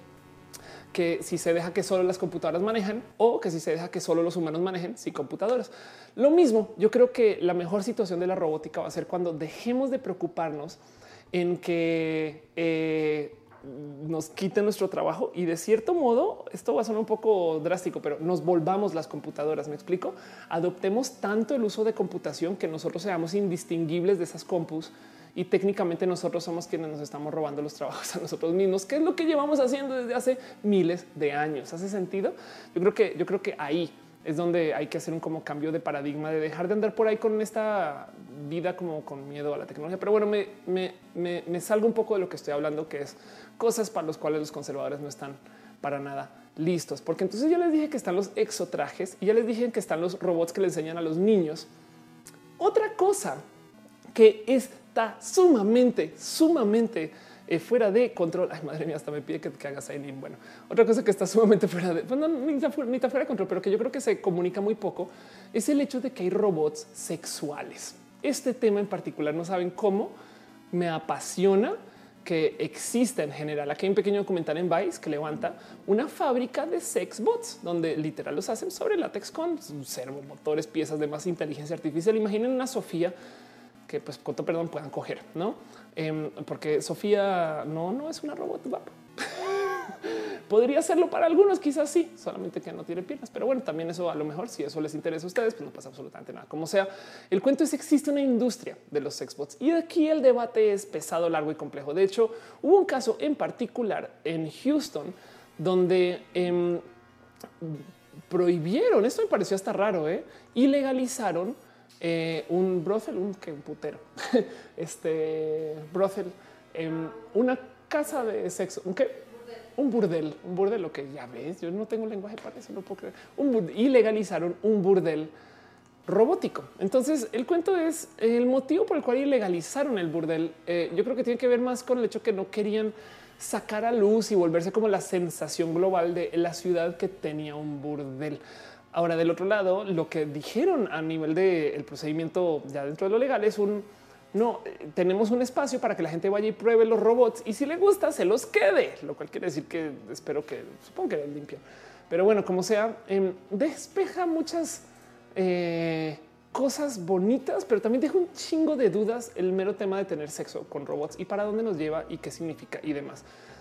que si se deja que solo las computadoras manejan o que si se deja que solo los humanos manejen sin computadoras. Lo mismo, yo creo que la mejor situación de la robótica va a ser cuando dejemos de preocuparnos en que eh, nos quiten nuestro trabajo y de cierto modo esto va a sonar un poco drástico, pero nos volvamos las computadoras. Me explico. Adoptemos tanto el uso de computación que nosotros seamos indistinguibles de esas compus y técnicamente nosotros somos quienes nos estamos robando los trabajos a nosotros mismos, que es lo que llevamos haciendo desde hace miles de años. ¿Hace sentido? Yo creo que yo creo que ahí es donde hay que hacer un como cambio de paradigma, de dejar de andar por ahí con esta vida como con miedo a la tecnología. Pero bueno, me, me, me, me salgo un poco de lo que estoy hablando, que es cosas para los cuales los conservadores no están para nada listos, porque entonces ya les dije que están los exotrajes y ya les dije que están los robots que le enseñan a los niños. Otra cosa que está sumamente, sumamente Eh, fuera de control. Ay, madre mía, hasta me pide que, que hagas sign in. Bueno, otra cosa que está sumamente fuera de, bueno, ni tan fuera, ni tan fuera de control, pero que yo creo que se comunica muy poco, es el hecho de que hay robots sexuales. Este tema en particular no saben cómo me apasiona que exista en general. Aquí hay un pequeño documental en Vice que levanta una fábrica de sex bots donde literal los hacen sobre látex con servomotores, piezas de más inteligencia artificial. Imaginen una Sofía que pues con todo perdón puedan coger, ¿no? Eh, porque Sofía no, no es una robot guapa. Podría serlo para algunos, quizás sí, solamente que no tiene piernas. Pero bueno, también eso a lo mejor, si eso les interesa a ustedes, pues no pasa absolutamente nada. Como sea, el cuento es que existe una industria de los sexbots y aquí el debate es pesado, largo y complejo. De hecho, hubo un caso en particular en Houston donde eh, prohibieron, esto me pareció hasta raro, ¿eh? Ilegalizaron Eh, un brothel, un, que un putero, este brothel, eh, una casa de sexo, un qué, un burdel, un burdel, lo que ya ves, yo no tengo lenguaje para eso, no puedo creer. Un burdel, y legalizaron un burdel robótico. Entonces el cuento es el motivo por el cual ilegalizaron el burdel. Eh, yo creo que tiene que ver más con el hecho que no querían sacar a luz y volverse como la sensación global de la ciudad que tenía un burdel. Ahora, del otro lado, lo que dijeron a nivel del procedimiento ya dentro de lo legal es un no, tenemos un espacio para que la gente vaya y pruebe los robots y si le gusta se los quede, lo cual quiere decir que espero que supongo que lo limpio. Pero bueno, como sea, eh, despeja muchas eh, cosas bonitas, pero también deja un chingo de dudas el mero tema de tener sexo con robots y para dónde nos lleva y qué significa y demás.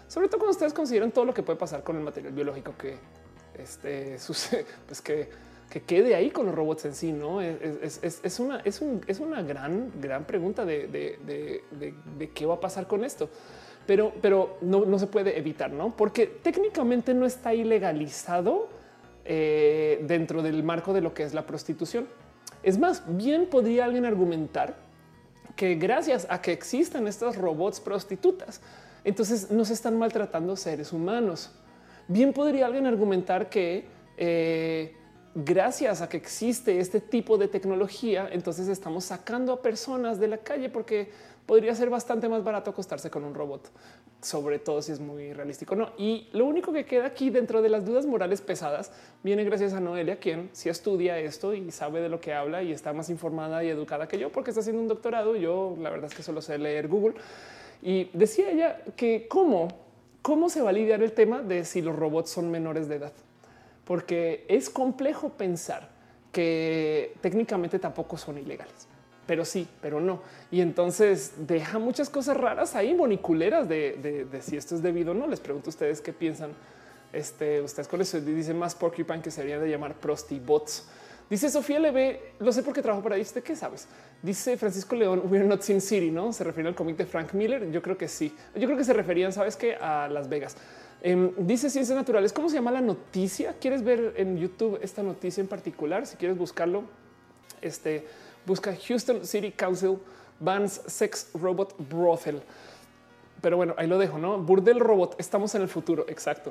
sobre todo cuando ustedes consideran todo lo que puede pasar con el material biológico que este, sucede, pues que, que quede ahí con los robots en sí, ¿no? Es, es, es, es una, es, un, es una gran, gran pregunta de, de, de, de, de qué va a pasar con esto. Pero, pero no, no se puede evitar, ¿no? Porque técnicamente no está ilegalizado eh, dentro del marco de lo que es la prostitución. Es más, bien podría alguien argumentar que gracias a que existen estos robots prostitutas, entonces no se están maltratando seres humanos. Bien podría alguien argumentar que eh, gracias a que existe este tipo de tecnología, entonces estamos sacando a personas de la calle porque podría ser bastante más barato acostarse con un robot, sobre todo si es muy realístico. No, y lo único que queda aquí dentro de las dudas morales pesadas viene gracias a Noelia, quien sí estudia esto y sabe de lo que habla y está más informada y educada que yo porque está haciendo un doctorado. Yo la verdad es que solo sé leer Google y decía ella que cómo, cómo se va a lidiar el tema de si los robots son menores de edad, porque es complejo pensar que técnicamente tampoco son ilegales. Pero sí, pero no. Y entonces deja muchas cosas raras ahí, moniculeras de, de, de si esto es debido o no. Les pregunto a ustedes qué piensan. Este, ustedes con eso dicen más porcupine que se deberían de llamar prostibots. Dice Sofía Leve, lo sé porque trabajo para este. ¿Qué sabes? Dice Francisco León, We're Not Sin City, ¿no? Se refiere al cómic de Frank Miller. Yo creo que sí. Yo creo que se referían, ¿sabes qué? A Las Vegas. Eh, dice Ciencias Naturales. ¿Cómo se llama la noticia? ¿Quieres ver en YouTube esta noticia en particular? Si quieres buscarlo, este... busca Houston City Council bans sex robot brothel. Pero bueno, ahí lo dejo, ¿no? Burdel robot, estamos en el futuro, exacto.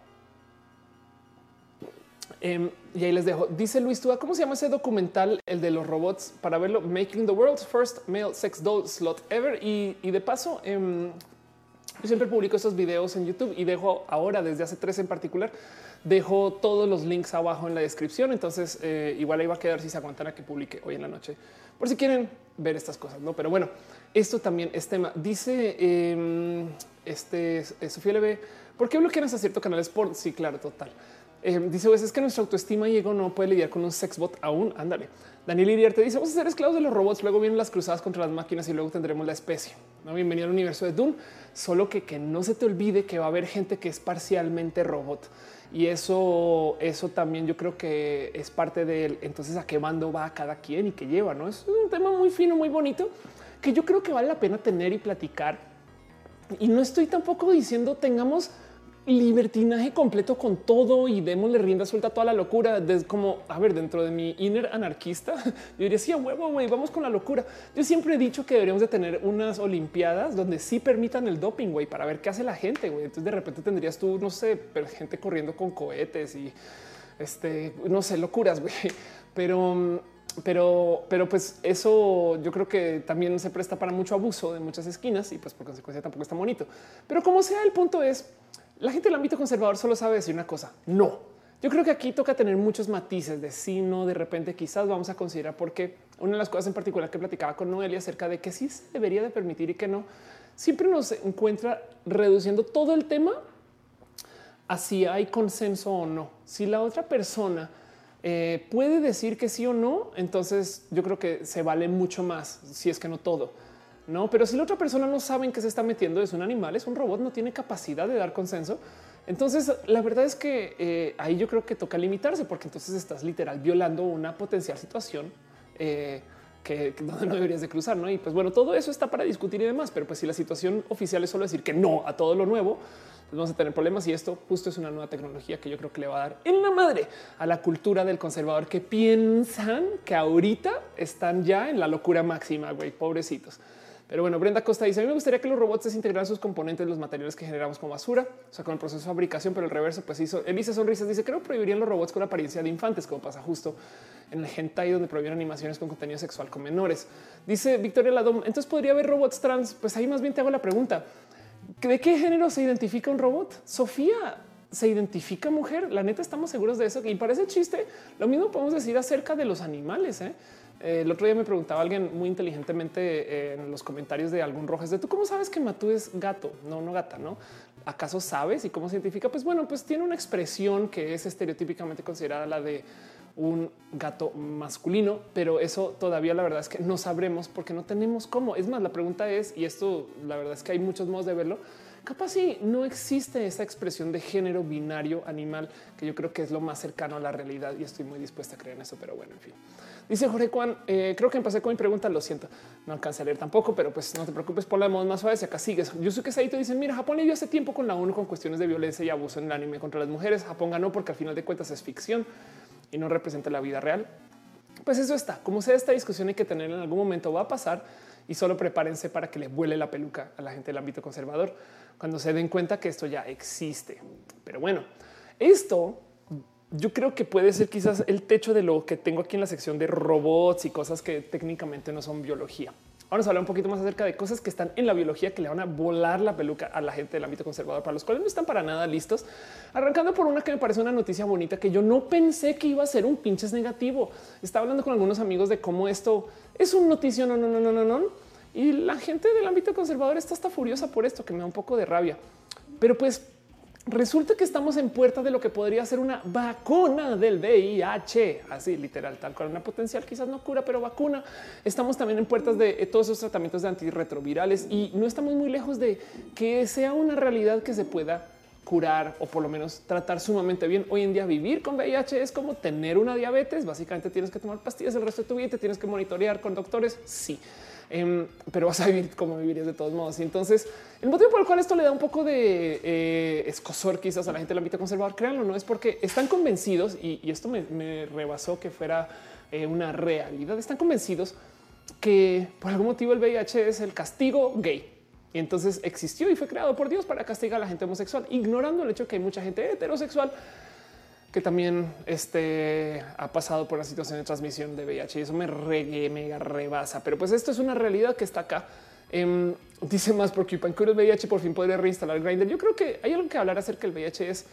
Um, y ahí les dejo. Dice Luis Túa, ¿cómo se llama ese documental, el de los robots? Para verlo, Making the World's First Male Sex Doll Slot Ever. Y, y de paso, um, yo siempre publico estos videos en YouTube y dejo ahora, desde hace tres en particular, dejo todos los links abajo en la descripción. Entonces eh, igual ahí va a quedar si se aguantan a que publique hoy en la noche, por si quieren ver estas cosas, ¿no? Pero bueno, esto también es tema. Dice eh, este eh, Sofía Leve, ¿por qué bloquean hasta cierto canal Sport? Sí, claro, total. Eh, dice, pues es que nuestra autoestima y ego no puede lidiar con un sexbot aún. Ándale. Daniel Iriarte dice, vamos a ser esclavos de los robots, luego vienen las cruzadas contra las máquinas y luego tendremos la especie. ¿No? Bienvenido al universo de Dune. Solo que, que no se te olvide que va a haber gente que es parcialmente robot. Y eso, eso también yo creo que es parte de él. Entonces, ¿a qué bando va cada quien y qué lleva? ¿No? Es un tema muy fino, muy bonito, que yo creo que vale la pena tener y platicar. Y no estoy tampoco diciendo tengamos libertinaje completo con todo y démosle rienda suelta a toda la locura. Desde como, a ver, dentro de mi inner anarquista, yo diría, sí, a huevo, güey, vamos con la locura. Yo siempre he dicho que deberíamos de tener unas olimpiadas donde sí permitan el doping, güey, para ver qué hace la gente, güey. Entonces de repente tendrías tú, no sé, pero gente corriendo con cohetes y este, no sé, locuras, güey. Pero... Pero, pero pues eso yo creo que también se presta para mucho abuso de muchas esquinas y pues por consecuencia tampoco está bonito. Pero como sea, el punto es, la gente del ámbito conservador solo sabe decir una cosa, no. Yo creo que aquí toca tener muchos matices de sí, no, de repente quizás vamos a considerar, porque una de las cosas en particular que platicaba con Noelia acerca de que sí se debería de permitir y que no, siempre nos encuentra reduciendo todo el tema a si hay consenso o no. Si la otra persona Eh, puede decir que sí o no, entonces yo creo que se vale mucho más, si es que no todo, no, pero si la otra persona no sabe en qué se está metiendo, es un animal, es un robot, no tiene capacidad de dar consenso. Entonces la verdad es que eh, ahí yo creo que toca limitarse, porque entonces estás literal violando una potencial situación eh, que, que donde no deberías de cruzar, ¿no? Y pues bueno, todo eso está para discutir y demás, pero pues si la situación oficial es solo decir que no a todo lo nuevo, pues vamos a tener problemas. Y esto justo es una nueva tecnología que yo creo que le va a dar en la madre a la cultura del conservador, que piensan que ahorita están ya en la locura máxima, güey, pobrecitos. Pero bueno, Brenda Costa dice, a mí me gustaría que los robots desintegraran sus componentes, los materiales que generamos como basura, o sea, con el proceso de fabricación, pero el reverso, pues hizo. Elisa Sonrisas dice, creo que prohibirían los robots con apariencia de infantes, como pasa justo en el hentai, donde prohibieron animaciones con contenido sexual con menores. Dice Victoria Ladom, entonces podría haber robots trans. Pues ahí más bien te hago la pregunta, ¿de qué género se identifica un robot? Sofía, ¿se identifica mujer? La neta, estamos seguros de eso. Y parece chiste. Lo mismo podemos decir acerca de los animales. ¿eh? Eh, el otro día me preguntaba alguien muy inteligentemente eh, en los comentarios de algún rojas de tú cómo sabes que Matú es gato, no, no gata, no? ¿Acaso sabes y cómo se identifica? Pues bueno, pues tiene una expresión que es estereotípicamente considerada la de un gato masculino, pero eso todavía la verdad es que no sabremos porque no tenemos cómo. Es más, la pregunta es, y esto la verdad es que hay muchos modos de verlo, capaz si no existe esa expresión de género binario animal, que yo creo que es lo más cercano a la realidad y estoy muy dispuesta a creer en eso. Pero bueno, en fin. Dice Jorge Juan, eh, creo que empecé con mi pregunta, lo siento, no alcancé a leer tampoco, pero pues no te preocupes, por la modo más suave, si acá sigues. Yo sé que Saito dice, mira, Japón le dio hace tiempo con la ONU con cuestiones de violencia y abuso en el anime contra las mujeres. Japón ganó porque al final de cuentas es ficción y no representa la vida real. Pues eso está, como sea, esta discusión hay que tener en algún momento, va a pasar y solo prepárense para que le vuele la peluca a la gente del ámbito conservador cuando se den cuenta que esto ya existe. Pero bueno, esto yo creo que puede ser quizás el techo de lo que tengo aquí en la sección de robots y cosas que técnicamente no son biología. Ahora vamos a hablar un poquito más acerca de cosas que están en la biología que le van a volar la peluca a la gente del ámbito conservador, para los cuales no están para nada listos. Arrancando por una que me parece una noticia bonita que yo no pensé que iba a ser un pinches negativo. Estaba hablando con algunos amigos de cómo esto es un noticio, no, no, no, no, no, no. Y la gente del ámbito conservador está hasta furiosa por esto, que me da un poco de rabia. Pero pues resulta que estamos en puerta de lo que podría ser una vacuna del V I H, así literal, tal cual, una potencial, quizás no cura, pero vacuna. Estamos también en puertas de todos esos tratamientos de antirretrovirales y no estamos muy lejos de que sea una realidad que se pueda curar o por lo menos tratar sumamente bien. Hoy en día vivir con V I H es como tener una diabetes. Básicamente tienes que tomar pastillas el resto de tu vida y te tienes que monitorear con doctores. Sí. Um, pero vas a vivir como vivirías de todos modos. Y entonces el motivo por el cual esto le da un poco de eh, escozor quizás a la gente del ámbito conservador, créanlo, no es porque están convencidos y, y esto me, me rebasó que fuera eh, una realidad. Están convencidos que por algún motivo el V I H es el castigo gay. Y entonces existió y fue creado por Dios para castigar a la gente homosexual, ignorando el hecho que hay mucha gente heterosexual que también este, ha pasado por la situación de transmisión de V I H y eso me regue, mega rebasa. Pero pues esto es una realidad que está acá. Um, dice más porque el V I H por fin podría reinstalar Grindr. Yo creo que hay algo que hablar acerca del V I H. Es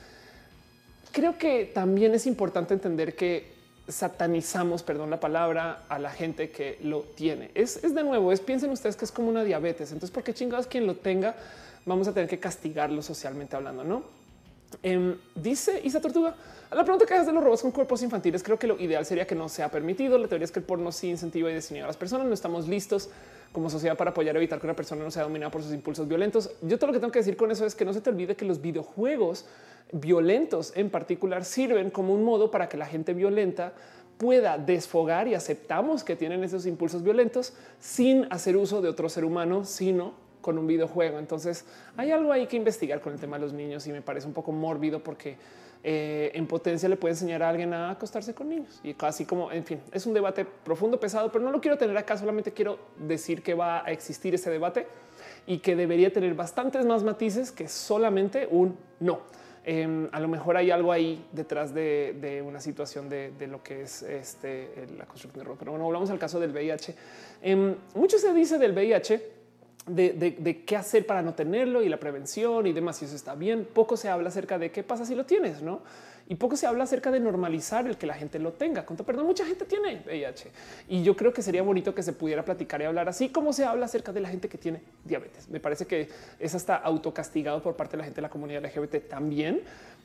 creo que también es importante entender que satanizamos, perdón la palabra, a la gente que lo tiene. Es, es de nuevo, es piensen ustedes que es como una diabetes. Entonces, ¿por qué chingados quien lo tenga vamos a tener que castigarlo socialmente hablando? No eh, dice Isa Tortuga. A la pregunta que haces de los robots con cuerpos infantiles, creo que lo ideal sería que no sea permitido. La teoría es que el porno sí incentiva y desinhibe a las personas. No estamos listos como sociedad para apoyar y evitar que una persona no sea dominada por sus impulsos violentos. Yo todo lo que tengo que decir con eso es que no se te olvide que los videojuegos violentos en particular sirven como un modo para que la gente violenta pueda desfogar y aceptamos que tienen esos impulsos violentos sin hacer uso de otro ser humano, sino con un videojuego. Entonces hay algo ahí que investigar con el tema de los niños y me parece un poco mórbido porque eh, en potencia le puede enseñar a alguien a acostarse con niños y casi como, en fin, es un debate profundo, pesado, pero no lo quiero tener acá. Solamente quiero decir que va a existir ese debate y que debería tener bastantes más matices que solamente un no. Eh, a lo mejor hay algo ahí detrás de, de una situación de, de lo que es este, la construcción de ropa. Pero bueno, volvamos al caso del V I H. Eh, mucho se dice del V I H, de, de, de qué hacer para no tenerlo y la prevención y demás. Y eso está bien. Poco se habla acerca de qué pasa si lo tienes, ¿no? Y poco se habla acerca de normalizar el que la gente lo tenga. Con todo perdón, mucha gente tiene V I H y yo creo que sería bonito que se pudiera platicar y hablar así como se habla acerca de la gente que tiene diabetes. Me parece que es hasta autocastigado por parte de la gente de la comunidad L G B T también,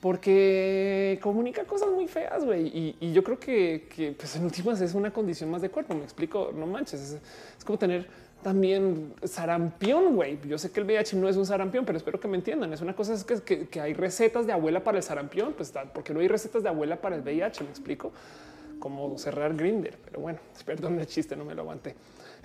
porque comunica cosas muy feas, güey. Y, y yo creo que, que pues en últimas es una condición más de cuerpo. Me explico, no manches, es, es como tener también sarampión, güey. Yo sé que el V I H no es un sarampión, pero espero que me entiendan. Es una cosa es que, que, que hay recetas de abuela para el sarampión, pues porque no hay recetas de abuela para el V I H. Me explico cómo cerrar Grindr, pero bueno, perdón el chiste, no me lo aguanté.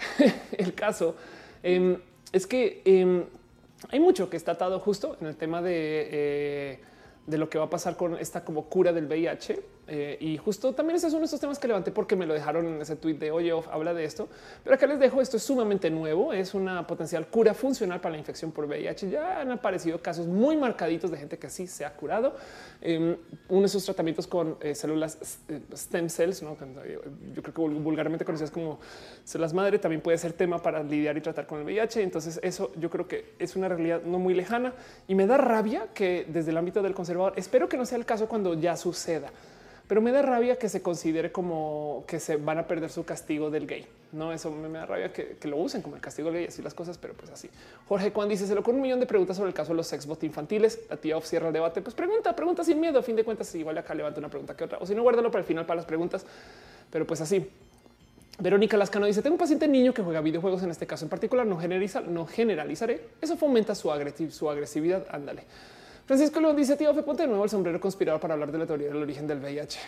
El caso eh, es que eh, hay mucho que está atado justo en el tema de, eh, de lo que va a pasar con esta como cura del V I H. Eh, y justo también ese es uno de estos temas que levanté porque me lo dejaron en ese tweet de oye, habla de esto. Pero acá les dejo, esto es sumamente nuevo, es una potencial cura funcional para la infección por V I H. Ya han aparecido casos muy marcaditos de gente que sí se ha curado. Eh, uno de esos tratamientos con eh, células eh, stem cells, ¿no? Yo creo que vulgarmente conocidas como células madre, también puede ser tema para lidiar y tratar con el V I H. Entonces eso yo creo que es una realidad no muy lejana y me da rabia que desde el ámbito del conservador, espero que no sea el caso cuando ya suceda, pero me da rabia que se considere como que se van a perder su castigo del gay. No, eso me, me da rabia que, que lo usen como el castigo del gay, así las cosas, pero pues así. Jorge Juan dice: se le ocurre un millón de preguntas sobre el caso de los sexbot infantiles. La tía Off cierra el debate. Pues pregunta, pregunta sin miedo. A fin de cuentas, igual acá levanta una pregunta que otra, o si no, guárdalo para el final para las preguntas. Pero pues así. Verónica Lascano dice: tengo un paciente niño que juega videojuegos, en este caso en particular, no, generaliza, no generalizaré. Eso fomenta su, agresiv su agresividad. Ándale. Francisco León dice: tío, Fe, ponte de nuevo el sombrero conspirador para hablar de la teoría del origen del V I H.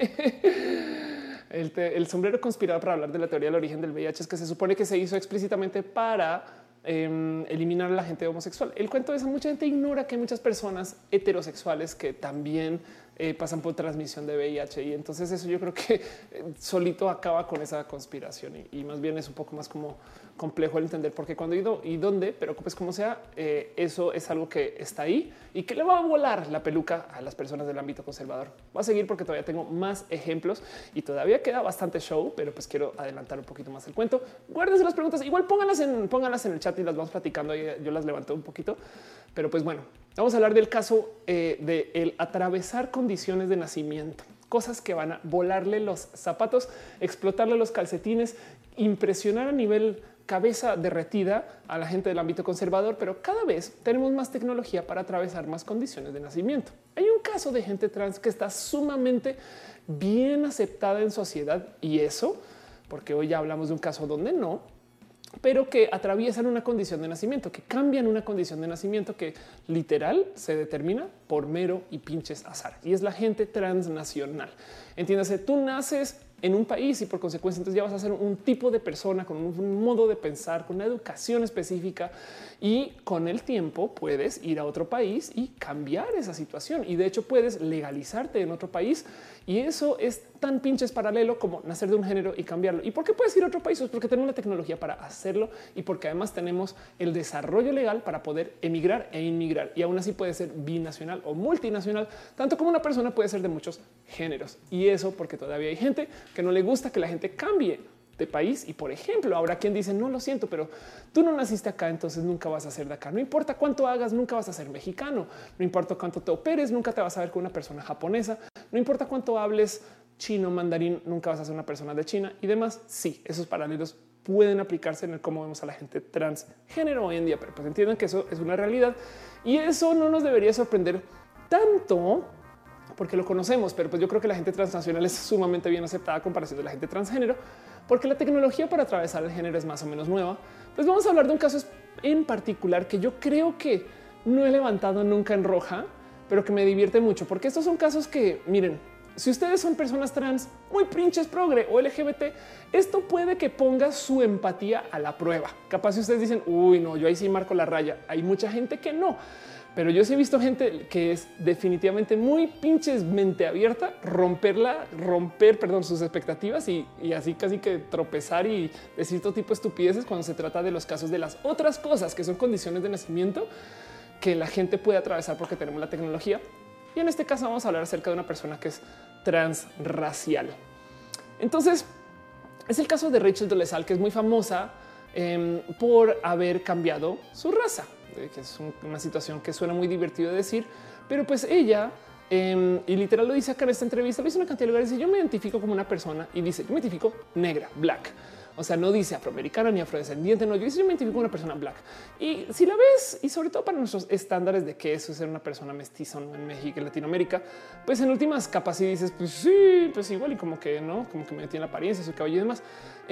el, te, el sombrero conspirador para hablar de la teoría del origen del V I H es que se supone que se hizo explícitamente para eh, eliminar a la gente homosexual. El cuento es que mucha gente ignora que hay muchas personas heterosexuales que también Eh, pasan por transmisión de V I H, y entonces eso yo creo que eh, solito acaba con esa conspiración, y, y más bien es un poco más como complejo el entender por qué, cuándo y, do, y dónde, pero pues como sea, eh, eso es algo que está ahí y que le va a volar la peluca a las personas del ámbito conservador. Va a seguir porque todavía tengo más ejemplos y todavía queda bastante show, pero pues quiero adelantar un poquito más el cuento. Guárdense las preguntas, igual pónganlas en, pónganlas en el chat y las vamos platicando, y yo las levanto un poquito, pero pues bueno, vamos a hablar del caso eh, de el atravesar condiciones de nacimiento, cosas que van a volarle los zapatos, explotarle los calcetines, impresionar a nivel cabeza derretida a la gente del ámbito conservador, pero cada vez tenemos más tecnología para atravesar más condiciones de nacimiento. Hay un caso de gente trans que está sumamente bien aceptada en sociedad, y eso porque hoy ya hablamos de un caso donde no, pero que atraviesan una condición de nacimiento, que cambian una condición de nacimiento que literal se determina por mero y pinches azar, y es la gente transnacional. Entiéndase, tú naces en un país y por consecuencia entonces ya vas a ser un tipo de persona con un modo de pensar, con una educación específica, y con el tiempo puedes ir a otro país y cambiar esa situación, y de hecho puedes legalizarte en otro país, y eso es tan pinches paralelo como nacer de un género y cambiarlo. ¿Y por qué puedes ir a otro país? Pues porque tenemos la tecnología para hacerlo, y porque además tenemos el desarrollo legal para poder emigrar e inmigrar, y aún así puede ser binacional o multinacional, tanto como una persona puede ser de muchos géneros. Y eso porque todavía hay gente que no le gusta que la gente cambie de país. Y por ejemplo, habrá quien dice: no, lo siento, pero tú no naciste acá, entonces nunca vas a ser de acá. No importa cuánto hagas, nunca vas a ser mexicano. No importa cuánto te operes, nunca te vas a ver con una persona japonesa. No importa cuánto hables chino, mandarín, nunca vas a ser una persona de China y demás. Sí, esos paralelos pueden aplicarse en el cómo vemos a la gente transgénero hoy en día, pero pues entiendan que eso es una realidad, y eso no nos debería sorprender tanto porque lo conocemos, pero pues yo creo que la gente transnacional es sumamente bien aceptada a comparación de la gente transgénero, porque la tecnología para atravesar el género es más o menos nueva. Pues vamos a hablar de un caso en particular que yo creo que no he levantado nunca en roja, pero que me divierte mucho, porque estos son casos que, miren, si ustedes son personas trans muy pinches progre o L G B T, esto puede que ponga su empatía a la prueba. Capaz si ustedes dicen: uy, no, yo ahí sí marco la raya. Hay mucha gente que no, pero yo sí he visto gente que es definitivamente muy pinches mente abierta, romperla, romper, perdón, sus expectativas y, y así casi que tropezar y decir todo tipo de estupideces cuando se trata de los casos de las otras cosas que son condiciones de nacimiento que la gente puede atravesar porque tenemos la tecnología. Y en este caso vamos a hablar acerca de una persona que es transracial. Entonces es el caso de Rachel Dolezal, que es muy famosa eh, por haber cambiado su raza, eh, que es un, una situación que suena muy divertido de decir, pero pues ella, eh, y literal lo dice acá en esta entrevista, lo dice en una cantidad de lugares, y yo me identifico como una persona, y dice: yo me identifico negra, black. O sea, no dice afroamericana ni afrodescendiente. No, yo dice: yo me identifico como una persona black. Y si la ves, y sobre todo para nuestros estándares de que eso es ser una persona mestiza, ¿no? En México, en Latinoamérica, pues en últimas capas y dices: pues sí, pues igual, y como que no, como que me tiene la apariencia, su cabello y demás.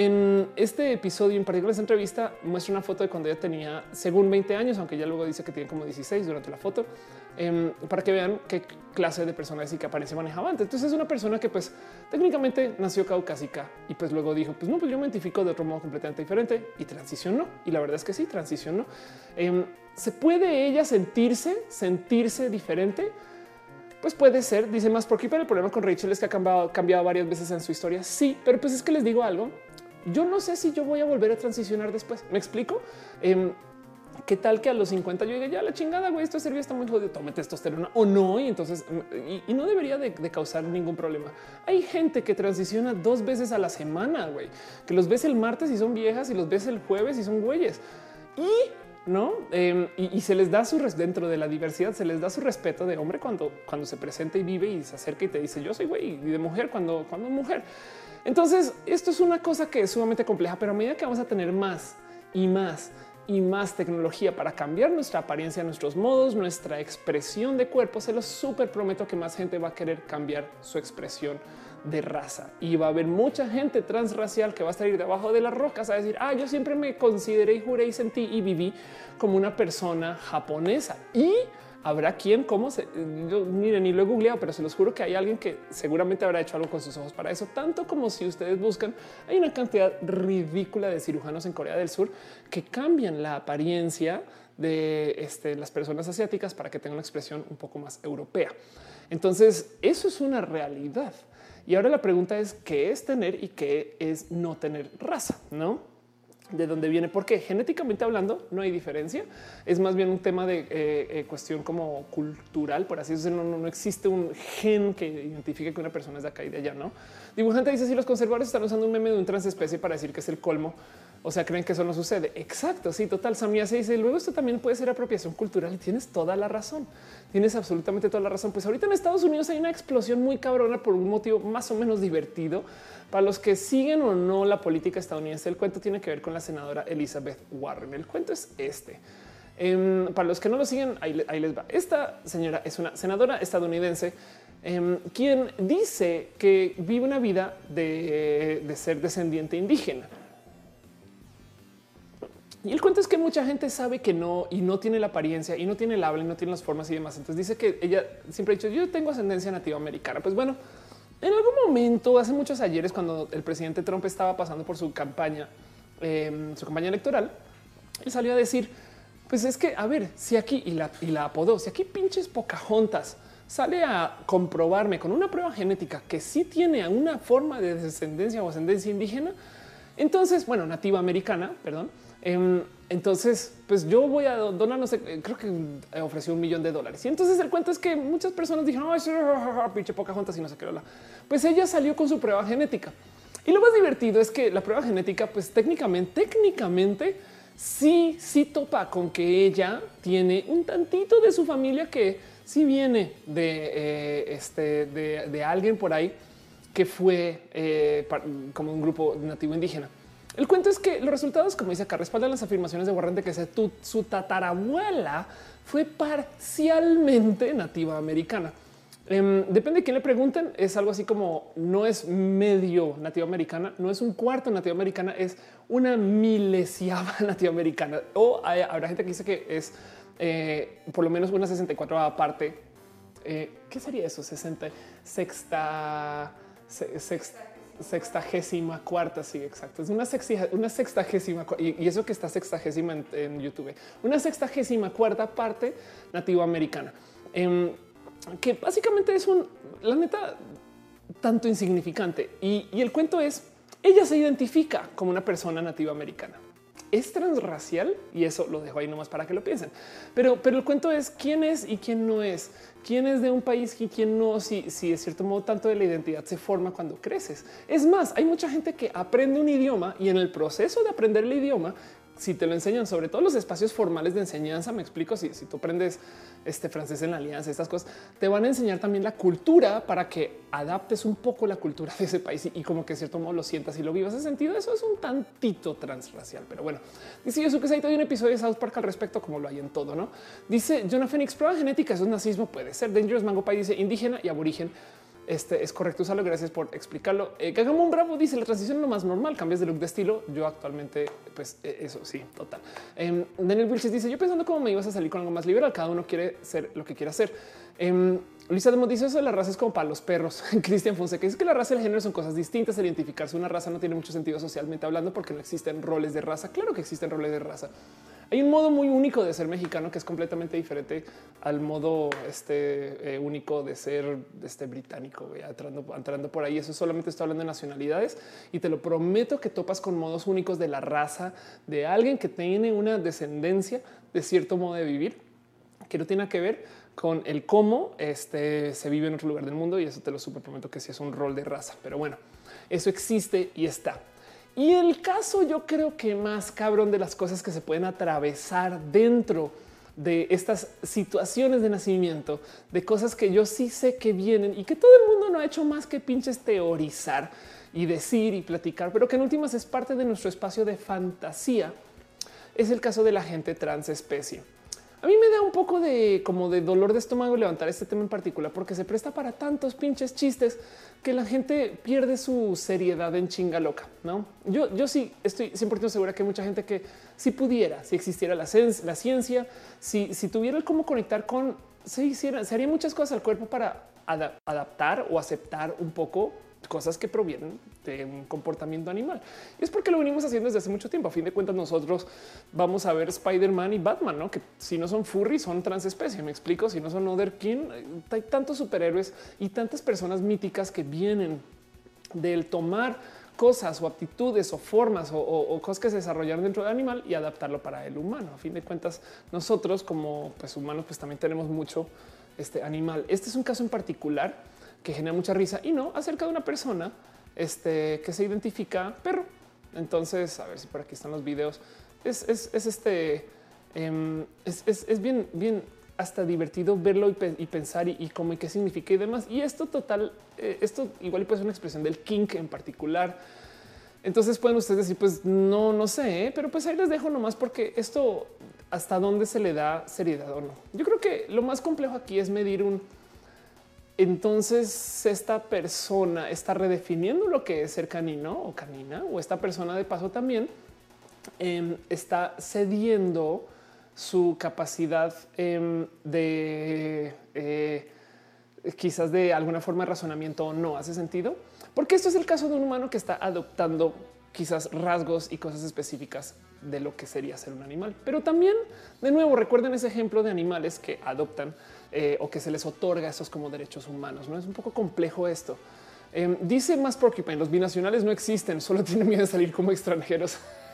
En este episodio en particular, esta entrevista muestra una foto de cuando ella tenía, según veinte años, aunque ya luego dice que tiene como dieciséis durante la foto, eh, para que vean qué clase de persona es y qué apariencia manejaba antes. Entonces es una persona que pues técnicamente nació caucásica y pues luego dijo: pues no, pues yo me identifico de otro modo completamente diferente, y transicionó. Y la verdad es que sí, transicionó. Eh, ¿Se puede ella sentirse, sentirse diferente? Pues puede ser, dice más porque pero el problema con Rachel es que ha cambiado, cambiado varias veces en su historia. Sí, pero pues es que les digo algo. Yo no sé si yo voy a volver a transicionar después. ¿Me explico? Eh, ¿Qué tal que a los cincuenta yo diga: ya la chingada, güey, esto sirve, está muy jodido, tome testosterona o no? Y entonces, y, y no debería de, de causar ningún problema. Hay gente que transiciona dos veces a la semana, güey, que los ves el martes y son viejas, y los ves el jueves y son güeyes. Y no, eh, y, y se les da su dentro de la diversidad, se les da su respeto de hombre cuando, cuando se presenta y vive y se acerca y te dice: yo soy güey, y de mujer cuando, cuando es mujer. Entonces, esto es una cosa que es sumamente compleja, pero a medida que vamos a tener más y más y más tecnología para cambiar nuestra apariencia, nuestros modos, nuestra expresión de cuerpo, se los súper prometo que más gente va a querer cambiar su expresión de raza y va a haber mucha gente transracial que va a salir debajo de las rocas a decir, ah, yo siempre me consideré y juré y sentí y viví como una persona japonesa. Y habrá quien, como se, yo, miren, ni lo he googleado, pero se los juro que hay alguien que seguramente habrá hecho algo con sus ojos para eso. Tanto como si ustedes buscan, hay una cantidad ridícula de cirujanos en Corea del Sur que cambian la apariencia de este, las personas asiáticas para que tengan una expresión un poco más europea. Entonces, eso es una realidad. Y ahora la pregunta es qué es tener y qué es no tener raza, ¿no? De dónde viene, porque genéticamente hablando no hay diferencia. Es más bien un tema de eh, eh, cuestión como cultural, por así decirlo. No, no existe un gen que identifique que una persona es de acá y de allá, ¿no? Dibujante dice si los conservadores están usando un meme de un transespecie para decir que es el colmo. O sea, creen que eso no sucede. Exacto. Sí, total. Samia se dice luego esto también puede ser apropiación cultural y tienes toda la razón. Tienes absolutamente toda la razón. Pues ahorita en Estados Unidos hay una explosión muy cabrona por un motivo más o menos divertido. Para los que siguen o no la política estadounidense, el cuento tiene que ver con la senadora Elizabeth Warren. El cuento es este. Um, para los que no lo siguen, ahí, ahí les va. Esta señora es una senadora estadounidense um, quien dice que vive una vida de, de ser descendiente indígena. Y el cuento es que mucha gente sabe que no y no tiene la apariencia y no tiene el habla y no tiene las formas y demás. Entonces dice que ella siempre ha dicho yo tengo ascendencia nativa americana. Pues bueno, en algún momento, hace muchos ayeres, cuando el presidente Trump estaba pasando por su campaña, eh, su campaña electoral, él salió a decir, pues es que, a ver, si aquí, y la, y la apodó, si aquí pinches Pocahontas sale a comprobarme con una prueba genética que sí tiene una forma de descendencia o ascendencia indígena, entonces, bueno, nativa americana, perdón, eh, entonces, pues yo voy a donar, no sé, creo que ofreció un millón de dólares. Y entonces el cuento es que muchas personas dijeron, ay, pinche Pocahontas y no sé qué. Pues ella salió con su prueba genética. Y lo más divertido es que la prueba genética, pues técnicamente, técnicamente, sí, sí topa con que ella tiene un tantito de su familia que sí viene de, eh, este, de, de alguien por ahí que fue eh, como un grupo nativo indígena. El cuento es que los resultados, como dice acá, respaldan las afirmaciones de Warren de que tu, su tatarabuela fue parcialmente nativa americana. Um, depende de quién le pregunten. Es algo así como no es medio nativa americana, no es un cuarto nativa americana, es una milesiava nativa americana. O hay, habrá gente que dice que es eh, por lo menos una sesenta y cuatro aparte. Eh, ¿Qué sería eso? sesenta, sexta, sexta. Sextagésima cuarta, sí, exacto. Es una, sexi, una sextagésima y, y eso que está sextagésima en, en YouTube, una sextagésima cuarta parte nativa americana, eh, que básicamente es un, la neta, tanto insignificante. Y, y el cuento es, ella se identifica como una persona nativa americana. Es transracial y eso lo dejo ahí nomás para que lo piensen. Pero, pero el cuento es quién es y quién no es, quién es de un país y quién no. Si, si de cierto modo tanto de la identidad se forma cuando creces. Es más, hay mucha gente que aprende un idioma y en el proceso de aprender el idioma, si te lo enseñan, sobre todo los espacios formales de enseñanza, me explico, si, si tú aprendes este francés en la alianza, estas cosas, te van a enseñar también la cultura para que adaptes un poco la cultura de ese país y, y como que de cierto modo lo sientas y lo vivas. Ese sentido, eso es un tantito transracial, pero bueno, dice yo que hay un episodio de South Park al respecto, como lo hay en todo, ¿no? Dice Jonah Phoenix, prueba genética, eso es nazismo, puede ser. Dangerous Mango Pie dice indígena y aborigen. Este es correcto, usarlo. Gracias por explicarlo. Eh, Gagamon Bravo dice la transición es lo más normal. Cambias de look de estilo. Yo actualmente, pues eh, eso sí, total. Eh, Daniel Wilches dice yo pensando cómo me ibas a salir con algo más liberal. Cada uno quiere ser lo que quiera hacer. Eh, Luisa Demo dice eso de la raza es como para los perros. Cristian Fonseca dice que la raza y el género son cosas distintas. El identificarse una raza no tiene mucho sentido socialmente hablando porque no existen roles de raza. Claro que existen roles de raza. Hay un modo muy único de ser mexicano que es completamente diferente al modo este, eh, único de ser este, británico. Wey, entrando, entrando por ahí, eso solamente estoy hablando de nacionalidades y te lo prometo que topas con modos únicos de la raza de alguien que tiene una descendencia de cierto modo de vivir que no tiene que ver con el cómo este, se vive en otro lugar del mundo. Y eso te lo súper prometo que sí es un rol de raza. Pero bueno, eso existe y está. Y el caso yo creo que más cabrón de las cosas que se pueden atravesar dentro de estas situaciones de nacimiento, de cosas que yo sí sé que vienen y que todo el mundo no ha hecho más que pinches teorizar y decir y platicar, pero que en últimas es parte de nuestro espacio de fantasía. es el caso de la gente transespecie. A mí me da un poco de como de dolor de estómago levantar este tema en particular, porque se presta para tantos pinches chistes que la gente pierde su seriedad en chinga loca. No, yo, yo sí estoy cien por ciento segura que hay mucha gente que si pudiera, si existiera la, la ciencia, si, si tuviera el cómo conectar con, se hiciera, se harían muchas cosas al cuerpo para ad adaptar o aceptar un poco cosas que provienen de un comportamiento animal. Y es porque lo venimos haciendo desde hace mucho tiempo. A fin de cuentas, nosotros vamos a ver Spider-Man y Batman, ¿no? Que si no son furry, son transespecie. Me explico. Si no son otherkin, hay tantos superhéroes y tantas personas míticas que vienen del tomar cosas o aptitudes o formas o, o, o cosas que se desarrollaron dentro del animal y adaptarlo para el humano. A fin de cuentas, nosotros como pues, humanos, pues también tenemos mucho este animal. Este es un caso en particular que genera mucha risa y no acerca de una persona este, que se identifica perro. Entonces, a ver si por aquí están los videos. Es, es, es este, um, es, es, es bien, bien hasta divertido verlo y, pe y pensar y, y cómo y qué significa y demás. Y esto total, eh, esto igual puede ser una expresión del kink en particular. Entonces pueden ustedes decir, pues no, no sé, ¿eh? Pero pues ahí les dejo nomás porque esto hasta dónde se le da seriedad o no. Yo creo que lo más complejo aquí es medir un entonces esta persona está redefiniendo lo que es ser canino o canina, o esta persona de paso también eh, está cediendo su capacidad eh, de eh, quizás de alguna forma de razonamiento o no. ¿Hace sentido? Porque esto es el caso de un humano que está adoptando quizás rasgos y cosas específicas de lo que sería ser un animal. Pero también, de nuevo, recuerden ese ejemplo de animales que adoptan eh, o que se les otorga esos como derechos humanos. No es un poco complejo esto. Eh, dice más Porcupine, los binacionales no existen, solo tienen miedo de salir como extranjeros.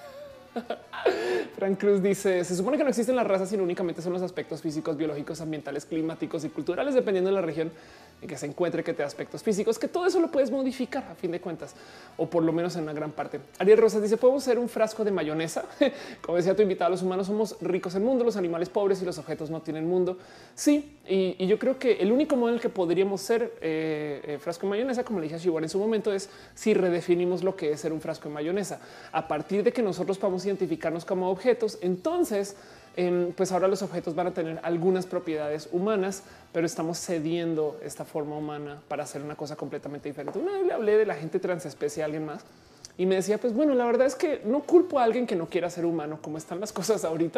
Frank Cruz dice, se supone que no existen las razas, sino únicamente son los aspectos físicos, biológicos, ambientales, climáticos y culturales, dependiendo de la región en que se encuentre, que te da aspectos físicos, que todo eso lo puedes modificar a fin de cuentas, o por lo menos en una gran parte. Ariel Rosas dice, podemos ser un frasco de mayonesa. Como decía tu invitado, los humanos somos ricos en mundo, los animales pobres y los objetos no tienen mundo. Sí, y, y yo creo que el único modo en el que podríamos ser eh, eh, frasco de mayonesa, como le dije a Shibor en su momento, es si redefinimos lo que es ser un frasco de mayonesa. A partir de que nosotros podamos identificarnos como objetos, entonces eh, pues ahora los objetos van a tener algunas propiedades humanas, pero estamos cediendo esta forma humana para hacer una cosa completamente diferente. Una vez le hablé de la gente transespecie a alguien más y me decía, pues bueno, la verdad es que no culpo a alguien que no quiera ser humano, como están las cosas ahorita.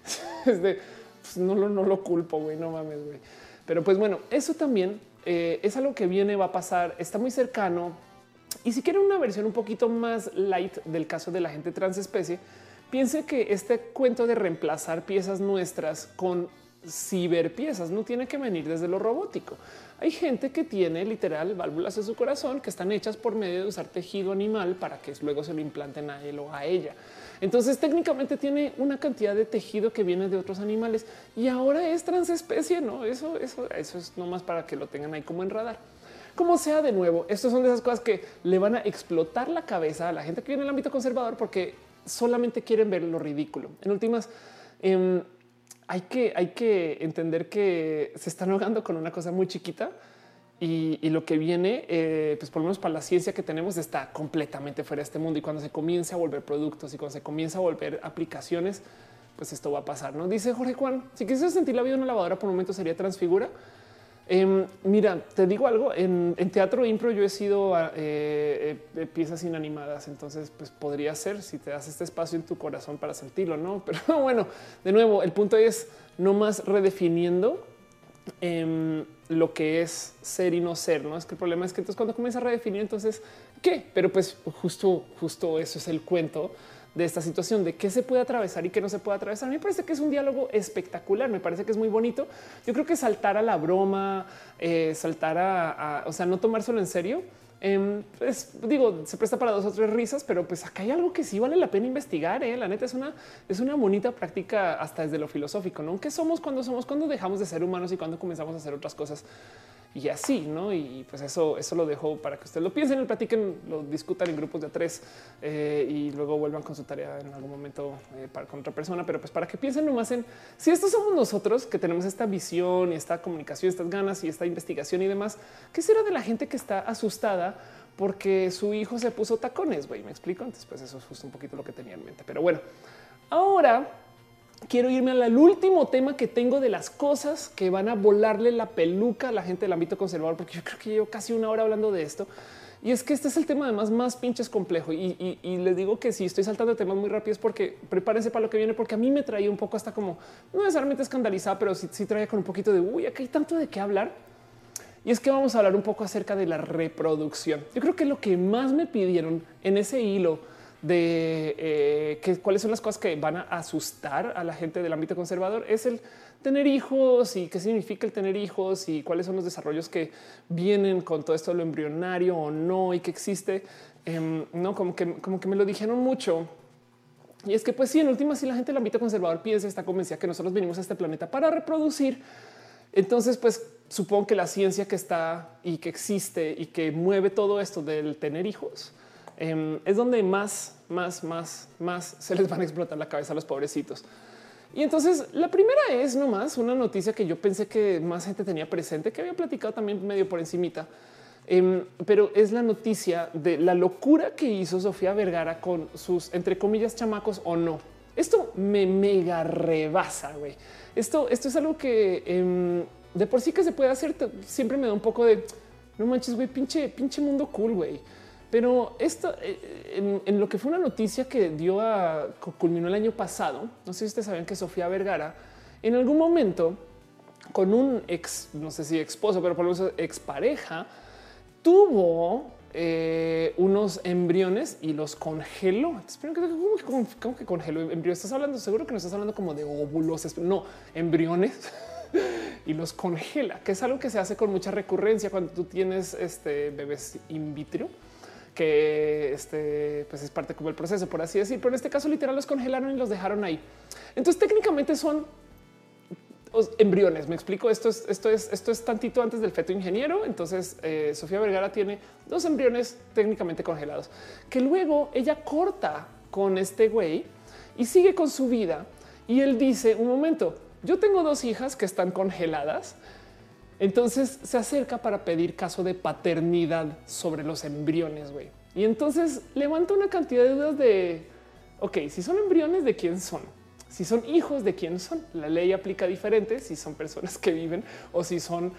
Es de, pues no, no, no lo culpo, güey, no mames, güey. Pero pues bueno, eso también eh, es algo que viene, va a pasar, está muy cercano. Y si quieren una versión un poquito más light del caso de la gente transespecie, piense que este cuento de reemplazar piezas nuestras con ciberpiezas no tiene que venir desde lo robótico. Hay gente que tiene literal válvulas en su corazón que están hechas por medio de usar tejido animal para que luego se lo implanten a él o a ella. Entonces técnicamente tiene una cantidad de tejido que viene de otros animales y ahora es transespecie. No, eso, eso, eso es nomás para que lo tengan ahí como en radar. Como sea, de nuevo, estas son de esas cosas que le van a explotar la cabeza a la gente que viene en el ámbito conservador porque solamente quieren ver lo ridículo. En últimas, eh, hay que, hay que entender que se están ahogando con una cosa muy chiquita y, y lo que viene, eh, pues por lo menos para la ciencia que tenemos, está completamente fuera de este mundo. Y cuando se comience a volver productos y cuando se comienza a volver aplicaciones, pues esto va a pasar. No dice Jorge Juan, si quisieras sentir la vida en una lavadora por un momento sería Transfigura. Eh, mira, te digo algo, en, en teatro impro yo he sido eh, eh, piezas inanimadas, entonces pues podría ser si te das este espacio en tu corazón para sentirlo, ¿no? Pero bueno, de nuevo, el punto es no más redefiniendo eh, lo que es ser y no ser, ¿no? Es que el problema es que entonces cuando comienza a redefinir, entonces, ¿qué? Pero pues justo, justo eso es el cuento de esta situación, de qué se puede atravesar y qué no se puede atravesar. Me parece que es un diálogo espectacular, me parece que es muy bonito. Yo creo que saltar a la broma, eh, saltar a, a, o sea, no tomárselo en serio, eh, pues digo, se presta para dos o tres risas, pero pues acá hay algo que sí vale la pena investigar. Eh. La neta es una, es una bonita práctica hasta desde lo filosófico, ¿no? ¿Qué somos cuando somos, cuando dejamos de ser humanos y cuando comenzamos a hacer otras cosas? Y así, ¿no? Y pues eso, eso lo dejo para que ustedes lo piensen, lo platiquen, lo discutan en grupos de a tres eh, y luego vuelvan con su tarea en algún momento eh, para, con otra persona. Pero pues para que piensen nomás en si estos somos nosotros que tenemos esta visión y esta comunicación, estas ganas y esta investigación y demás, ¿qué será de la gente que está asustada porque su hijo se puso tacones? Güey, me explico. Entonces, pues eso es justo un poquito lo que tenía en mente. Pero bueno, Ahora quiero irme al último tema que tengo de las cosas que van a volarle la peluca a la gente del ámbito conservador, porque yo creo que llevo casi una hora hablando de esto. Y es que este es el tema además más pinches complejo. Y, y, y les digo que si estoy saltando temas muy rápidos porque prepárense para lo que viene, porque a mí me traía un poco hasta como no necesariamente escandalizada, pero sí, sí traía con un poquito de uy, aquí hay tanto de qué hablar. Y es que vamos a hablar un poco acerca de la reproducción. Yo creo que lo que más me pidieron en ese hilo de eh, que cuáles son las cosas que van a asustar a la gente del ámbito conservador es el tener hijos y qué significa el tener hijos y cuáles son los desarrollos que vienen con todo esto de lo embrionario o no y que existe. Eh, no como que, como que me lo dijeron mucho. Y es que, pues sí, en última, si la gente del ámbito conservador piensa, está convencida que nosotros venimos a este planeta para reproducir. Entonces, pues supongo que la ciencia que está y que existe y que mueve todo esto del tener hijos eh, es donde más, más, más, más se les van a explotar la cabeza a los pobrecitos. Y entonces la primera es nomás una noticia que yo pensé que más gente tenía presente, que había platicado también medio por encimita, eh, pero es la noticia de la locura que hizo Sofía Vergara con sus, entre comillas, chamacos o no. Esto me mega rebasa, güey. Esto, esto es algo que eh, de por sí que se puede hacer. Siempre me da un poco de no manches, güey, pinche, pinche mundo cool, güey. Pero esto en, en lo que fue una noticia que dio a culminó el año pasado. No sé si ustedes saben que Sofía Vergara en algún momento con un ex, no sé si esposo, pero por lo menos expareja, tuvo eh, unos embriones y los congeló. Espero que, ¿cómo, cómo que congeló embriones? Estás hablando, seguro que no estás hablando como de óvulos, no, embriones. Y los congela, que es algo que se hace con mucha recurrencia cuando tú tienes este bebés in vitro, que este pues es parte como el proceso, por así decir. Pero en este caso literal los congelaron y los dejaron ahí. Entonces técnicamente son embriones. Me explico. Esto es, esto es, esto es tantito antes del feto ingeniero. Entonces eh, Sofía Vergara tiene dos embriones técnicamente congelados que luego ella corta con este güey y sigue con su vida. Y él dice un momento, yo tengo dos hijas que están congeladas. Entonces se acerca para pedir caso de paternidad sobre los embriones, güey. Y entonces levanta una cantidad de dudas de, ok, si son embriones, ¿de quién son? Si son hijos, ¿de quién son? La ley aplica diferente si son personas que viven o si son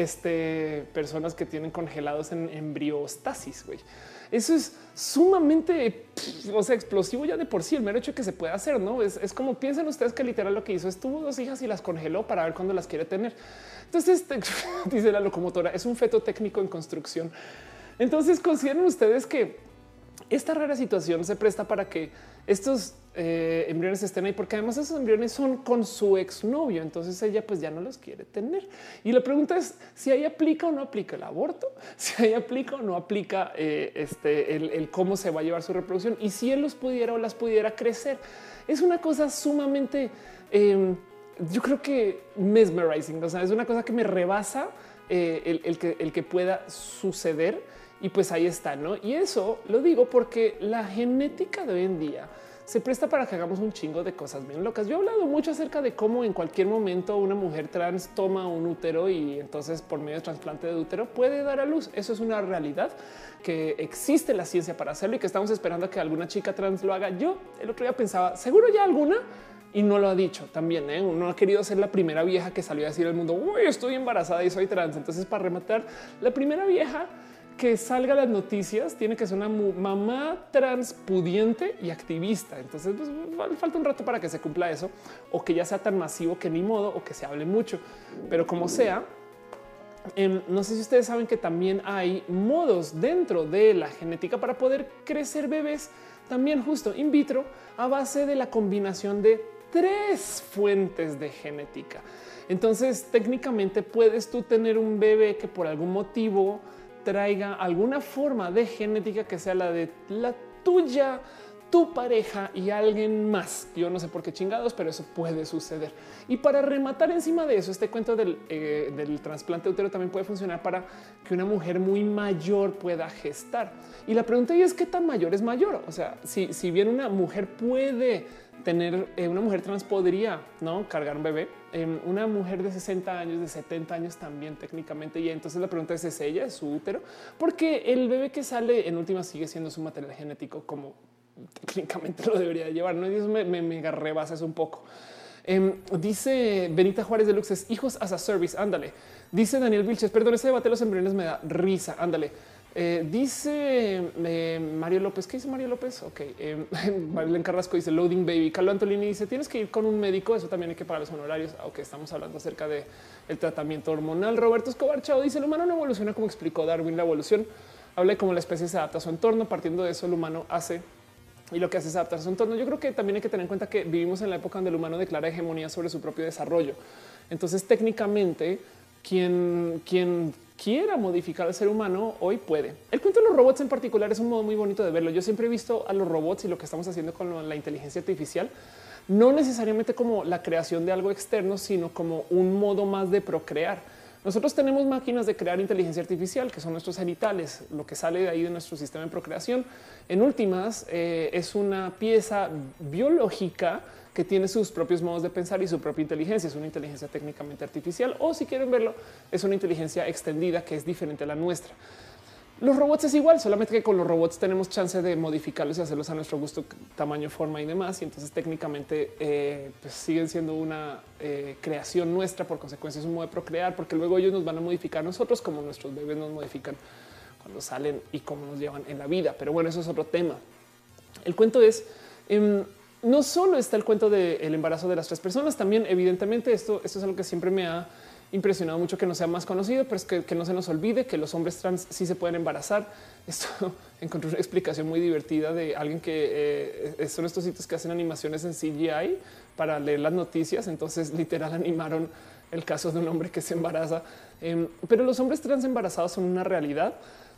este, personas que tienen congelados en embriostasis, güey. Eso es sumamente, o sea, explosivo ya de por sí, el mero hecho de que se puede hacer, ¿no? Es, es como piensan ustedes que literal lo que hizo es tuvo dos hijas y las congeló para ver cuándo las quiere tener. Entonces, este, dice la locomotora, es un feto técnico en construcción. Entonces, consideren ustedes que esta rara situación se presta para que estos eh, embriones estén ahí, porque además esos embriones son con su exnovio. Entonces ella pues ya no los quiere tener. Y la pregunta es si ahí aplica o no aplica el aborto, si ahí aplica o no aplica eh, este, el, el cómo se va a llevar su reproducción y si él los pudiera o las pudiera crecer. Es una cosa sumamente, eh, yo creo que mesmerizing. O sea, es una cosa que me rebasa eh, el, el, que, el que pueda suceder. Y pues ahí está, ¿no? Y eso lo digo porque la genética de hoy en día se presta para que hagamos un chingo de cosas bien locas. Yo he hablado mucho acerca de cómo en cualquier momento una mujer trans toma un útero y entonces por medio de trasplante de útero puede dar a luz. Eso es una realidad que existe la ciencia para hacerlo y que estamos esperando a que alguna chica trans lo haga. Yo el otro día pensaba, seguro ya alguna, y no lo ha dicho también. ¿eh? No ha querido ser la primera vieja que salió a decir al mundo, uy, estoy embarazada y soy trans. Entonces, para rematar, la primera vieja que salga a las noticias tiene que ser una mamá trans pudiente y activista. Entonces pues, falta un rato para que se cumpla eso o que ya sea tan masivo que ni modo o que se hable mucho. Pero como sea, eh, no sé si ustedes saben que también hay modos dentro de la genética para poder crecer bebés también justo in vitro a base de la combinación de tres fuentes de genética. Entonces técnicamente puedes tú tener un bebé que por algún motivo traiga alguna forma de genética que sea la de la tuya, tu pareja y alguien más. Yo no sé por qué chingados, pero eso puede suceder. Y para rematar encima de eso, este cuento del, eh, del trasplante de útero también puede funcionar para que una mujer muy mayor pueda gestar. Y la pregunta es qué tan mayor es mayor. O sea, si, si bien una mujer puede tener, eh, una mujer trans podría no cargar un bebé, eh, una mujer de sesenta años, de setenta años también técnicamente. Y entonces la pregunta es, ¿es ella, es su útero? Porque el bebé que sale en última sigue siendo su material genético como técnicamente lo debería llevar, ¿no? Y eso me, me, me rebasa eso un poco. Eh, dice Benita Juárez de Luxes, hijos as a service, ándale. Dice Daniel Vilches, perdón, ese debate de los embriones me da risa, ándale. Eh, dice eh, Mario López, ¿qué dice Mario López? Ok, eh, Marilyn Carrasco dice loading baby. Carlo Antolini dice tienes que ir con un médico, eso también hay que pagar los honorarios, aunque estamos hablando acerca de el tratamiento hormonal. Roberto Escobar Chao dice el humano no evoluciona como explicó Darwin la evolución. Habla de cómo la especie se adapta a su entorno, partiendo de eso el humano hace y lo que hace es adaptarse a su entorno. Yo creo que también hay que tener en cuenta que vivimos en la época donde el humano declara hegemonía sobre su propio desarrollo. Entonces, técnicamente, quien, quien quiera modificar al ser humano hoy puede. El cuento de los robots en particular es un modo muy bonito de verlo. Yo siempre he visto a los robots y lo que estamos haciendo con la inteligencia artificial, no necesariamente como la creación de algo externo, sino como un modo más de procrear. Nosotros tenemos máquinas de crear inteligencia artificial, que son nuestros genitales, lo que sale de ahí de nuestro sistema de procreación. En últimas, eh, es una pieza biológica que tiene sus propios modos de pensar y su propia inteligencia. Es una inteligencia técnicamente artificial, o si quieren verlo, es una inteligencia extendida que es diferente a la nuestra. Los robots es igual, solamente que con los robots tenemos chance de modificarlos y hacerlos a nuestro gusto, tamaño, forma y demás. Y entonces técnicamente eh, pues siguen siendo una eh, creación nuestra, por consecuencia es un modo de procrear, porque luego ellos nos van a modificar a nosotros como nuestros bebés nos modifican cuando salen y cómo nos llevan en la vida. Pero bueno, eso es otro tema. El cuento es... Eh, no solo está el cuento del embarazo de las tres personas, también evidentemente esto, esto es algo que siempre me ha impresionado mucho que no sea más conocido, pero es que, que no se nos olvide que los hombres trans sí se pueden embarazar. Esto encontré una explicación muy divertida de alguien que eh, son estos sitios que hacen animaciones en C G I para leer las noticias. Entonces literal animaron el caso de un hombre que se embaraza, eh, pero los hombres trans embarazados son una realidad.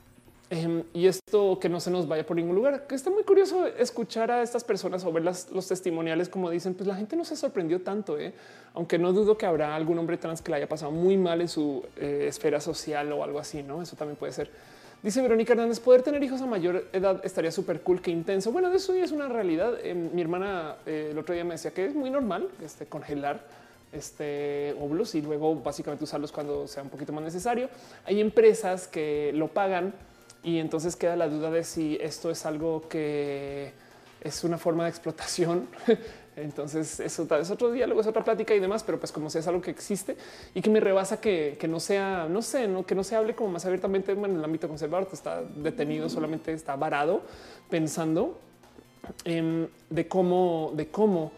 Um, y esto que no se nos vaya por ningún lugar, que está muy curioso escuchar a estas personas o ver las, los testimoniales, como dicen, pues la gente no se sorprendió tanto, ¿eh? Aunque no dudo que habrá algún hombre trans que la haya pasado muy mal en su eh, esfera social o algo así, ¿no? Eso también puede ser. Dice Verónica Hernández, poder tener hijos a mayor edad estaría súper cool, que intenso. Bueno, eso ya es una realidad. Eh, mi hermana eh, el otro día me decía que es muy normal este, congelar este óvulos y luego básicamente usarlos cuando sea un poquito más necesario. Hay empresas que lo pagan. Y entonces queda la duda de si esto es algo que es una forma de explotación. Entonces eso es otro diálogo, es otra plática y demás, pero pues como sea es algo que existe y que me rebasa que, que no sea, no sé, no, que no se hable como más abiertamente. Bueno, en el ámbito conservador está detenido, solamente está varado pensando eh, de cómo, de cómo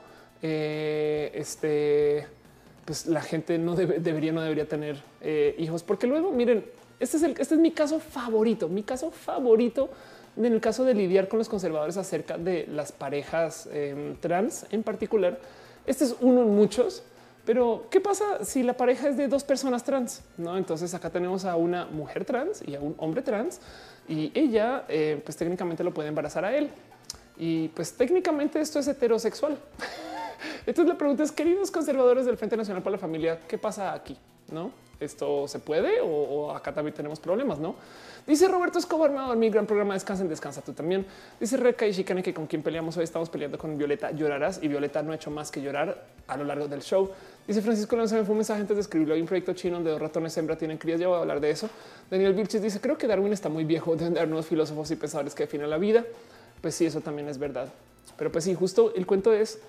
eh, este, pues la gente no debe, debería, no debería tener eh, hijos, porque luego miren, Este es, el, este es mi caso favorito, mi caso favorito en el caso de lidiar con los conservadores acerca de las parejas eh, trans en particular. Este es uno en muchos, pero ¿qué pasa si la pareja es de dos personas trans? No, entonces acá tenemos a una mujer trans y a un hombre trans y ella eh, pues técnicamente lo puede embarazar a él y pues técnicamente esto es heterosexual. Entonces la pregunta es, queridos conservadores del Frente Nacional para la Familia, ¿qué pasa aquí? ¿No? ¿Esto se puede o, o acá también tenemos problemas? No, dice Roberto Escobar, me va a dormir, gran programa, descansen, descansa tú también. Dice Reca y Chicane que con quien peleamos hoy estamos peleando con Violeta, llorarás, y Violeta no ha hecho más que llorar a lo largo del show. Dice Francisco Alonso, me fue un mensaje antes de escribirlo. Hay un proyecto chino donde dos ratones hembra tienen crías, ya voy a hablar de eso. Daniel Vilches dice, creo que Darwin está muy viejo, deben de haber nuevos filósofos y pensadores que definen la vida. Pues sí, eso también es verdad. Pero pues sí, justo el cuento es,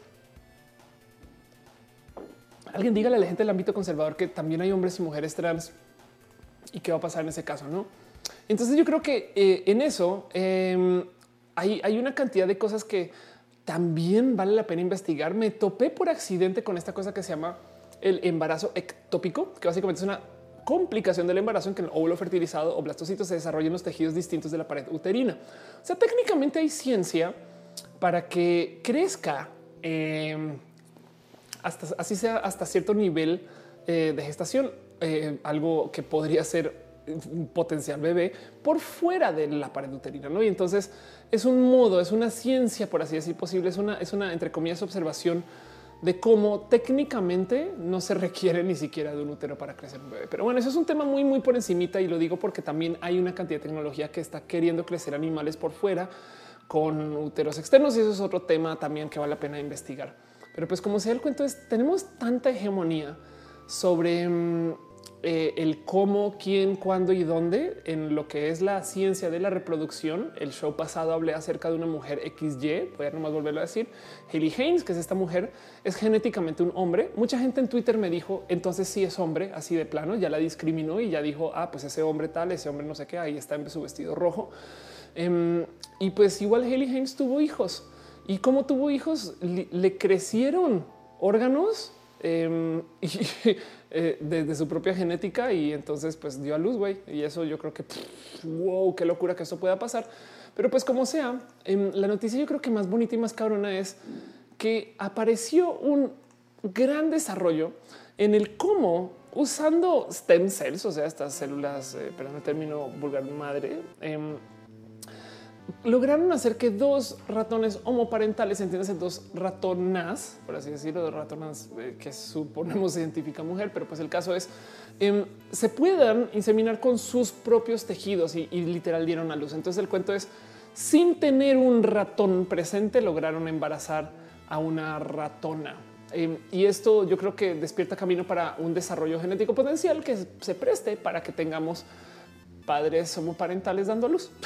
alguien dígale a la gente del ámbito conservador que también hay hombres y mujeres trans y qué va a pasar en ese caso, ¿no? Entonces yo creo que eh, en eso eh, hay, hay una cantidad de cosas que también vale la pena investigar. Me topé por accidente con esta cosa que se llama el embarazo ectópico, que básicamente es una complicación del embarazo en que el óvulo fertilizado o blastocitos se desarrollan los tejidos distintos de la pared uterina. O sea, técnicamente hay ciencia para que crezca eh, hasta así sea hasta cierto nivel eh, de gestación, eh, algo que podría ser un potencial bebé por fuera de la pared uterina, ¿no? Y entonces es un modo, es una ciencia, por así decir, posible, es una, es una entre comillas observación de cómo técnicamente no se requiere ni siquiera de un útero para crecer un bebé. Pero bueno, eso es un tema muy, muy por encimita y lo digo porque también hay una cantidad de tecnología que está queriendo crecer animales por fuera con úteros externos y eso es otro tema también que vale la pena investigar. Pero pues como sea el cuento es, tenemos tanta hegemonía sobre eh, el cómo, quién, cuándo y dónde en lo que es la ciencia de la reproducción. El show pasado hablé acerca de una mujer equis ye, voy a nomás volverlo a decir. Hailey Haines, que es esta mujer, es genéticamente un hombre. Mucha gente en Twitter me dijo, entonces sí es hombre, así de plano, ya la discriminó y ya dijo, ah, pues ese hombre tal, ese hombre no sé qué, ahí está en su vestido rojo. Um, y pues igual Hailey Haines tuvo hijos. Y como tuvo hijos, le, le crecieron órganos eh, y, eh, de, de su propia genética y entonces pues dio a luz, güey. Y eso yo creo que pff, wow, qué locura que esto pueda pasar. Pero pues como sea, eh, la noticia yo creo que más bonita y más cabrona es que apareció un gran desarrollo en el cómo usando stem cells, o sea, estas células, eh, perdón el término vulgar madre, eh, lograron hacer que dos ratones homoparentales, entiéndase, dos ratonas, por así decirlo, dos ratonas eh, que suponemos identifica mujer, pero pues el caso es eh, se puedan inseminar con sus propios tejidos y, y literal dieron a luz. Entonces el cuento es sin tener un ratón presente lograron embarazar a una ratona. Eh, y esto yo creo que despierta camino para un desarrollo genético potencial que se preste para que tengamos padres homoparentales dando a luz.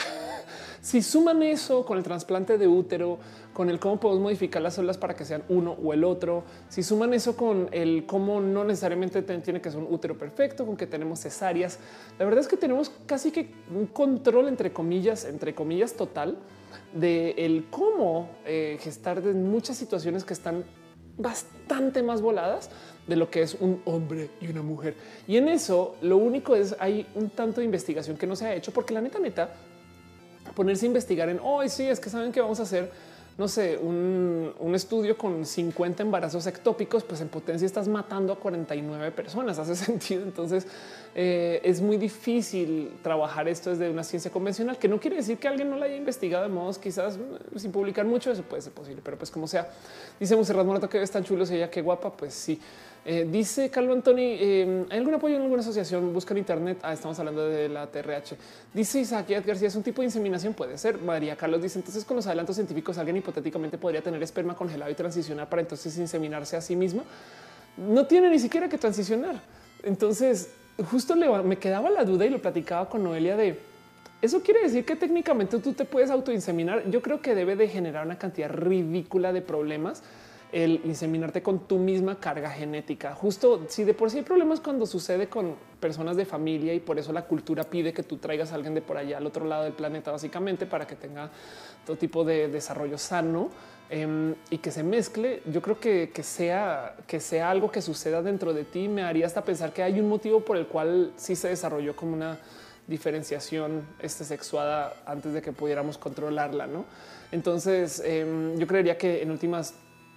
Si suman eso con el trasplante de útero, con el cómo podemos modificar las células para que sean uno o el otro, si suman eso con el cómo no necesariamente tiene que ser un útero perfecto, con que tenemos cesáreas, la verdad es que tenemos casi que un control entre comillas, entre comillas total de el cómo eh, gestar de muchas situaciones que están bastante más voladas de lo que es un hombre y una mujer. Y en eso lo único es hay un tanto de investigación que no se ha hecho porque la neta neta ponerse a investigar en hoy. Oh, sí, es que saben que vamos a hacer, no sé, un, un estudio con cincuenta embarazos ectópicos, pues en potencia estás matando a cuarenta y nueve personas. Hace sentido. Entonces eh, es muy difícil trabajar esto desde una ciencia convencional, que no quiere decir que alguien no la haya investigado de modos quizás sin publicar mucho. Eso puede ser posible, pero pues como sea, dice Monserrat Morato que es tan chulo y ella qué guapa. Pues sí. Eh, dice Carlos Antoni, eh, ¿hay algún apoyo en alguna asociación? Busca en internet. Ah, estamos hablando de la T R H. Dice Isaac García, es un tipo de inseminación. Puede ser. María Carlos dice, entonces con los adelantos científicos alguien hipotéticamente podría tener esperma congelado y transicionar para entonces inseminarse a sí misma. No tiene ni siquiera que transicionar. Entonces justo le, me quedaba la duda y lo platicaba con Noelia de eso quiere decir que técnicamente tú te puedes autoinseminar. Yo creo que debe de generar una cantidad ridícula de problemas el inseminarte con tu misma carga genética. Justo si de por sí hay problemas cuando sucede con personas de familia y por eso la cultura pide que tú traigas a alguien de por allá al otro lado del planeta, básicamente para que tenga todo tipo de desarrollo sano eh, y que se mezcle. Yo creo que, que sea que sea algo que suceda dentro de ti me haría hasta pensar que hay un motivo por el cual sí se desarrolló como una diferenciación este, sexuada antes de que pudiéramos controlarla, ¿no? Entonces eh, yo creería que en últimas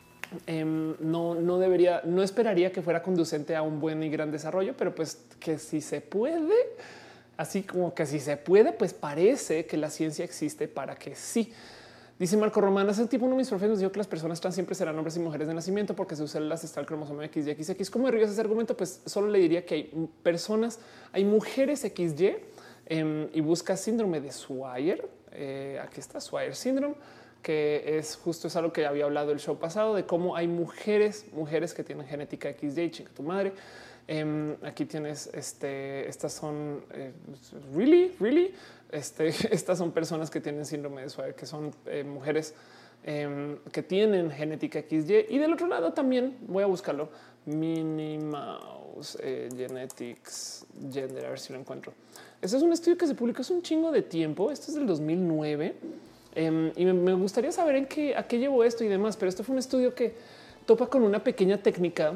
Um, no, no debería, no esperaría que fuera conducente a un buen y gran desarrollo, pero pues que si se puede, así como que si se puede, pues parece que la ciencia existe para que sí. Dice Marco Román, hace un tipo uno de mis profes nos dijo que las personas trans siempre serán hombres y mujeres de nacimiento porque sus células está el cromosoma equis y equis equis. ¿Cómo derribas ese argumento? Pues solo le diría que hay personas, hay mujeres equis ye um, y busca síndrome de Swyer. Eh, aquí está Swyer Syndrome, que es justo es algo que había hablado el show pasado de cómo hay mujeres, mujeres que tienen genética equis ye, chica tu madre. Um, aquí tienes este, estas son eh, really, really. Este, estas son personas que tienen síndrome de Swyer, que son eh, mujeres eh, que tienen genética equis ye. Y del otro lado también voy a buscarlo. Minnie Mouse eh, Genetics Gender, a ver si lo encuentro. Este es un estudio que se publicó hace un chingo de tiempo. Esto es del dos mil nueve. Um, y me, me gustaría saber en qué, a qué llevó esto y demás, pero esto fue un estudio que topa con una pequeña técnica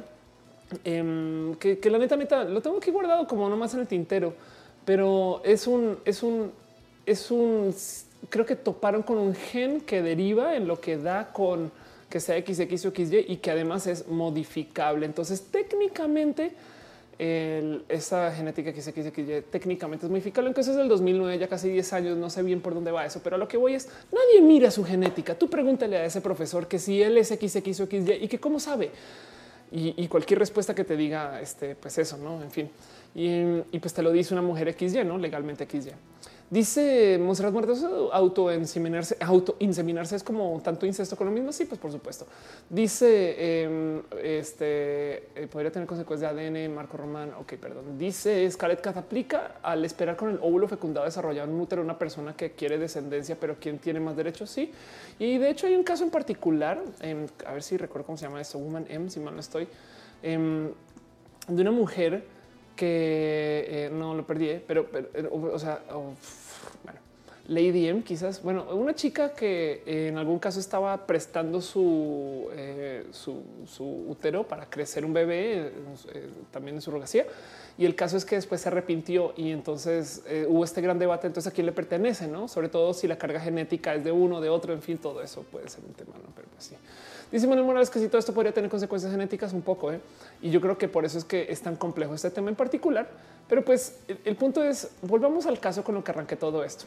um, que, que la neta, neta, lo tengo aquí guardado como nomás en el tintero, pero es un, es un, es un, creo que toparon con un gen que deriva en lo que da con que sea equis equis o equis ye y que además es modificable. Entonces, técnicamente, El, esa genética que se quiere que técnicamente es modificable, aunque eso es del dos mil nueve, ya casi diez años, no sé bien por dónde va eso, pero a lo que voy es nadie mira su genética. Tú pregúntale a ese profesor que si él es equis equis o equis ye y que cómo sabe y, y cualquier respuesta que te diga, este, pues eso, no, en fin. Y, y pues te lo dice una mujer equis ye, no legalmente equis ye. Dice Monserrat Muertos, autoinseminarse, autoinseminarse es como tanto incesto con lo mismo. Sí, pues por supuesto. Dice eh, este eh, podría tener consecuencias de A D N. Marco Román. Ok, perdón. Dice Scarlett Cat aplica al esperar con el óvulo fecundado desarrollado en un útero una persona que quiere descendencia, pero quién tiene más derechos. Sí. Y de hecho hay un caso en particular. Eh, a ver si recuerdo cómo se llama esto. Woman M, si mal no estoy, eh, de una mujer que eh, no lo perdí, eh, pero, pero o, o sea, oh, bueno, Lady M, quizás. Bueno, una chica que eh, en algún caso estaba prestando su, eh, su, su útero para crecer un bebé, eh, también en surrogacia. Y el caso es que después se arrepintió y entonces eh, hubo este gran debate. Entonces, ¿a quién le pertenece? No, sobre todo si la carga genética es de uno, de otro. En fin, todo eso puede ser un tema, ¿no? Pero pues sí. Dice Manuel Morales que si todo esto podría tener consecuencias genéticas un poco. ¿eh? Y yo creo que por eso es que es tan complejo este tema en particular. Pero pues el, el punto es, volvamos al caso con lo que arranqué todo esto.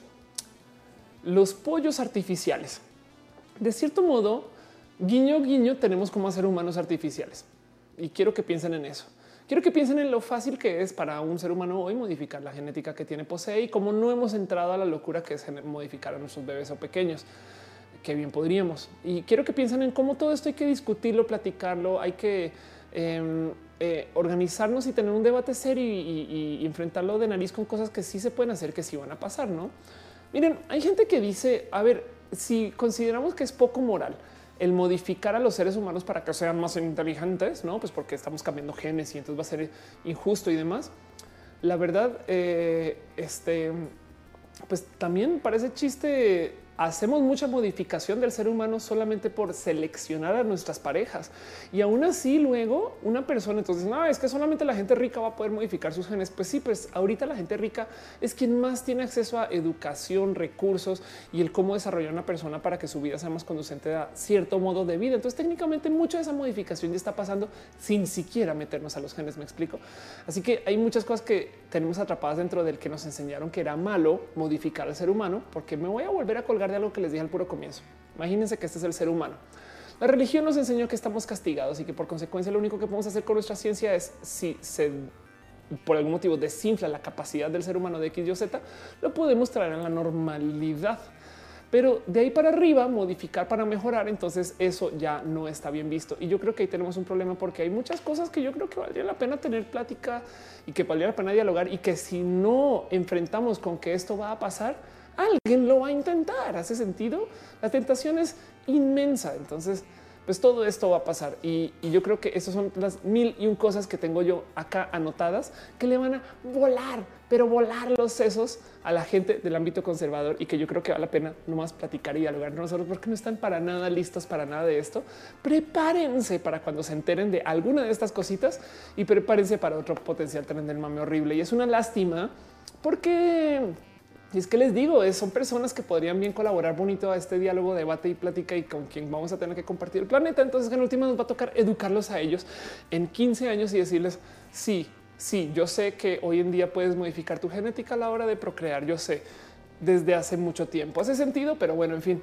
Los pollos artificiales. De cierto modo, guiño, guiño, tenemos como hacer humanos artificiales. Y quiero que piensen en eso. Quiero que piensen en lo fácil que es para un ser humano hoy modificar la genética que tiene, posee y cómo no hemos entrado a la locura que es modificar a nuestros bebés o pequeños. Qué bien podríamos. Y quiero que piensen en cómo todo esto hay que discutirlo, platicarlo, hay que eh, eh, organizarnos y tener un debate serio y, y, y enfrentarlo de nariz con cosas que sí se pueden hacer, que sí van a pasar, ¿no? Miren, hay gente que dice, a ver, si consideramos que es poco moral el modificar a los seres humanos para que sean más inteligentes, no, pues porque estamos cambiando genes y entonces va a ser injusto y demás. La verdad, eh, este, pues también parece chiste. Hacemos mucha modificación del ser humano solamente por seleccionar a nuestras parejas y aún así luego una persona entonces no es que solamente la gente rica va a poder modificar sus genes. Pues sí, pues ahorita la gente rica es quien más tiene acceso a educación, recursos y el cómo desarrollar una persona para que su vida sea más conducente a cierto modo de vida. Entonces técnicamente mucha de esa modificación ya está pasando sin siquiera meternos a los genes. Me explico. Así que hay muchas cosas que tenemos atrapadas dentro del que nos enseñaron que era malo modificar al ser humano, porque me voy a volver a colgar de algo que les dije al puro comienzo. Imagínense que este es el ser humano. La religión nos enseñó que estamos castigados y que por consecuencia lo único que podemos hacer con nuestra ciencia es, si se por algún motivo desinfla la capacidad del ser humano de X, Y, Z, lo podemos traer a la normalidad. Pero de ahí para arriba, modificar para mejorar, entonces eso ya no está bien visto. Y yo creo que ahí tenemos un problema porque hay muchas cosas que yo creo que valdría la pena tener plática y que valdría la pena dialogar, y que si no enfrentamos con que esto va a pasar, alguien lo va a intentar. ¿Hace sentido? La tentación es inmensa. Entonces, pues todo esto va a pasar. Y, y yo creo que esas son las mil y un cosas que tengo yo acá anotadas que le van a volar, pero volar los sesos a la gente del ámbito conservador, y que yo creo que vale la pena nomás platicar y dialogar con nosotros porque no están para nada listos para nada de esto. Prepárense para cuando se enteren de alguna de estas cositas y prepárense para otro potencial tren del mame horrible. Y es una lástima porque... Y es que les digo, es, son personas que podrían bien colaborar bonito a este diálogo, debate y plática, y con quien vamos a tener que compartir el planeta. Entonces, en última nos va a tocar educarlos a ellos en quince años y decirles, sí, sí, yo sé que hoy en día puedes modificar tu genética a la hora de procrear. Yo sé desde hace mucho tiempo. Hace sentido, pero bueno, en fin.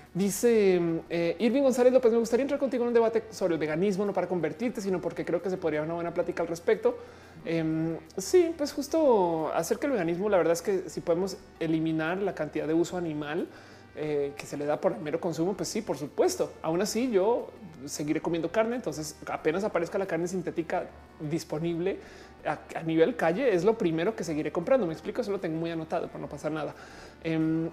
Dice eh, Irving González López, me gustaría entrar contigo en un debate sobre el veganismo, no para convertirte, sino porque creo que se podría una buena plática al respecto. Eh, sí, pues justo acerca del veganismo, la verdad es que si podemos eliminar la cantidad de uso animal eh, que se le da por el mero consumo, pues sí, por supuesto. Aún así, yo seguiré comiendo carne. Entonces, apenas aparezca la carne sintética disponible a, a nivel calle, es lo primero que seguiré comprando. Me explico, eso lo tengo muy anotado para no pasar nada. Eh,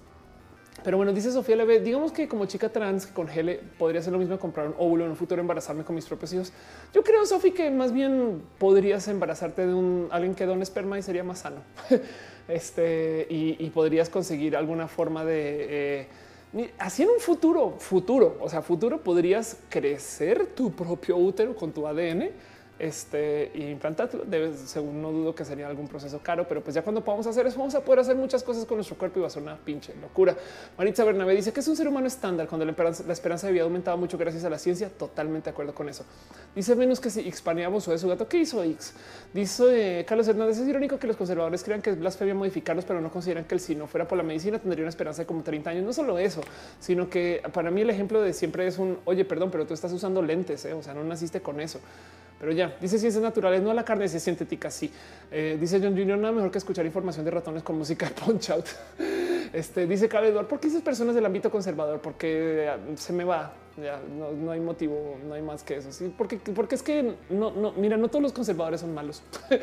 Pero bueno, dice Sofía Leve, digamos que como chica trans que congele, podría ser lo mismo comprar un óvulo en un futuro, embarazarme con mis propios hijos. Yo creo, Sofía, que más bien podrías embarazarte de un alguien que done esperma y sería más sano. este y, y podrías conseguir alguna forma de eh, así en un futuro, futuro, o sea, futuro podrías crecer tu propio útero con tu A D N. Este y implantártelo. Debes, según no dudo que sería algún proceso caro, pero pues ya cuando podamos hacer eso, vamos a poder hacer muchas cosas con nuestro cuerpo y va a ser una pinche locura. Maritza Bernabé dice que es un ser humano estándar cuando la esperanza, la esperanza de vida ha aumentado mucho gracias a la ciencia. Totalmente de acuerdo con eso. Dice Venus que si expaneamos o de su gato, ¿qué hizo X? Dice eh, Carlos Hernández, es irónico que los conservadores crean que es blasfemia modificarlos, pero no consideran que el si no fuera por la medicina tendría una esperanza de como treinta años. No solo eso, sino que para mí el ejemplo de siempre es un oye, perdón, pero tú estás usando lentes, ¿eh? O sea, no naciste con eso. Pero ya dice ciencias naturales, no a la carne, si es sintética. Sí, eh, dice John junior Nada mejor que escuchar información de ratones con música de Punch Out. Este dice Carlos Eduardo, ¿por qué dices personas del ámbito conservador? Porque se me va. Ya no, no hay motivo, no hay más que eso. Sí, porque, porque es que no, no, mira, no todos los conservadores son malos.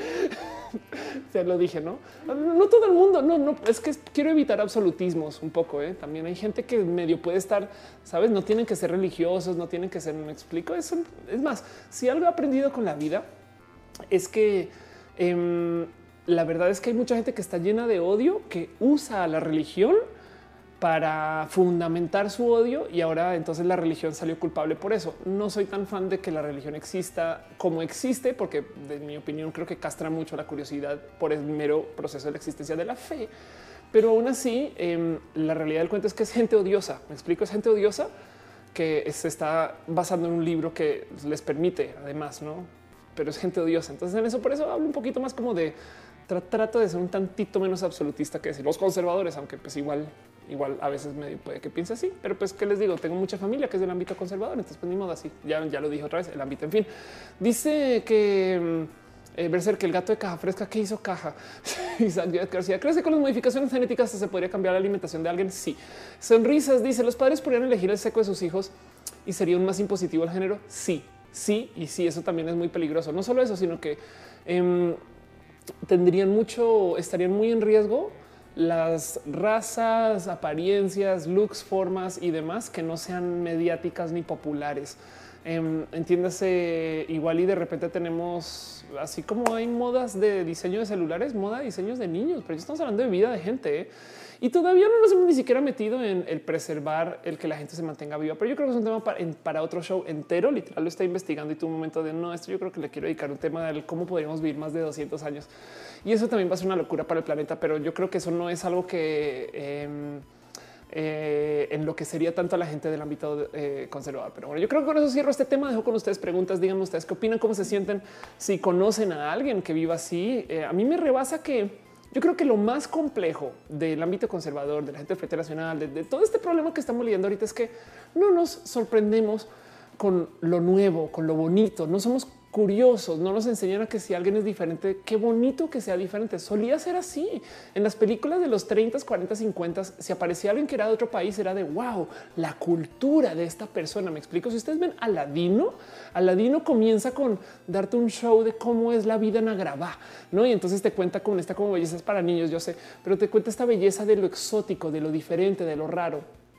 Se lo dije, no, no todo el mundo. No, no, es que quiero evitar absolutismos un poco. ¿eh? También hay gente que medio puede estar, sabes, no tienen que ser religiosos, no tienen que ser, me explico eso. Es más, si algo he aprendido con la vida es que eh, la verdad es que hay mucha gente que está llena de odio, que usa a la religión para fundamentar su odio y ahora entonces la religión salió culpable por eso. No soy tan fan de que la religión exista como existe, porque de mi opinión creo que castra mucho la curiosidad por el mero proceso de la existencia de la fe. Pero aún así, eh, la realidad del cuento es que es gente odiosa. Me explico, es gente odiosa que se está basando en un libro que les permite, además, no, pero es gente odiosa. Entonces en eso, por eso hablo un poquito más como de trato de ser un tantito menos absolutista que decir los conservadores, aunque pues igual, igual a veces me puede que piense así, pero pues qué les digo, tengo mucha familia que es del ámbito conservador, entonces pues ni modo así. Ya, ya lo dije otra vez, el ámbito. En fin, dice que eh, Berser, que el gato de Caja Fresca que hizo Caja. Isaac García, ¿crees que con las modificaciones genéticas se podría cambiar la alimentación de alguien? Sí. Sonrisas dice, los padres podrían elegir el seco de sus hijos y sería un más impositivo al género. Sí, sí y sí. Eso también es muy peligroso. No solo eso, sino que eh, tendrían mucho, estarían muy en riesgo las razas, apariencias, looks, formas y demás que no sean mediáticas ni populares. Eh, entiéndase igual y de repente tenemos, así como hay modas de diseño de celulares, moda de diseños de niños, pero ya estamos hablando de vida de gente. ¿eh? Y todavía no nos hemos ni siquiera metido en el preservar el que la gente se mantenga viva. Pero yo creo que es un tema para, en, para otro show entero. Literal lo está investigando y tu momento de no, esto yo creo que le quiero dedicar un tema de cómo podríamos vivir más de doscientos años. Y eso también va a ser una locura para el planeta, pero yo creo que eso no es algo que eh, eh, en lo que sería tanto a la gente del ámbito eh, conservador. Pero bueno, yo creo que con eso cierro este tema. Dejo con ustedes preguntas. Díganme ustedes qué opinan, cómo se sienten, si conocen a alguien que viva así. Eh, a mí me rebasa que yo creo que lo más complejo del ámbito conservador, de la gente del Frente Nacional, de, de todo este problema que estamos lidiando ahorita es que no nos sorprendemos con lo nuevo, con lo bonito. No somos curiosos, no nos enseñan a que si alguien es diferente, qué bonito que sea diferente. Solía ser así. En las películas de los treinta, cuarenta, cincuenta, si aparecía alguien que era de otro país, era de wow, la cultura de esta persona. Me explico. Si ustedes ven Aladino, Aladino comienza con darte un show de cómo es la vida en Agrabah, ¿no? Y entonces te cuenta con esta como belleza es para niños, yo sé, pero te cuenta esta belleza de lo exótico, de lo diferente, de lo raro.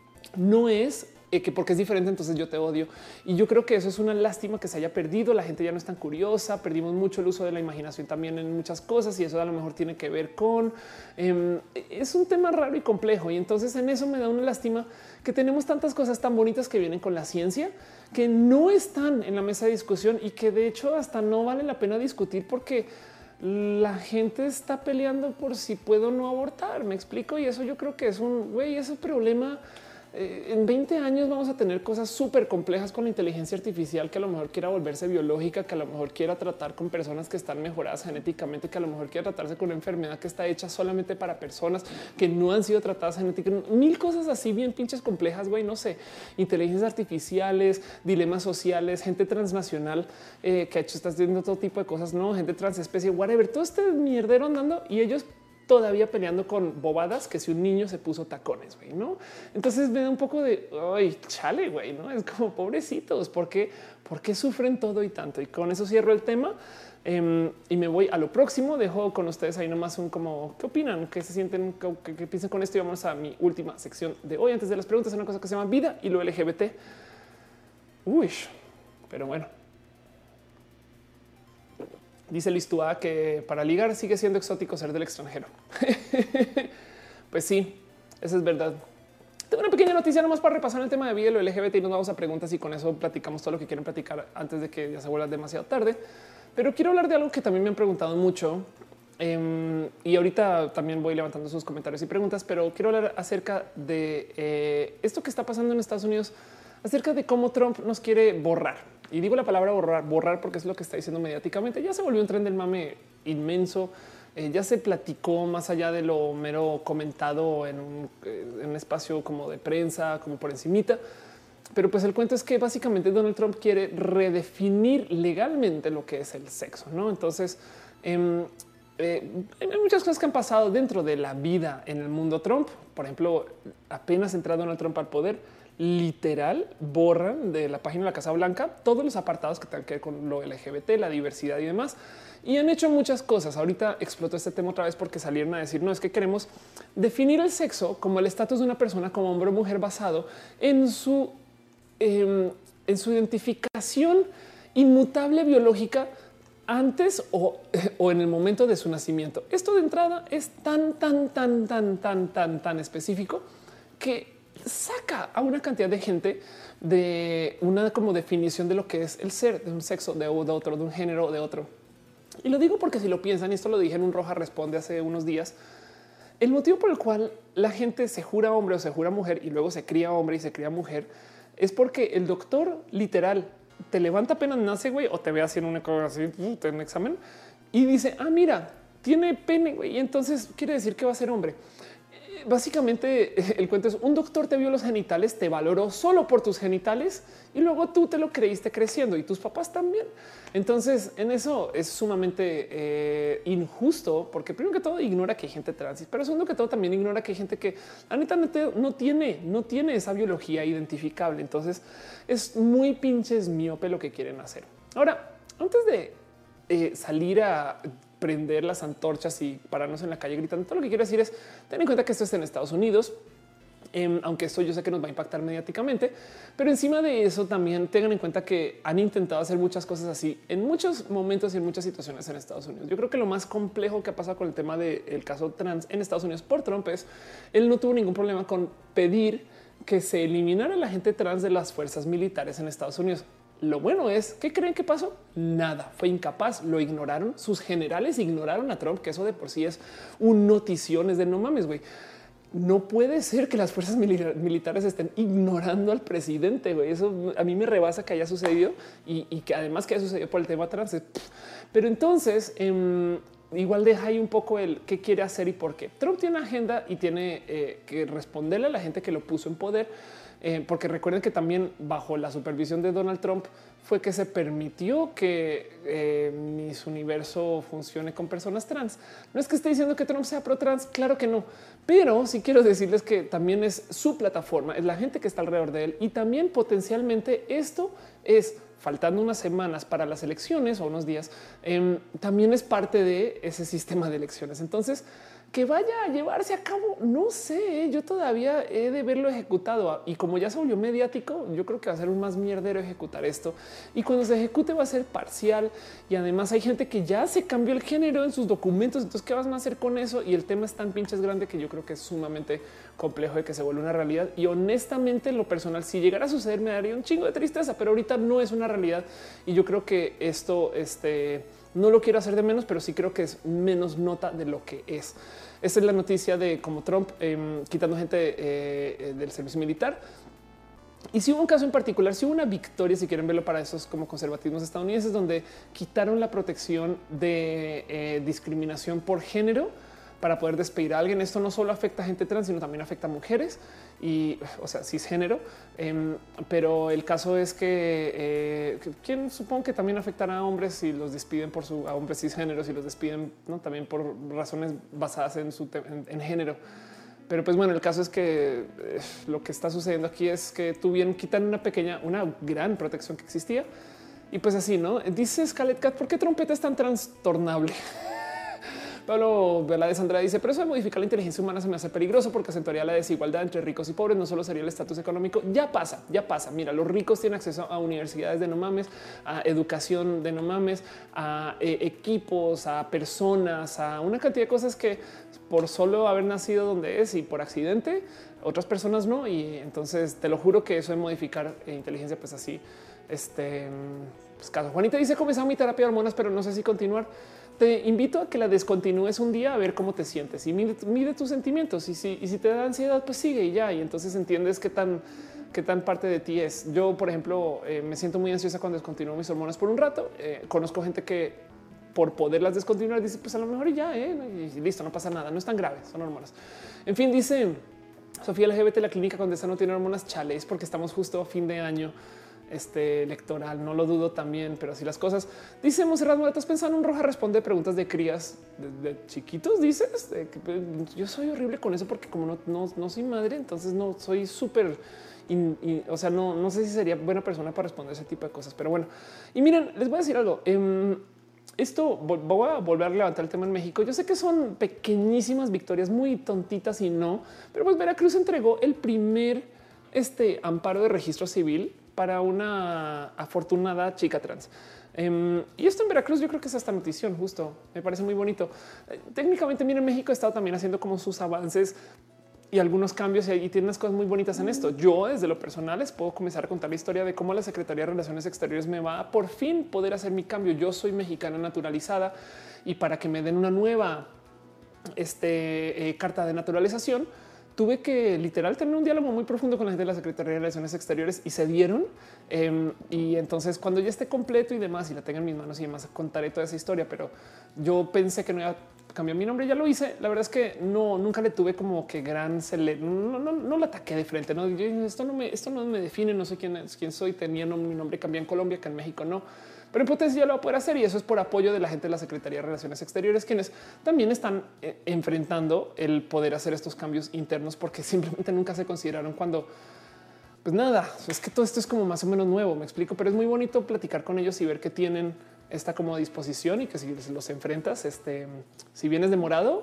No es eh, que porque es diferente, entonces yo te odio. Y yo creo que eso es una lástima que se haya perdido. La gente ya no es tan curiosa. Perdimos mucho el uso de la imaginación también en muchas cosas y eso a lo mejor tiene que ver con eh, es un tema raro y complejo. Y entonces en eso me da una lástima que tenemos tantas cosas tan bonitas que vienen con la ciencia que no están en la mesa de discusión y que de hecho hasta no vale la pena discutir porque la gente está peleando por si puedo o no abortar. Me explico. Y eso yo creo que es un güey, ese problema. Eh, en veinte años vamos a tener cosas súper complejas con la inteligencia artificial que a lo mejor quiera volverse biológica, que a lo mejor quiera tratar con personas que están mejoradas genéticamente, que a lo mejor quiera tratarse con una enfermedad que está hecha solamente para personas que no han sido tratadas genéticamente. Mil cosas así bien pinches complejas, güey, no sé, inteligencias artificiales, dilemas sociales, gente transnacional eh, que ha hecho, está haciendo todo tipo de cosas, no, gente transespecie, whatever, todo este mierdero andando y ellos todavía peleando con bobadas que si un niño se puso tacones, güey, no? Entonces me da un poco de ay, chale, güey, no es como pobrecitos. ¿Por qué? ¿Por qué sufren todo y tanto? Y con eso cierro el tema eh, y me voy a lo próximo. Dejo con ustedes ahí nomás un como qué opinan, qué se sienten, qué, qué piensan con esto. Y vamos a mi última sección de hoy. Antes de las preguntas, una cosa que se llama vida y lo L G B T. Uy, pero bueno. Dice Listúa que para ligar sigue siendo exótico ser del extranjero. Pues sí, eso es verdad. Tengo una pequeña noticia nomás para repasar el tema de vida y lo L G B T y nos vamos a preguntas y con eso platicamos todo lo que quieren platicar antes de que ya se vuelva demasiado tarde. Pero quiero hablar de algo que también me han preguntado mucho eh, y ahorita también voy levantando sus comentarios y preguntas, pero quiero hablar acerca de eh, esto que está pasando en Estados Unidos, acerca de cómo Trump nos quiere borrar. Y digo la palabra borrar, borrar porque es lo que está diciendo mediáticamente. Ya se volvió un tren del mame inmenso. Eh, ya se platicó más allá de lo mero comentado en un, eh, en un espacio como de prensa, como por encimita. pero pues el cuento es que básicamente Donald Trump quiere redefinir legalmente lo que es el sexo, ¿no? Entonces, eh, eh, hay muchas cosas que han pasado dentro de la vida en el mundo Trump. Por ejemplo, apenas entra Donald Trump al poder, literal borran de la página de la Casa Blanca todos los apartados que tengan que ver con lo L G B T, la diversidad y demás. Y han hecho muchas cosas. Ahorita explotó este tema otra vez porque salieron a decir no, es que queremos definir el sexo como el estatus de una persona como hombre o mujer basado en su, eh, en su identificación inmutable biológica antes o, o en el momento de su nacimiento. Esto de entrada es tan, tan, tan, tan, tan, tan, tan específico que saca a una cantidad de gente de una como definición de lo que es el ser, de un sexo, de, de otro, de un género, de otro. Y lo digo porque si lo piensan, y esto lo dije en un Roja Responde hace unos días, el motivo por el cual la gente se jura hombre o se jura mujer y luego se cría hombre y se cría mujer es porque el doctor literal te levanta apenas nace, güey, o te ve haciendo una cosa así, en un examen y dice, ah, mira, tiene pene, güey, y entonces quiere decir que va a ser hombre. Básicamente el cuento es un doctor te vio los genitales, te valoró solo por tus genitales y luego tú te lo creíste creciendo y tus papás también. Entonces en eso es sumamente eh, injusto porque primero que todo ignora que hay gente trans, pero segundo que todo también ignora que hay gente que la neta no tiene, no tiene esa biología identificable. Entonces es muy pinches miope lo que quieren hacer. Ahora, antes de eh, salir a prender las antorchas y pararnos en la calle gritando, todo lo que quiero decir es ten en cuenta que esto está en Estados Unidos, eh, aunque esto yo sé que nos va a impactar mediáticamente, pero encima de eso también tengan en cuenta que han intentado hacer muchas cosas así en muchos momentos y en muchas situaciones en Estados Unidos. Yo creo que lo más complejo que ha pasado con el tema del caso trans en Estados Unidos por Trump es él no tuvo ningún problema con pedir que se eliminara la gente trans de las fuerzas militares en Estados Unidos. Lo bueno es que creen que pasó nada, fue incapaz, lo ignoraron. Sus generales ignoraron a Trump, que eso de por sí es un notición, es de no mames, güey. No puede ser que las fuerzas militares estén ignorando al presidente, güey. Eso a mí me rebasa que haya sucedido y, y que además que haya sucedido por el tema trans. Pero entonces eh, igual deja ahí un poco el qué quiere hacer y por qué. Trump tiene una agenda y tiene eh, que responderle a la gente que lo puso en poder. Eh, porque recuerden que también bajo la supervisión de Donald Trump fue que se permitió que eh, Miss Universo funcione con personas trans. No es que esté diciendo que Trump sea pro trans, claro que no, pero sí quiero decirles que también es su plataforma, es la gente que está alrededor de él y también potencialmente esto es faltando unas semanas para las elecciones o unos días, eh, también es parte de ese sistema de elecciones. Entonces, que vaya a llevarse a cabo, no sé, yo todavía he de verlo ejecutado y como ya se volvió mediático, yo creo que va a ser un más mierdero ejecutar esto y cuando se ejecute va a ser parcial y además hay gente que ya se cambió el género en sus documentos, entonces ¿qué vas a hacer con eso? Y el tema es tan pinches grande que yo creo que es sumamente complejo de que se vuelva una realidad y honestamente en lo personal si llegara a suceder me daría un chingo de tristeza, pero ahorita no es una realidad y yo creo que esto este no lo quiero hacer de menos, pero sí creo que es menos nota de lo que es. Esta es la noticia de cómo Trump eh, quitando gente eh, del servicio militar. Y si hubo un caso en particular, si hubo una victoria, si quieren verlo para esos como conservatismos estadounidenses, donde quitaron la protección de eh, discriminación por género para poder despedir a alguien. Esto no solo afecta a gente trans, sino también afecta a mujeres y, o sea, cisgénero. Eh, pero el caso es que eh, quien supongo que también afectará a hombres si los despiden por su a hombres cisgéneros y los despiden, ¿no? También por razones basadas en su en, en género. Pero pues bueno, el caso es que eh, lo que está sucediendo aquí es que tuvieron quitan una pequeña, una gran protección que existía y pues así, ¿no? Dice Scarlett Cat, ¿por qué trompeta es tan trastornable? Pablo Veláez Andrade dice, pero eso de modificar la inteligencia humana se me hace peligroso porque acentuaría la desigualdad entre ricos y pobres. No solo sería el estatus económico. Ya pasa, ya pasa. Mira, los ricos tienen acceso a universidades de no mames, a educación de no mames, a eh, equipos, a personas, a una cantidad de cosas que por solo haber nacido donde es y por accidente, otras personas no. Y entonces te lo juro que eso de modificar eh, inteligencia, pues así, este pues caso. Juanita dice, comenzaba mi terapia de hormonas, pero no sé si continuar. Te invito a que la descontinúes un día a ver cómo te sientes y mide, mide tus sentimientos. Y si, y si te da ansiedad, pues sigue y ya. Y entonces entiendes qué tan, qué tan parte de ti es. Yo, por ejemplo, eh, me siento muy ansiosa cuando descontinúo mis hormonas por un rato. Eh, conozco gente que por poderlas descontinuar dice, pues a lo mejor y ya, eh, y listo, no pasa nada, no es tan grave, son hormonas. En fin, dice Sofía L G B T, la clínica Condesa no tiene hormonas, chales, porque estamos justo a fin de año este electoral. No lo dudo también, pero así las cosas. Dice Monserrat Moretas, pensando en Roja responde preguntas de crías de, de chiquitos. Dices de que, pues, yo soy horrible con eso porque como no, no, no soy madre, entonces no soy súper. O sea, no, no sé si sería buena persona para responder ese tipo de cosas, pero bueno. Y miren, les voy a decir algo. Eh, Esto voy a volver a levantar el tema en México. Yo sé que son pequeñísimas victorias muy tontitas y no, pero pues Veracruz entregó el primer este amparo de registro civil para una afortunada chica trans. Um, y esto en Veracruz yo creo que es hasta notición, justo. Me parece muy bonito. Eh, técnicamente, miren, México ha estado también haciendo como sus avances y algunos cambios y tiene unas cosas muy bonitas en esto. Yo desde lo personal les puedo comenzar a contar la historia de cómo la Secretaría de Relaciones Exteriores me va a por fin poder hacer mi cambio. Yo soy mexicana naturalizada y para que me den una nueva este, eh, carta de naturalización, tuve que literal tener un diálogo muy profundo con la gente de la Secretaría de Relaciones Exteriores y se dieron. Eh, y entonces cuando ya esté completo y demás y la tenga en mis manos y demás, contaré toda esa historia. Pero yo pensé que no iba a cambiar mi nombre. Ya lo hice. La verdad es que no, nunca le tuve como que gran cele no, no, no la ataqué de frente. No, yo, esto no me, esto no me define. No sé quién es, quién soy. Tenía no, mi nombre cambié en Colombia, que en México no. Pero en potencia ya lo va a poder hacer y eso es por apoyo de la gente de la Secretaría de Relaciones Exteriores, quienes también están eh, enfrentando el poder hacer estos cambios internos porque simplemente nunca se consideraron cuando, pues nada, es que todo esto es como más o menos nuevo, me explico, pero es muy bonito platicar con ellos y ver que tienen esta como disposición y que si los enfrentas, este, si vienes demorado,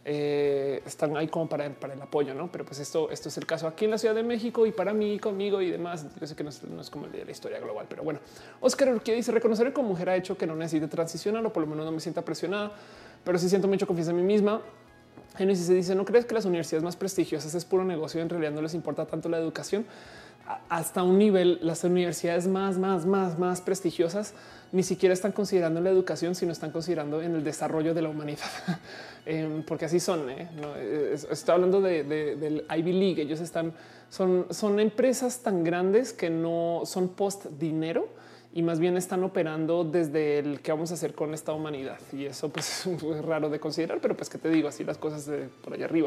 Eh, están ahí como para, para el apoyo, no? Pero pues esto, esto es el caso aquí en la Ciudad de México y para mí, conmigo y demás. Yo sé que no es, no es como el de la historia global, pero bueno. Oscar Urquía dice reconocer como mujer ha hecho que no necesite transicionar o por lo menos no me sienta presionada, pero sí siento mucho confianza en mí misma. Genesis se dice no crees que las universidades más prestigiosas es puro negocio, en realidad no les importa tanto la educación. Hasta un nivel, las universidades más, más, más, más prestigiosas ni siquiera están considerando la educación, sino están considerando en el desarrollo de la humanidad, eh, porque así son. ¿eh? No, estoy hablando de, de, del Ivy League. Ellos están, son, son empresas tan grandes que no son post dinero y más bien están operando desde el que vamos a hacer con esta humanidad. Y eso pues es raro de considerar, pero pues que te digo así las cosas de por allá arriba.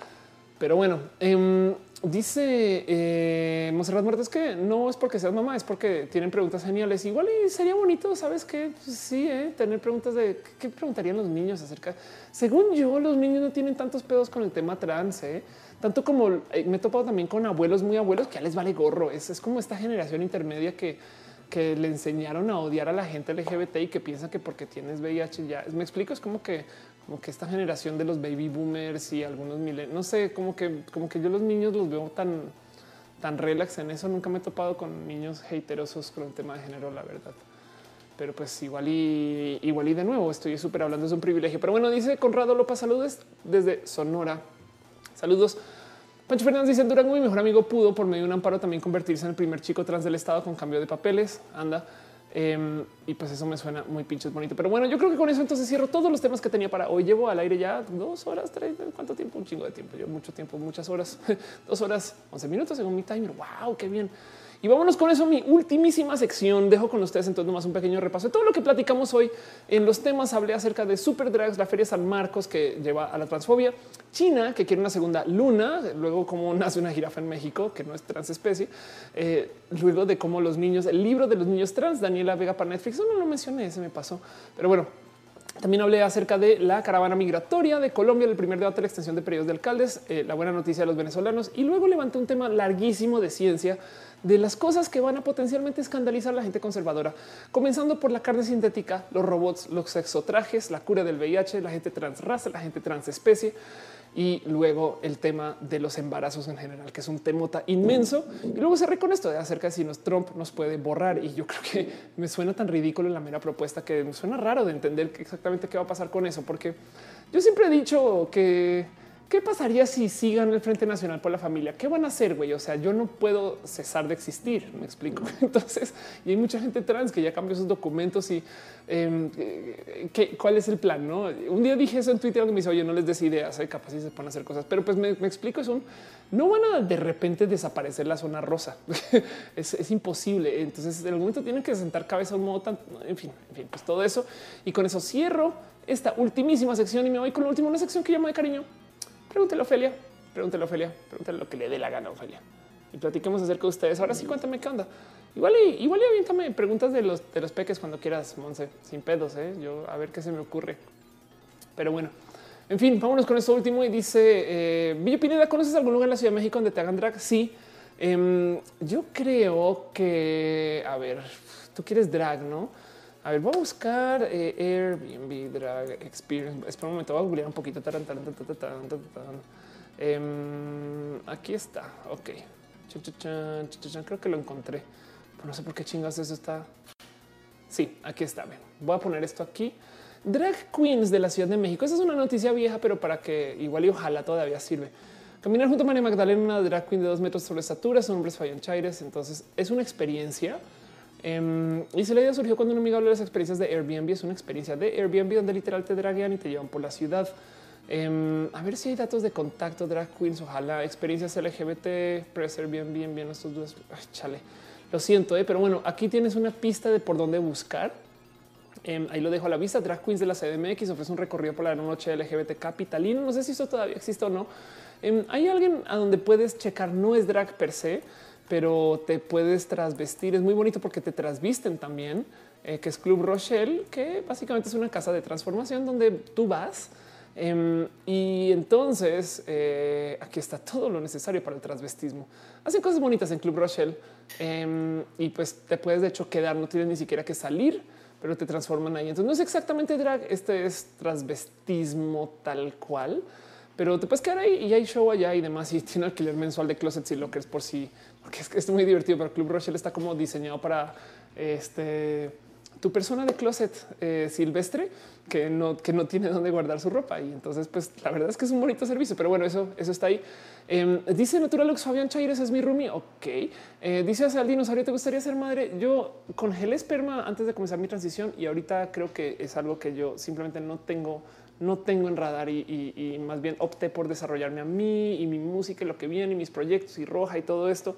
Pero bueno, eh, dice eh, Monserrat Muerto, es que no es porque seas mamá, es porque tienen preguntas geniales. Igual y sería bonito, sabes que pues sí, eh, tener preguntas de qué preguntarían los niños acerca. Según yo, los niños no tienen tantos pedos con el tema trans, eh, tanto como eh, me he topado también con abuelos muy abuelos que ya les vale gorro. Es, es como esta generación intermedia que, que le enseñaron a odiar a la gente L G B T y que piensa que porque tienes V I H ya me explico. Es como que como que esta generación de los baby boomers y algunos millennials, no sé, como que, como que yo los niños los veo tan, tan relax en eso. Nunca me he topado con niños haterosos con el tema de género, la verdad. Pero pues igual y igual y de nuevo estoy súper hablando, es un privilegio. Pero bueno, dice Conrado López, saludos desde Sonora. Saludos. Pancho Fernández dice Durango, mi mejor amigo pudo por medio de un amparo también convertirse en el primer chico trans del estado con cambio de papeles. Anda. Um, y pues eso me suena muy pinches bonito. Pero bueno, yo creo que con eso entonces cierro todos los temas que tenía para hoy. Llevo al aire ya dos horas, tres, ¿cuánto tiempo? Un chingo de tiempo. Yo mucho tiempo, muchas horas, dos horas, once minutos según mi timer. Wow, qué bien. Y vámonos con eso, mi ultimísima sección. Dejo con ustedes entonces nomás un pequeño repaso de todo lo que platicamos hoy. En los temas hablé acerca de Super Drags, la Feria San Marcos que lleva a la transfobia, China que quiere una segunda luna, luego cómo nace una jirafa en México que no es transespecie, eh, luego de cómo los niños, el libro de los niños trans, Daniela Vega para Netflix, no, no lo mencioné, se me pasó, pero bueno. También hablé acerca de la caravana migratoria de Colombia, el primer debate de la extensión de periodos de alcaldes, eh, la buena noticia de los venezolanos y luego levanté un tema larguísimo de ciencia de las cosas que van a potencialmente escandalizar a la gente conservadora, comenzando por la carne sintética, los robots, los sexotrajes, la cura del V I H, la gente transraza, la gente transespecie y luego el tema de los embarazos en general, que es un temota inmenso. Y luego cerré con esto de acerca de si nos Trump nos puede borrar. Y yo creo que me suena tan ridículo la mera propuesta que me suena raro de entender exactamente qué va a pasar con eso, porque yo siempre he dicho que ¿qué pasaría si sigan el Frente Nacional por la Familia? ¿Qué van a hacer, güey? O sea, yo no puedo cesar de existir, me explico. Entonces, y hay mucha gente trans que ya cambió sus documentos y eh, ¿qué, ¿cuál es el plan? ¿No? Un día dije eso en Twitter, donde me dice, oye, no les des ideas, ¿eh? Capaz si se pueden hacer cosas, pero pues me, me explico, es un, no van a de repente desaparecer la zona rosa. es, es imposible. Entonces, en algún momento tienen que sentar cabeza a un modo tan, en fin, en fin, pues todo eso. Y con eso cierro esta ultimísima sección y me voy con la última, una sección que llamo de cariño. Pregúntale, Ofelia. Pregúntale a Ofelia, pregúntale lo que le dé la gana a Ofelia y platiquemos acerca de ustedes. Ahora sí, cuéntame qué onda. Igual y igual y aviéntame preguntas de los de los peques cuando quieras, Monse, sin pedos. ¿eh? Yo a ver qué se me ocurre. Pero bueno, en fin, vámonos con esto último. Y dice eh, Villa Pineda, ¿conoces algún lugar en la Ciudad de México donde te hagan drag? Sí, eh, yo creo que a ver, tú quieres drag, ¿no? A ver, voy a buscar eh, Airbnb Drag Experience. Espera un momento, voy a googlear un poquito. Taran, taran, taran, taran, taran, taran. Eh, aquí está. Ok. Chan, chan, chan, chan, chan. Creo que lo encontré. Pero no sé por qué chingas eso está. Sí, aquí está. Ven. Voy a poner esto aquí. Drag Queens de la Ciudad de México. Esa es una noticia vieja, pero para que igual y ojalá todavía sirve. Caminar junto a María Magdalena, una drag queen de dos metros sobre estatura, son hombres fallanchaires. Entonces es una experiencia. Um, y se la idea surgió cuando un amigo habló de las experiencias de Airbnb. Es una experiencia de Airbnb donde literal te draguean y te llevan por la ciudad. Um, a ver si hay datos de contacto, drag queens, ojalá experiencias L G B T, press Airbnb, envían estos dos. Ay, chale, lo siento, eh, pero bueno, aquí tienes una pista de por dónde buscar. Um, ahí lo dejo a la vista. Drag Queens de la C D M X ofrece un recorrido por la noche L G B T capitalino. No sé si eso todavía existe o no. Um, hay alguien a donde puedes checar, no es drag per se, pero te puedes trasvestir. Es muy bonito porque te trasvisten también, eh, que es Club Rochelle, que básicamente es una casa de transformación donde tú vas. Um, y entonces eh, aquí está todo lo necesario para el transvestismo. Hacen cosas bonitas en Club Rochelle um, y pues te puedes de hecho quedar, no tienes ni siquiera que salir, pero te transforman ahí. Entonces no es exactamente drag, este es transvestismo tal cual, pero te puedes quedar ahí y hay show allá y demás. Y tiene alquiler mensual de closets y lockers por si, sí, porque es que es muy divertido. Pero Club Rochelle está como diseñado para este tu persona de closet eh, silvestre que no, que no tiene dónde guardar su ropa. Y entonces, pues la verdad es que es un bonito servicio, pero bueno, eso, eso está ahí. Eh, dice Naturalux Fabián Chaires es mi roomie. Ok. Eh, dice hacia el dinosaurio, ¿te gustaría ser madre? Yo congelé esperma antes de comenzar mi transición y ahorita creo que es algo que yo simplemente no tengo, no tengo en radar y, y, y más bien opté por desarrollarme a mí y mi música y lo que viene y mis proyectos y Roja y todo esto.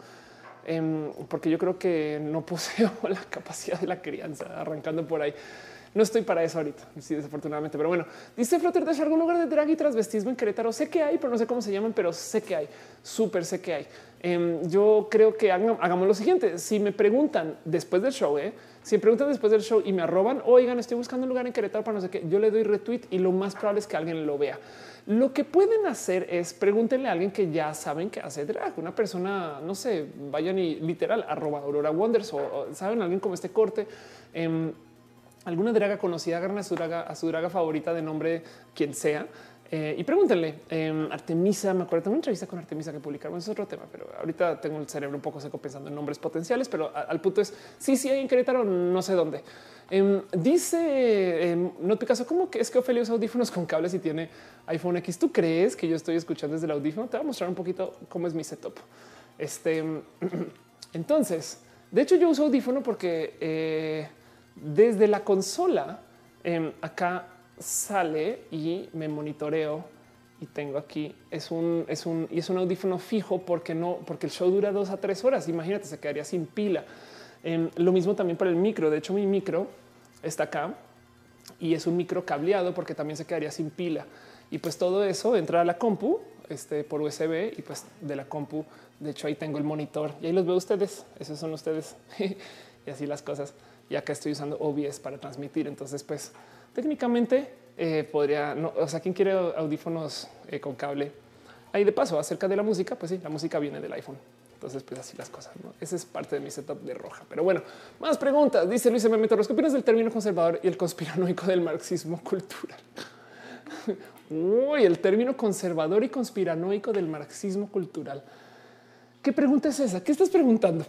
Um, porque yo creo que no poseo la capacidad de la crianza, arrancando por ahí. No estoy para eso ahorita, sí, desafortunadamente. Pero bueno, dice Flutter Dash, algún lugar de drag y transvestismo en Querétaro. Sé que hay, pero no sé cómo se llaman, pero sé que hay, súper sé que hay. Um, yo creo que hagan, hagamos lo siguiente. Si me preguntan después del show, eh, si me preguntan después del show y me arroban, oigan, estoy buscando un lugar en Querétaro para no sé qué, yo le doy retweet y lo más probable es que alguien lo vea. Lo que pueden hacer es pregúntenle a alguien que ya saben que hace drag, una persona, no sé, vayan y literal arroba Aurora Wonders o, o saben alguien como este corte, eh, alguna draga conocida, agarran a su draga, a su draga favorita de nombre quien sea. Eh, y pregúntenle eh, Artemisa. Me acuerdo, tengo una entrevista con Artemisa que publicaron. Es otro tema, pero ahorita tengo el cerebro un poco seco pensando en nombres potenciales. Pero a, al punto es sí, sí hay en Querétaro, no sé dónde. Eh, dice eh, No Picasso, ¿cómo que es que Ofelia usa audífonos con cables y tiene iPhone X? ¿Tú crees que yo estoy escuchando desde el audífono? Te voy a mostrar un poquito cómo es mi setup. Este entonces, de hecho, yo uso audífono porque eh, desde la consola eh, acá sale y me monitoreo y tengo aquí es un es un y es un audífono fijo porque no porque el show dura dos a tres horas. Imagínate, se quedaría sin pila. Eh, lo mismo también para el micro. De hecho, mi micro está acá y es un micro cableado porque también se quedaría sin pila. Y pues todo eso entra a la compu este, por U S B y pues de la compu. De hecho, ahí tengo el monitor y ahí los veo ustedes. Esos son ustedes y así las cosas. Y acá estoy usando O B S para transmitir. Entonces, pues técnicamente eh, podría, no, o sea, quien quiere audífonos eh, con cable. Ahí de paso, acerca de la música, pues sí, la música viene del iPhone. Entonces, pues así las cosas, ¿no? Ese es parte de mi setup de Roja. Pero bueno, más preguntas. Dice Luis M. Torres, ¿qué opinas del término conservador y el conspiranoico del marxismo cultural? Uy, el término conservador y conspiranoico del marxismo cultural. ¿Qué pregunta es esa? ¿Qué estás preguntando?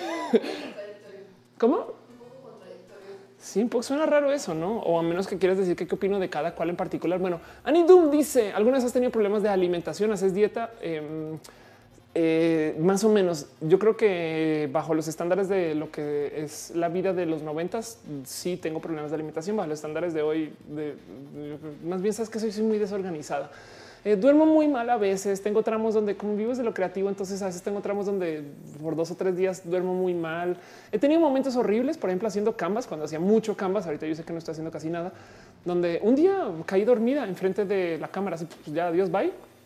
¿Cómo? Sí, un poco suena raro eso, ¿no? O a menos que quieras decir que qué opino de cada cual en particular. Bueno, Annie Doom dice, ¿alguna vez has tenido problemas de alimentación? ¿Haces dieta? Eh, eh, más o menos. Yo creo que bajo los estándares de lo que es la vida de los noventas, sí tengo problemas de alimentación. Bajo los estándares de hoy, de, de, más bien sabes que soy, soy muy desorganizada. Eh, duermo muy mal a veces, tengo tramos donde como vivo de lo creativo, entonces a veces tengo tramos donde por dos o tres días duermo muy mal. He tenido momentos horribles, por ejemplo, haciendo canvas, cuando hacía mucho canvas, ahorita yo sé que no estoy haciendo casi nada, donde un día caí dormida enfrente de la cámara, así pues ya adiós, bye.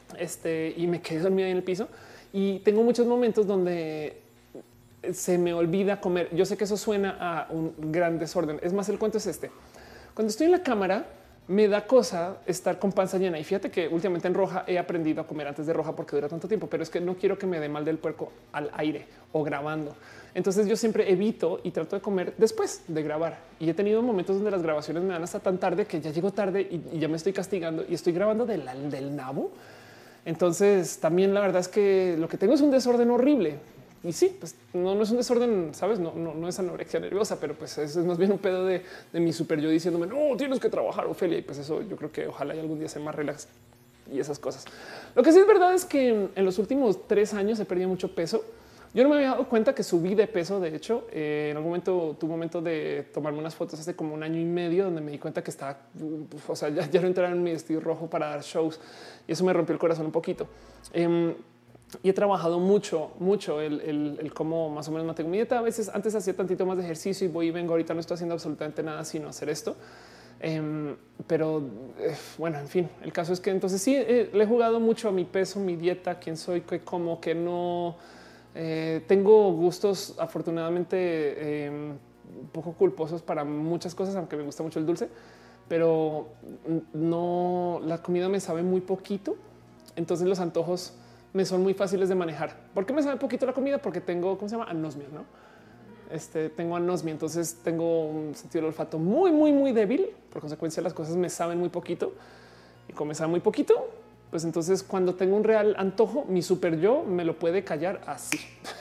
este, y me quedé dormida en el piso. Y tengo muchos momentos donde se me olvida comer. Yo sé que eso suena a un gran desorden. Es más, el cuento es este. Cuando estoy en la cámara, me da cosa estar con panza llena. Y fíjate que últimamente en Roja he aprendido a comer antes de Roja porque dura tanto tiempo, pero es que no quiero que me dé mal del puerco al aire o grabando. Entonces yo siempre evito y trato de comer después de grabar. Y he tenido momentos donde las grabaciones me dan hasta tan tarde que ya llego tarde y, y ya me estoy castigando y estoy grabando del, del nabo. Entonces también la verdad es que lo que tengo es un desorden horrible. Y sí, pues no, no es un desorden, sabes, no, no, no es anorexia nerviosa, pero pues eso es más bien un pedo de, de mi super yo diciéndome no tienes que trabajar, Ofelia. Y pues eso yo creo que ojalá y algún día sea más relax y esas cosas. Lo que sí es verdad es que en los últimos tres años he perdido mucho peso. Yo no me había dado cuenta que subí de peso. De hecho, eh, en algún momento tuve un momento de tomarme unas fotos hace como un año y medio donde me di cuenta que estaba, o sea, ya, ya no entraba en mi vestido rojo para dar shows y eso me rompió el corazón un poquito. Eh, Y he trabajado mucho, mucho el, el, el cómo más o menos mantengo mi dieta. A veces antes hacía tantito más de ejercicio y voy y vengo. Ahorita no estoy haciendo absolutamente nada sino hacer esto. Um, pero eh, bueno, en fin, el caso es que entonces sí eh, le he jugado mucho a mi peso, mi dieta, quién soy, qué como, que no eh, tengo gustos afortunadamente eh, un poco culposos para muchas cosas, aunque me gusta mucho el dulce, pero no, la comida me sabe muy poquito. Entonces los antojos me son muy fáciles de manejar. ¿Por qué me sabe poquito la comida? Porque tengo, ¿cómo se llama? Anosmia, ¿no? Este, tengo anosmia, entonces tengo un sentido del olfato muy, muy, muy débil. Por consecuencia, las cosas me saben muy poquito. Y como me sabe muy poquito, pues entonces cuando tengo un real antojo, mi super yo me lo puede callar así.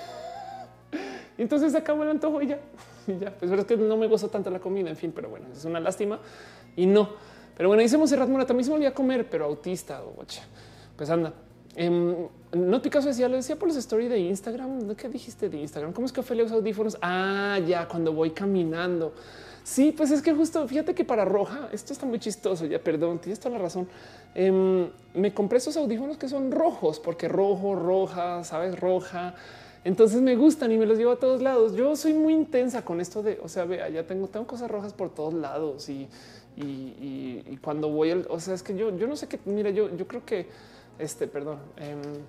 Y entonces se acabó el antojo y ya. Y ya. Pues es que no me gozo tanto la comida, en fin, pero bueno, es una lástima. Y no. Pero bueno, dice Monserrat Mora, también se me olvidó comer, pero autista o oh, pues anda. Um, no Picasso decía, lo decía por los stories de Instagram. ¿Qué dijiste de Instagram? ¿Cómo es que Ofelia usa audífonos? Ah, ya cuando voy caminando. Sí, pues es que justo fíjate que para Roja esto está muy chistoso. Ya perdón, tienes toda la razón. Um, me compré esos audífonos que son rojos porque rojo, roja, sabes, roja. Entonces me gustan y me los llevo a todos lados. Yo soy muy intensa con esto de, o sea, vea, ya tengo, tengo cosas rojas por todos lados y, y, y, y cuando voy, el, o sea, es que yo, yo no sé qué. Mira, yo, yo creo que Este, perdón. Eh,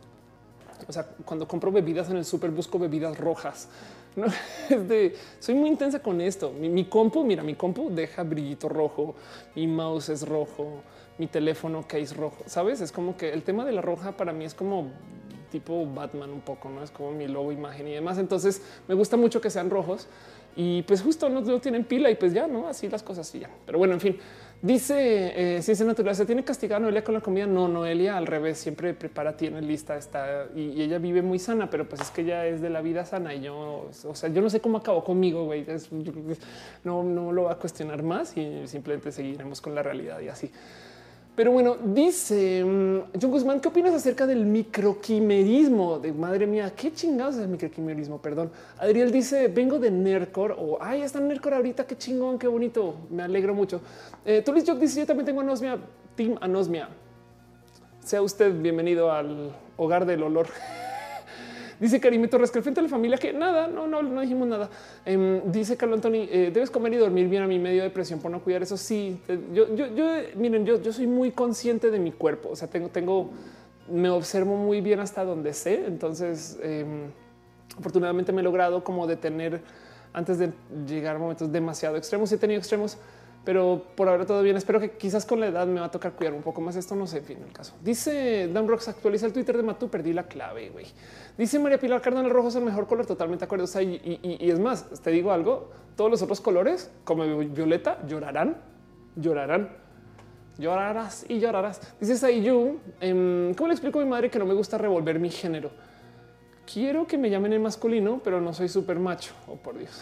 o sea, cuando compro bebidas en el súper busco bebidas rojas. No es de, soy muy intensa con esto. Mi, mi compu, mira, mi compu deja brillito rojo. Mi mouse es rojo. Mi teléfono case rojo. Sabes? Es como que el tema de la roja para mí es como tipo Batman un poco, no es como mi logo, imagen y demás. Entonces me gusta mucho que sean rojos y pues justo no, no tienen pila y pues ya no así las cosas y ya. Pero bueno, en fin. Dice eh, Ciencia Natural, ¿se tiene castigada Noelia con la comida? No, Noelia al revés, siempre prepara, tiene lista, está y, y ella vive muy sana, pero pues es que ella es de la vida sana y yo, o sea, yo no sé cómo acabó conmigo, güey. No, no lo va a cuestionar más y simplemente seguiremos con la realidad y así. Pero bueno, dice John Guzmán, ¿qué opinas acerca del microquimerismo? De madre mía, qué chingados es el microquimerismo. Perdón. Adriel dice, vengo de Nerdcore o ay, está en Nerdcore ahorita. Qué chingón, qué bonito. Me alegro mucho. Eh, Tulis Jock dice, yo también tengo anosmia, team anosmia. Sea usted bienvenido al hogar del olor. Dice Karim Torres que al frente de la familia que nada, no, no, no dijimos nada. Um, dice Carlos Anthony, eh, debes comer y dormir bien a mi medio de depresión por no cuidar eso. Sí, yo, yo, yo miren, yo, yo soy muy consciente de mi cuerpo. O sea, tengo, tengo, me observo muy bien hasta donde sé. Entonces, um, afortunadamente me he logrado como detener antes de llegar a momentos demasiado extremos. He tenido extremos, pero por ahora todo bien. Espero que quizás con la edad me va a tocar cuidar un poco más esto. No sé, en fin, el caso. Dice Dan Rocks, actualiza el Twitter de Matú. Perdí la clave, güey. Dice María Pilar Cardona, el rojo es el mejor color. Totalmente de acuerdo. O sea, y, y, y es más, te digo algo. Todos los otros colores, como violeta, llorarán, llorarán, llorarás y llorarás. Dice Sayu, eh, ¿cómo le explico a mi madre que no me gusta revolver mi género? Quiero que me llamen en masculino, pero no soy súper macho. Oh, por Dios.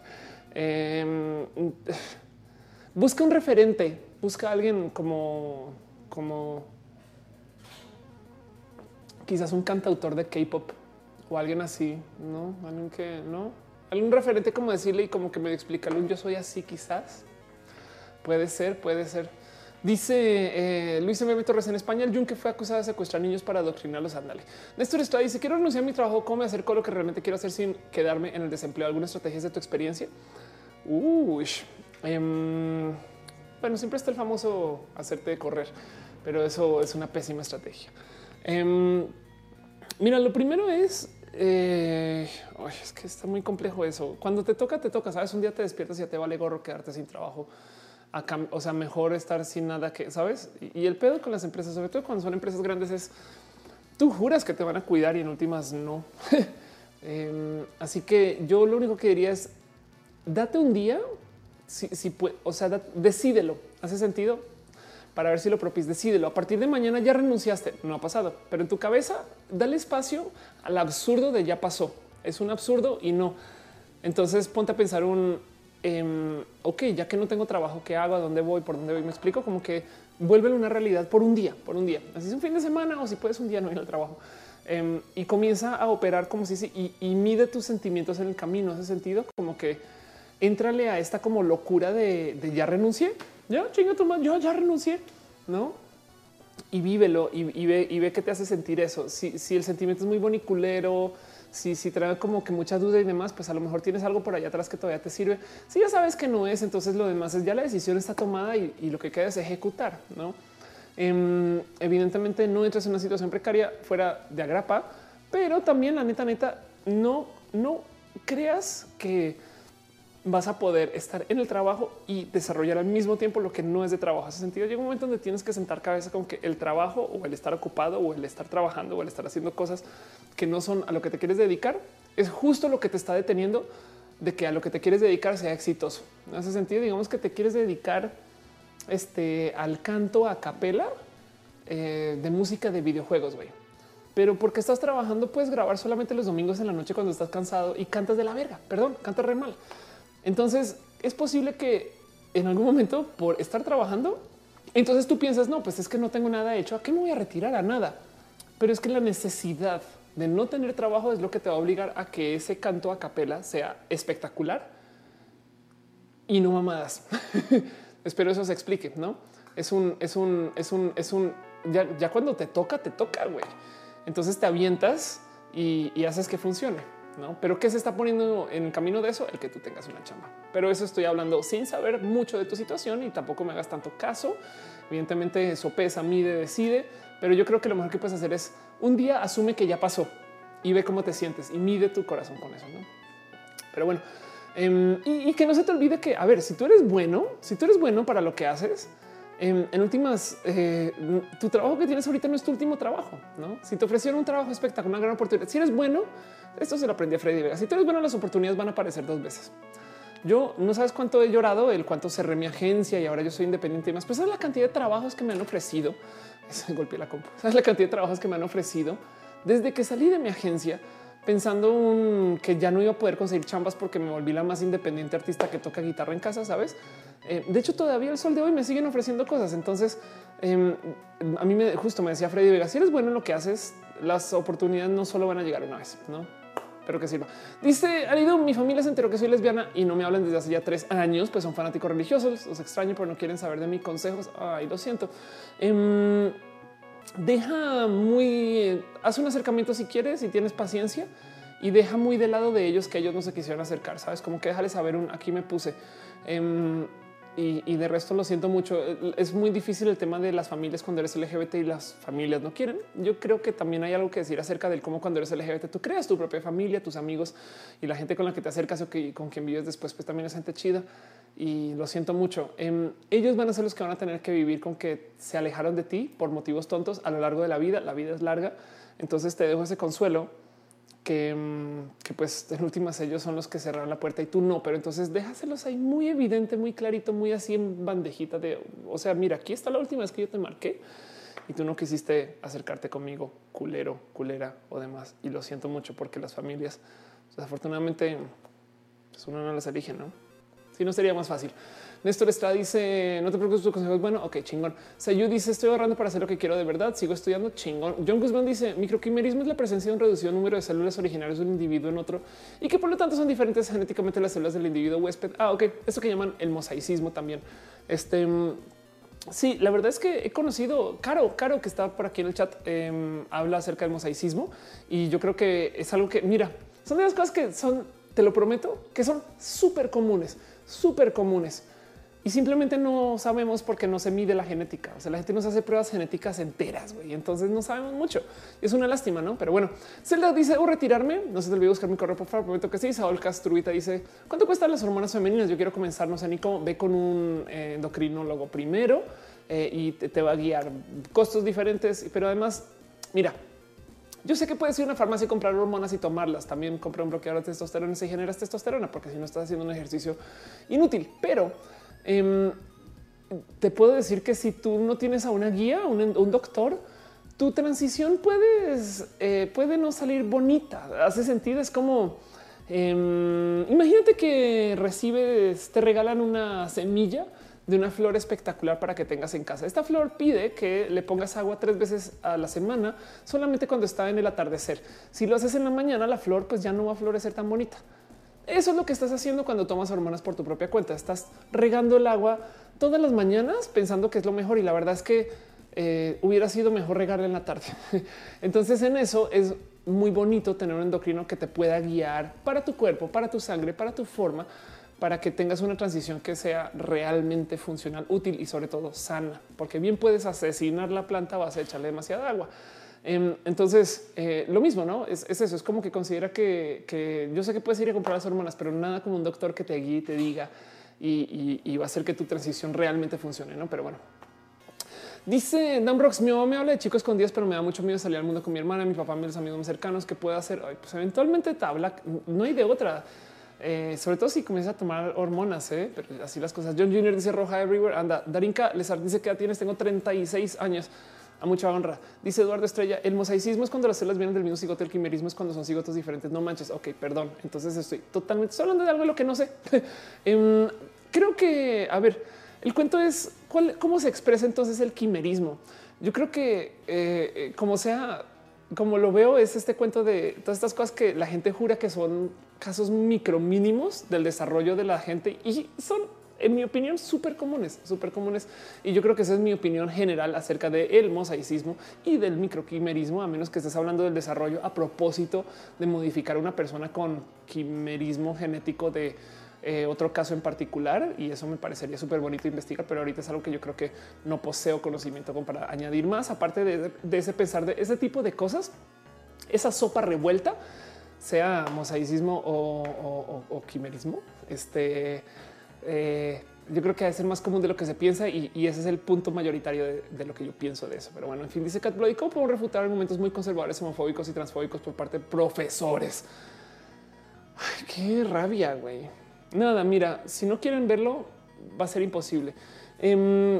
eh, Busca un referente, busca a alguien como, como quizás un cantautor de K-pop o alguien así, no? Alguien que no, algún referente como decirle y como que me explicarle un yo soy así, quizás puede ser, puede ser. Dice eh, Luis M. Torres, en España el Yunque fue acusado de secuestrar niños para adoctrinarlos. Ándale. Néstor Estrada dice, quiero renunciar a mi trabajo, ¿cómo me acerco a lo que realmente quiero hacer sin quedarme en el desempleo? ¿Alguna estrategia de tu experiencia? Uy, um, bueno, siempre está el famoso hacerte correr, pero eso es una pésima estrategia. Eh, mira, lo primero es, eh, ay, es que está muy complejo eso. Cuando te toca, te toca, sabes, un día te despiertas y ya te vale gorro quedarte sin trabajo. Acá, o sea, mejor estar sin nada que, sabes. Y, y el pedo con las empresas, sobre todo cuando son empresas grandes, es tú juras que te van a cuidar y en últimas no. eh, así que yo lo único que diría es date un día. Si, si puede, o sea, da, decídelo. ¿Hace sentido? Para ver si lo propis, decídelo. A partir de mañana ya renunciaste, no ha pasado, pero en tu cabeza dale espacio al absurdo de ya pasó. Es un absurdo y no. Entonces ponte a pensar un eh, ok, ya que no tengo trabajo, ¿qué hago? ¿A dónde voy? ¿Por dónde voy? Me explico, como que vuélvelo una realidad por un día, por un día. Así es un fin de semana o si puedes un día no ir al trabajo. Eh, y comienza a operar como si sí y, y mide tus sentimientos en el camino. Hace sentido, como que éntrale a esta como locura de, de ya renuncié, ya chinga tu madre, yo ya renuncié, ¿no? Y vívelo y, y ve y ve qué te hace sentir eso. Si, si el sentimiento es muy boniculero, si, si trae como que mucha duda y demás, pues a lo mejor tienes algo por allá atrás que todavía te sirve. Si ya sabes que no es, entonces lo demás es ya la decisión está tomada y, y lo que queda es ejecutar, ¿no? Eh, evidentemente no entras en una situación precaria fuera de agrapa, pero también la neta, neta, no, no creas que vas a poder estar en el trabajo y desarrollar al mismo tiempo lo que no es de trabajo. Hace sentido. Llega un momento donde tienes que sentar cabeza con que el trabajo o el estar ocupado o el estar trabajando o el estar haciendo cosas que no son a lo que te quieres dedicar es justo lo que te está deteniendo de que a lo que te quieres dedicar sea exitoso. No hace sentido. Digamos que te quieres dedicar este, al canto a capela eh, de música de videojuegos, güey. Pero porque estás trabajando puedes grabar solamente los domingos en la noche cuando estás cansado y cantas de la verga. Perdón, cantas re mal. Entonces es posible que en algún momento por estar trabajando, entonces tú piensas, no, pues es que no tengo nada hecho. ¿A qué me voy a retirar? A nada. Pero es que la necesidad de no tener trabajo es lo que te va a obligar a que ese canto a capela sea espectacular y no mamadas. Espero eso se explique, ¿no? Es un, es un, es un, es un, ya, ya cuando te toca, te toca, güey. Entonces te avientas y, y haces que funcione. No, pero ¿qué se está poniendo en el camino de eso? El que tú tengas una chamba. Pero eso estoy hablando sin saber mucho de tu situación y tampoco me hagas tanto caso. Evidentemente eso pesa, mide, decide, pero yo creo que lo mejor que puedes hacer es un día asume que ya pasó y ve cómo te sientes y mide tu corazón con eso, ¿no? Pero bueno, eh, y, y que no se te olvide que, a ver, si tú eres bueno, si tú eres bueno para lo que haces, En, en últimas, eh, tu trabajo que tienes ahorita no es tu último trabajo, ¿no? Si te ofrecieron un trabajo espectacular, una gran oportunidad, si eres bueno, esto se lo aprendí a Freddy Vega. Si tú eres bueno, las oportunidades van a aparecer dos veces. Yo no sabes cuánto he llorado, el cuánto cerré mi agencia y ahora yo soy independiente y más. Pues es la cantidad de trabajos que me han ofrecido. Se golpeé la compu. Sabes la cantidad de trabajos que me han ofrecido desde que salí de mi agencia, pensando un, que ya no iba a poder conseguir chambas porque me volví la más independiente artista que toca guitarra en casa, ¿sabes? Eh, de hecho, todavía el sol de hoy me siguen ofreciendo cosas. Entonces, eh, a mí me, justo me decía Freddy Vega, si eres bueno en lo que haces, las oportunidades no solo van a llegar una vez, ¿no? Pero que sirva. Dice Alido, mi familia se enteró que soy lesbiana y no me hablan desde hace ya tres años, pues son fanáticos religiosos, los extraño, pero no quieren saber de mis consejos. Ay, lo siento. Eh, deja muy, haz un acercamiento si quieres, si tienes paciencia y deja muy de lado de ellos que ellos no se quisieron acercar, sabes, como que déjale saber un aquí me puse. Eh, y, y de resto lo siento mucho. Es muy difícil el tema de las familias cuando eres L G B T y las familias no quieren. Yo creo que también hay algo que decir acerca del cómo cuando eres L G B T tú creas tu propia familia, tus amigos y la gente con la que te acercas o que, con quien vives después, pues también es gente chida. Y lo siento mucho. Eh, ellos van a ser los que van a tener que vivir con que se alejaron de ti por motivos tontos a lo largo de la vida. La vida es larga. Entonces te dejo ese consuelo que, que pues en últimas ellos son los que cerraron la puerta y tú no, pero entonces déjaselos ahí muy evidente, muy clarito, muy así en bandejita de, o sea, mira, aquí está la última vez que yo te marqué y tú no quisiste acercarte conmigo, culero, culera o demás. Y lo siento mucho porque las familias, desafortunadamente, pues uno no las elige, ¿no? Si no sería más fácil. Néstor Estrada dice no te preocupes, tu consejo es bueno. Ok, chingón. Sayu dice estoy ahorrando para hacer lo que quiero de verdad. Sigo estudiando. Chingón. John Guzmán dice microquimerismo es la presencia de un reducido número de células originarias de un individuo en otro y que por lo tanto son diferentes genéticamente las células del individuo huésped. Ah, ok. Eso que llaman el mosaicismo también. Este sí, la verdad es que he conocido Caro, Caro que está por aquí en el chat, eh, habla acerca del mosaicismo y yo creo que es algo que mira, son de las cosas que son, te lo prometo, que son súper comunes, súper comunes. y simplemente no sabemos porque no se mide la genética. O sea, la gente nos hace pruebas genéticas enteras, güey. Entonces no sabemos mucho. Es una lástima, ¿no? Pero bueno, Zelda dice, o retirarme. No se te olvide buscar mi correo, por favor. Prometo que sí. Saúl Castruita dice, ¿cuánto cuestan las hormonas femeninas? Yo quiero comenzar, no sé ni cómo. Ve con un eh, endocrinólogo primero eh, y te, te va a guiar costos diferentes. Pero además, mira, yo sé que puedes ir a una farmacia y comprar hormonas y tomarlas. También compra un bloqueador de testosterona y se generas testosterona, porque si no estás haciendo un ejercicio inútil. Pero Um, te puedo decir que si tú no tienes a una guía, un, un doctor, tu transición puedes, eh, puede no salir bonita. Hace sentido. Es como um, imagínate que recibes, te regalan una semilla de una flor espectacular para que tengas en casa. Esta flor pide que le pongas agua tres veces a la semana, solamente cuando está en el atardecer. Si lo haces en la mañana, la flor pues ya no va a florecer tan bonita. Eso es lo que estás haciendo cuando tomas hormonas por tu propia cuenta. Estás regando el agua todas las mañanas pensando que es lo mejor y la verdad es que eh, hubiera sido mejor regarla en la tarde. Entonces en eso es muy bonito tener un endocrino que te pueda guiar para tu cuerpo, para tu sangre, para tu forma, para que tengas una transición que sea realmente funcional, útil y sobre todo sana, porque bien puedes asesinar la planta o vas a echarle demasiada agua. Entonces, eh, lo mismo, ¿no? Es, es eso, es como que considera que, que yo sé que puedes ir a comprar las hormonas, pero nada como un doctor que te guíe y te diga y, y, y va a hacer que tu transición realmente funcione, ¿no? Pero bueno. Dice Dan Brooks, mi mamá me habla de chicos escondidas, pero me da mucho miedo salir al mundo con mi hermana, mi papá, mis amigos más cercanos. ¿Qué puedo hacer? Ay, pues eventualmente te habla, no hay de otra. Eh, sobre todo si comienzas a tomar hormonas, ¿eh? Pero así las cosas. John junior dice roja everywhere. Anda, Darinka Lesar dice que ya tienes, tengo treinta y seis años. A mucha honra. Dice Eduardo Estrella, el mosaicismo es cuando las células vienen del mismo cigoto, el quimerismo es cuando son cigotos diferentes. No manches. Ok, perdón. Entonces estoy totalmente estoy hablando de algo de lo que no sé. um, creo que, a ver, el cuento es cuál, cómo se expresa entonces el quimerismo. Yo creo que eh, como sea, como lo veo, es este cuento de todas estas cosas que la gente jura que son casos micromínimos del desarrollo de la gente y son, en mi opinión, súper comunes, súper comunes. Y yo creo que esa es mi opinión general acerca del mosaicismo y del microquimerismo, a menos que estés hablando del desarrollo a propósito de modificar a una persona con quimerismo genético de eh, otro caso en particular. Y eso me parecería súper bonito investigar, pero ahorita es algo que yo creo que no poseo conocimiento como para añadir más, aparte de, de ese pensar de ese tipo de cosas, esa sopa revuelta, sea mosaicismo o, o, o, o quimerismo. Este Eh, yo creo que debe ser más común de lo que se piensa y, y ese es el punto mayoritario de, de lo que yo pienso de eso. Pero bueno, en fin, dice Cat Bloody, ¿cómo podemos refutar argumentos muy conservadores, homofóbicos y transfóbicos por parte de profesores? Ay, qué rabia, güey. Nada, mira, si no quieren verlo, va a ser imposible. Eh,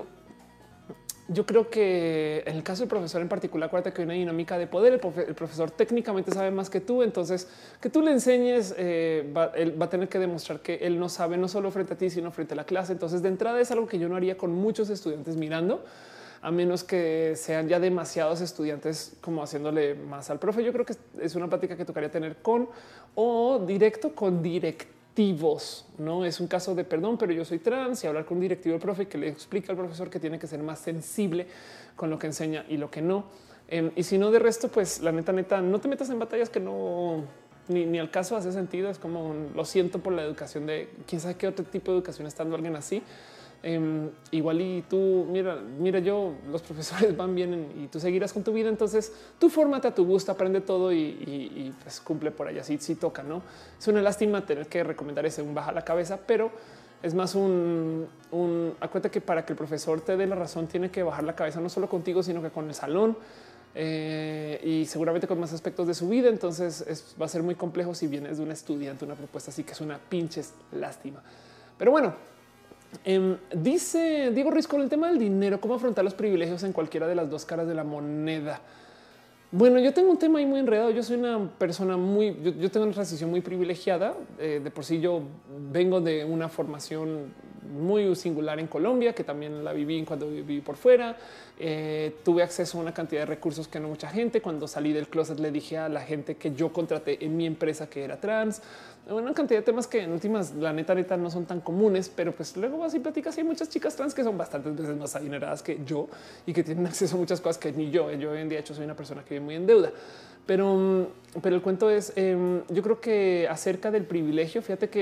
Yo creo que en el caso del profesor en particular, acuérdate que hay una dinámica de poder. El, profe el profesor técnicamente sabe más que tú, entonces que tú le enseñes, eh, va, él va a tener que demostrar que él no sabe, no solo frente a ti, sino frente a la clase. Entonces, de entrada es algo que yo no haría con muchos estudiantes mirando, a menos que sean ya demasiados estudiantes como haciéndole más al profe. Yo creo que es una plática que tocaría tener con o directo con directivos. No es un caso de perdón, pero yo soy trans y hablar con un directivo del profe que le explica al profesor que tiene que ser más sensible con lo que enseña y lo que no. Eh, y si no, de resto, pues la neta, neta, no te metas en batallas que no ni, ni al caso hace sentido. Es como un, lo siento por la educación de quién sabe qué otro tipo de educación está dando alguien así. Um, igual y tú, mira, mira, yo, los profesores van bien en, y tú seguirás con tu vida. Entonces tú fórmate a tu gusto, aprende todo y, y, y pues cumple por allá. Sí, sí toca, no es una lástima tener que recomendar ese un baja la cabeza, pero es más un, un acuérdate que para que el profesor te dé la razón, tiene que bajar la cabeza no solo contigo, sino que con el salón eh, y seguramente con más aspectos de su vida. Entonces es, va a ser muy complejo si vienes de un estudiante, una propuesta así que es una pinches lástima. Pero bueno. Um, dice Diego Ruiz, con el tema del dinero, ¿cómo afrontar los privilegios en cualquiera de las dos caras de la moneda? Bueno, yo tengo un tema ahí muy enredado. Yo soy una persona muy, yo, yo tengo una transición muy privilegiada. Eh, de por sí yo vengo de una formación muy singular en Colombia, que también la viví cuando viví por fuera. Eh, tuve acceso a una cantidad de recursos que no mucha gente. Cuando salí del closet le dije a la gente que yo contraté en mi empresa que era trans. Una cantidad de temas que en últimas, la neta, neta, no son tan comunes, pero pues luego vas y platicas y hay muchas chicas trans que son bastantes veces más adineradas que yo y que tienen acceso a muchas cosas que ni yo. Yo hoy en día, de hecho, soy una persona que vive muy en deuda. Pero, pero el cuento es, eh, yo creo que acerca del privilegio, fíjate que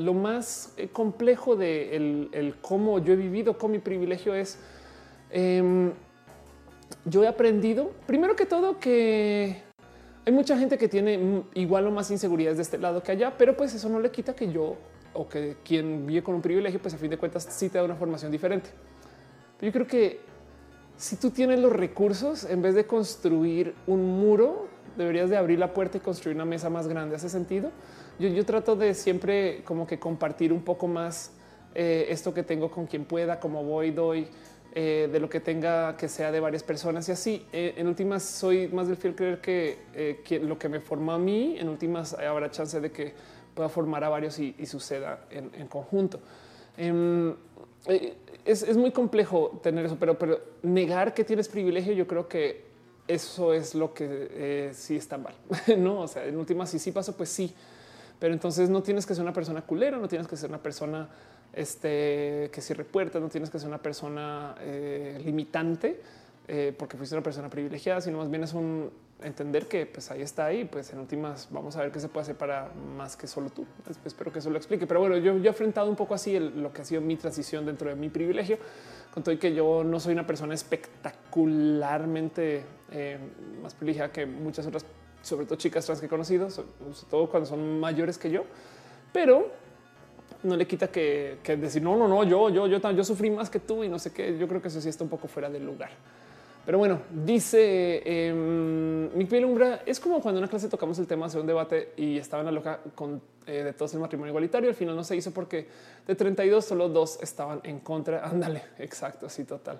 lo más eh, complejo de el, el cómo yo he vivido con mi privilegio es eh, yo he aprendido primero que todo que hay mucha gente que tiene igual o más inseguridades de este lado que allá, pero pues eso no le quita que yo o que quien vive con un privilegio, pues a fin de cuentas sí te da una formación diferente. Pero yo creo que si tú tienes los recursos, en vez de construir un muro, deberías de abrir la puerta y construir una mesa más grande. ¿Hace sentido? Yo, yo trato de siempre como que compartir un poco más eh, esto que tengo con quien pueda, como voy, doy, eh, de lo que tenga que sea de varias personas y así. Eh, en últimas, soy más del fiel creer que, eh, que lo que me formó a mí, en últimas habrá chance de que pueda formar a varios y, y suceda en, en conjunto. Eh, es, es muy complejo tener eso, pero, pero negar que tienes privilegio, yo creo que eso es lo que eh, sí está mal, ¿no? O sea, en últimas, si sí pasó, pues sí. Pero entonces no tienes que ser una persona culera, no tienes que ser una persona este, que cierre puertas, no tienes que ser una persona eh, limitante eh, porque fuiste una persona privilegiada, sino más bien es un entender que pues ahí está ahí, pues en últimas vamos a ver qué se puede hacer para más que solo tú. Espero que eso lo explique. Pero bueno, yo, yo he enfrentado un poco así el, lo que ha sido mi transición dentro de mi privilegio, con todo y que yo no soy una persona espectacularmente eh, más privilegiada que muchas otras, sobre todo chicas trans que he conocido, sobre todo cuando son mayores que yo, pero no le quita que, que decir no, no, no, yo, yo, yo, yo sufrí más que tú y no sé qué. Yo creo que eso sí está un poco fuera del lugar. Pero bueno, dice eh, mi piel umbra. Es como cuando en una clase tocamos el tema de hacer un debate y estaba en la loca con eh, de todos el matrimonio igualitario. Al final no se hizo porque de treinta y dos solo dos estaban en contra. Ándale, exacto, sí, total.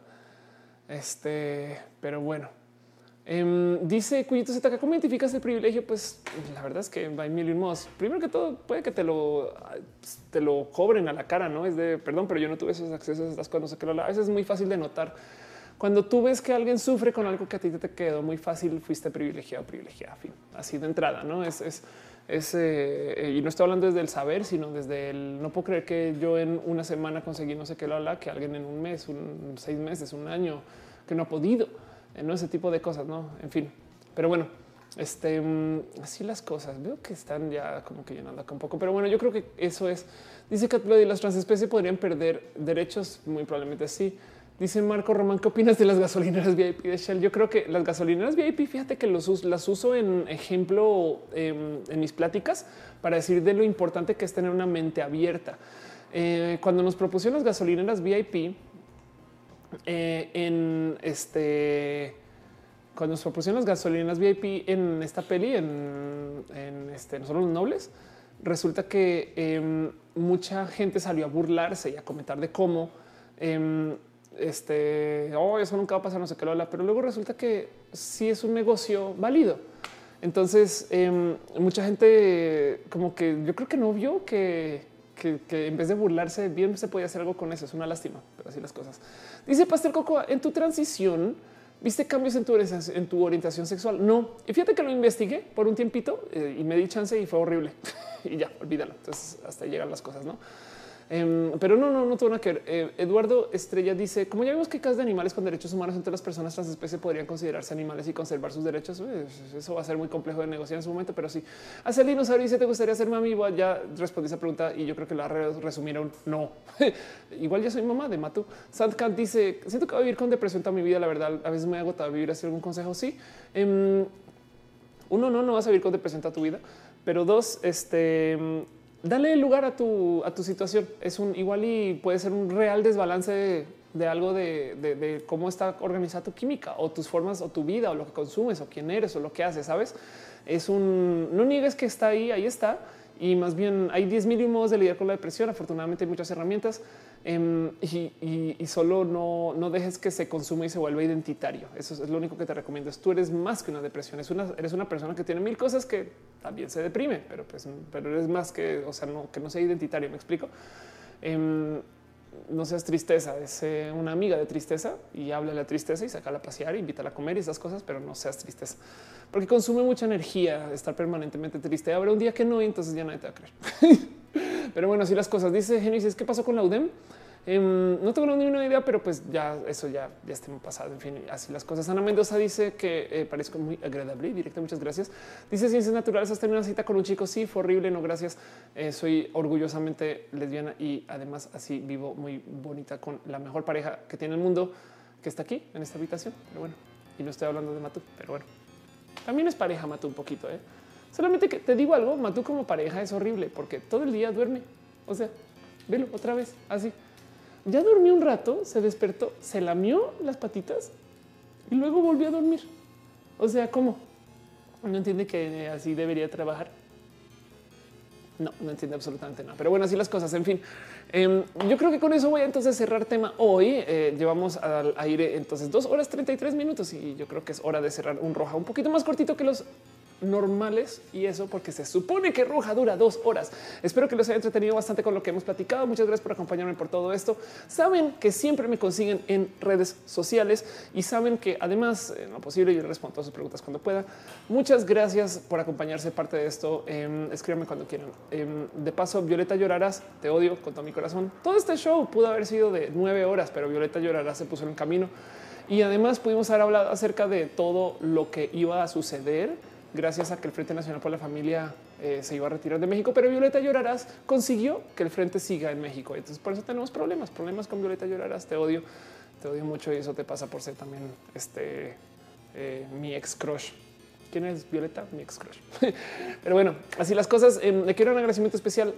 Este, pero bueno. Eh, dice Cuyito Z K, ¿cómo identificas el privilegio? Pues la verdad es que hay mil y un modos. Primero que todo, puede que te lo, te lo cobren a la cara, ¿no? Es de, perdón, pero yo no tuve esos accesos a estas cosas, no sé qué. A veces es muy fácil de notar. Cuando tú ves que alguien sufre con algo que a ti te quedó muy fácil, fuiste privilegiado, privilegiada, fin, así de entrada, ¿no? Es, es, es eh, y no estoy hablando desde el saber, sino desde el, no puedo creer que yo en una semana conseguí no sé qué, la, que alguien en un mes, un seis meses, un año, que no ha podido, eh, no ese tipo de cosas, ¿no? En fin, pero bueno, este, así las cosas, veo que están ya como que llenando acá un poco, pero bueno, yo creo que eso es, dice que las transespecies podrían perder derechos, muy probablemente sí. Dice Marco Román, ¿qué opinas de las gasolineras V I P de Shell? Yo creo que las gasolineras V I P, fíjate que los, las uso en ejemplo eh, en mis pláticas para decir de lo importante que es tener una mente abierta. Eh, cuando nos propusieron las gasolineras V I P eh, en este, cuando nos propusieron las gasolineras V I P en esta peli, en, en este, nosotros los nobles, resulta que eh, mucha gente salió a burlarse y a comentar de cómo eh, este, oh, eso nunca va a pasar, no sé qué lo habla, pero luego resulta que sí es un negocio válido. Entonces, eh, mucha gente como que yo creo que no vio que, que, que en vez de burlarse, bien se podía hacer algo con eso. Es una lástima, pero así las cosas. Dice Pastel Coco, en tu transición, ¿viste cambios en tu, en tu orientación sexual? No. Y fíjate que lo investigué por un tiempito eh, y me di chance y fue horrible. Y ya, olvídalo. Entonces, hasta ahí llegan las cosas, ¿no? Um, pero no, no, no tuvo nada que ver. Eh, Eduardo Estrella dice, como ya vimos que casos de animales con derechos humanos entre las personas transespecie podrían considerarse animales y conservar sus derechos, eh, eso va a ser muy complejo de negociar en su momento, pero sí. Hace el dinosaurio dice, ¿te gustaría ser mami? Bueno, ya respondí esa pregunta y yo creo que la resumieron no. Igual ya soy mamá de Matu. Sandkant dice, siento que voy a vivir con depresión toda mi vida, la verdad, a veces me he agotado a vivir. ¿Hacer algún consejo? Sí. Um, uno, no, no vas a vivir con depresión toda tu vida, pero dos, este... dale lugar a tu, a tu situación. Es un igual y puede ser un real desbalance de, de algo de, de, de cómo está organizada tu química o tus formas o tu vida o lo que consumes o quién eres o lo que haces. Sabes, es un no niegues que está ahí, ahí está. Y más bien hay diez mil modos de lidiar con la depresión. Afortunadamente hay muchas herramientas um, y, y, y solo no, no dejes que se consuma y se vuelva identitario. Eso es lo único que te recomiendo. Es, tú eres más que una depresión. Es una, eres una persona que tiene mil cosas que también se deprime, pero, pues, pero eres más que, o sea, no, que no sea identitario. Me explico. Um, no seas tristeza, es eh, una amiga de tristeza y habla de la tristeza y sácala a pasear, invítala a comer y esas cosas, pero no seas tristeza porque consume mucha energía estar permanentemente triste. Habrá un día que no, y entonces ya nadie te va a creer. Pero bueno, así las cosas. Dice Génesis, ¿qué pasó con la U D E M? Eh, no tengo ni una idea, pero pues ya eso ya, ya está pasado. En fin, así las cosas. Ana Mendoza dice que eh, parezco muy agradable y directa. Muchas gracias. Dice Ciencias Naturales. ¿Has tenido una cita con un chico? Sí, fue horrible. No, gracias. Eh, soy orgullosamente lesbiana y además así vivo muy bonita con la mejor pareja que tiene el mundo, que está aquí en esta habitación. Pero bueno, y no estoy hablando de Matú, pero bueno, también es pareja Matú un poquito. ¿eh? Solamente que te digo algo, Matú como pareja es horrible porque todo el día duerme. O sea, velo otra vez así. Ya dormí un rato, se despertó, se lamió las patitas y luego volvió a dormir. O sea, ¿cómo? No entiende que así debería trabajar. No, no entiende absolutamente nada. Pero bueno, así las cosas. En fin, eh, yo creo que con eso voy a entonces cerrar tema hoy. Eh, llevamos al aire entonces dos horas treinta y tres minutos y yo creo que es hora de cerrar un Roja un poquito más cortito que los normales y eso porque se supone que Roja dura dos horas. Espero que los haya entretenido bastante con lo que hemos platicado. Muchas gracias por acompañarme por todo esto. Saben que siempre me consiguen en redes sociales y saben que además en lo posible yo respondo a sus preguntas cuando pueda. Muchas gracias por acompañarse parte de esto. Eh, escríbanme cuando quieran. Eh, de paso, Violeta Llorarás, te odio con todo mi corazón. Todo este show pudo haber sido de nueve horas, pero Violeta Llorarás se puso en camino y además pudimos haber hablado acerca de todo lo que iba a suceder gracias a que el Frente Nacional por la Familia eh, se iba a retirar de México, pero Violeta Llorarás consiguió que el frente siga en México. Entonces por eso tenemos problemas, problemas con Violeta Llorarás. Te odio, te odio mucho y eso te pasa por ser también este eh, mi ex crush. ¿Quién es Violeta? Mi ex crush. Pero bueno, así las cosas. Eh, le quiero un agradecimiento especial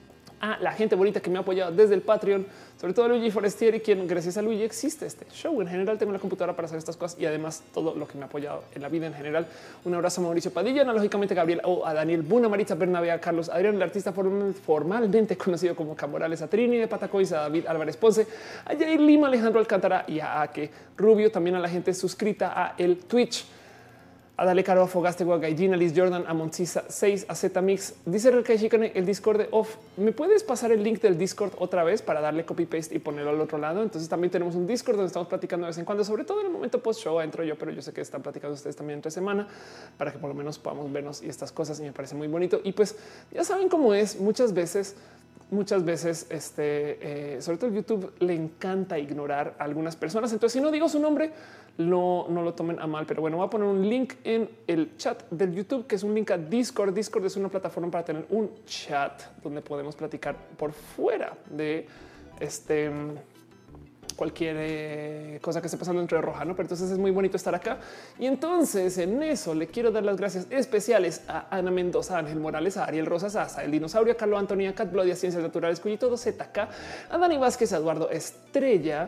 a la gente bonita que me ha apoyado desde el Patreon, sobre todo a Luigi Forestieri, quien gracias a Luigi existe este show. En general tengo la computadora para hacer estas cosas y además todo lo que me ha apoyado en la vida en general. Un abrazo a Mauricio Padilla, analógicamente Gabriel o a Daniel Buna, Maritza Bernabé, a Carlos Adrián, el artista formalmente conocido como Camorales, a Trini de Patacois, a David Álvarez Ponce, a Jair Lima, Alejandro Alcántara y a Ake Rubio. También a la gente suscrita a el Twitch. A Dale Caro, a Fogaste, a Gallina, Liz Jordan, a Montisa seis, a Z Mix. Dice el Shikane, el Discord de Off. ¿Me puedes pasar el link del Discord otra vez para darle copy paste y ponerlo al otro lado? Entonces también tenemos un Discord donde estamos platicando de vez en cuando, sobre todo en el momento post show entro yo, pero yo sé que están platicando ustedes también entre semana para que por lo menos podamos vernos y estas cosas. Y me parece muy bonito. Y pues ya saben cómo es muchas veces. Muchas veces, este, eh, sobre todo el YouTube, le encanta ignorar a algunas personas. Entonces, si no digo su nombre, no, no lo tomen a mal. Pero bueno, voy a poner un link en el chat del YouTube, que es un link a Discord. Discord es una plataforma para tener un chat donde podemos platicar por fuera de este cualquier eh, cosa que esté pasando dentro de Roja, ¿no? Pero entonces es muy bonito estar acá. Y entonces en eso le quiero dar las gracias especiales a Ana Mendoza, a Ángel Morales, a Ariel Rosas, a El Dinosaurio, a Carlo Antonia, Cat Bloody, a Ciencias Naturales, Cuyito, Z K, a Dani Vázquez, a Eduardo Estrella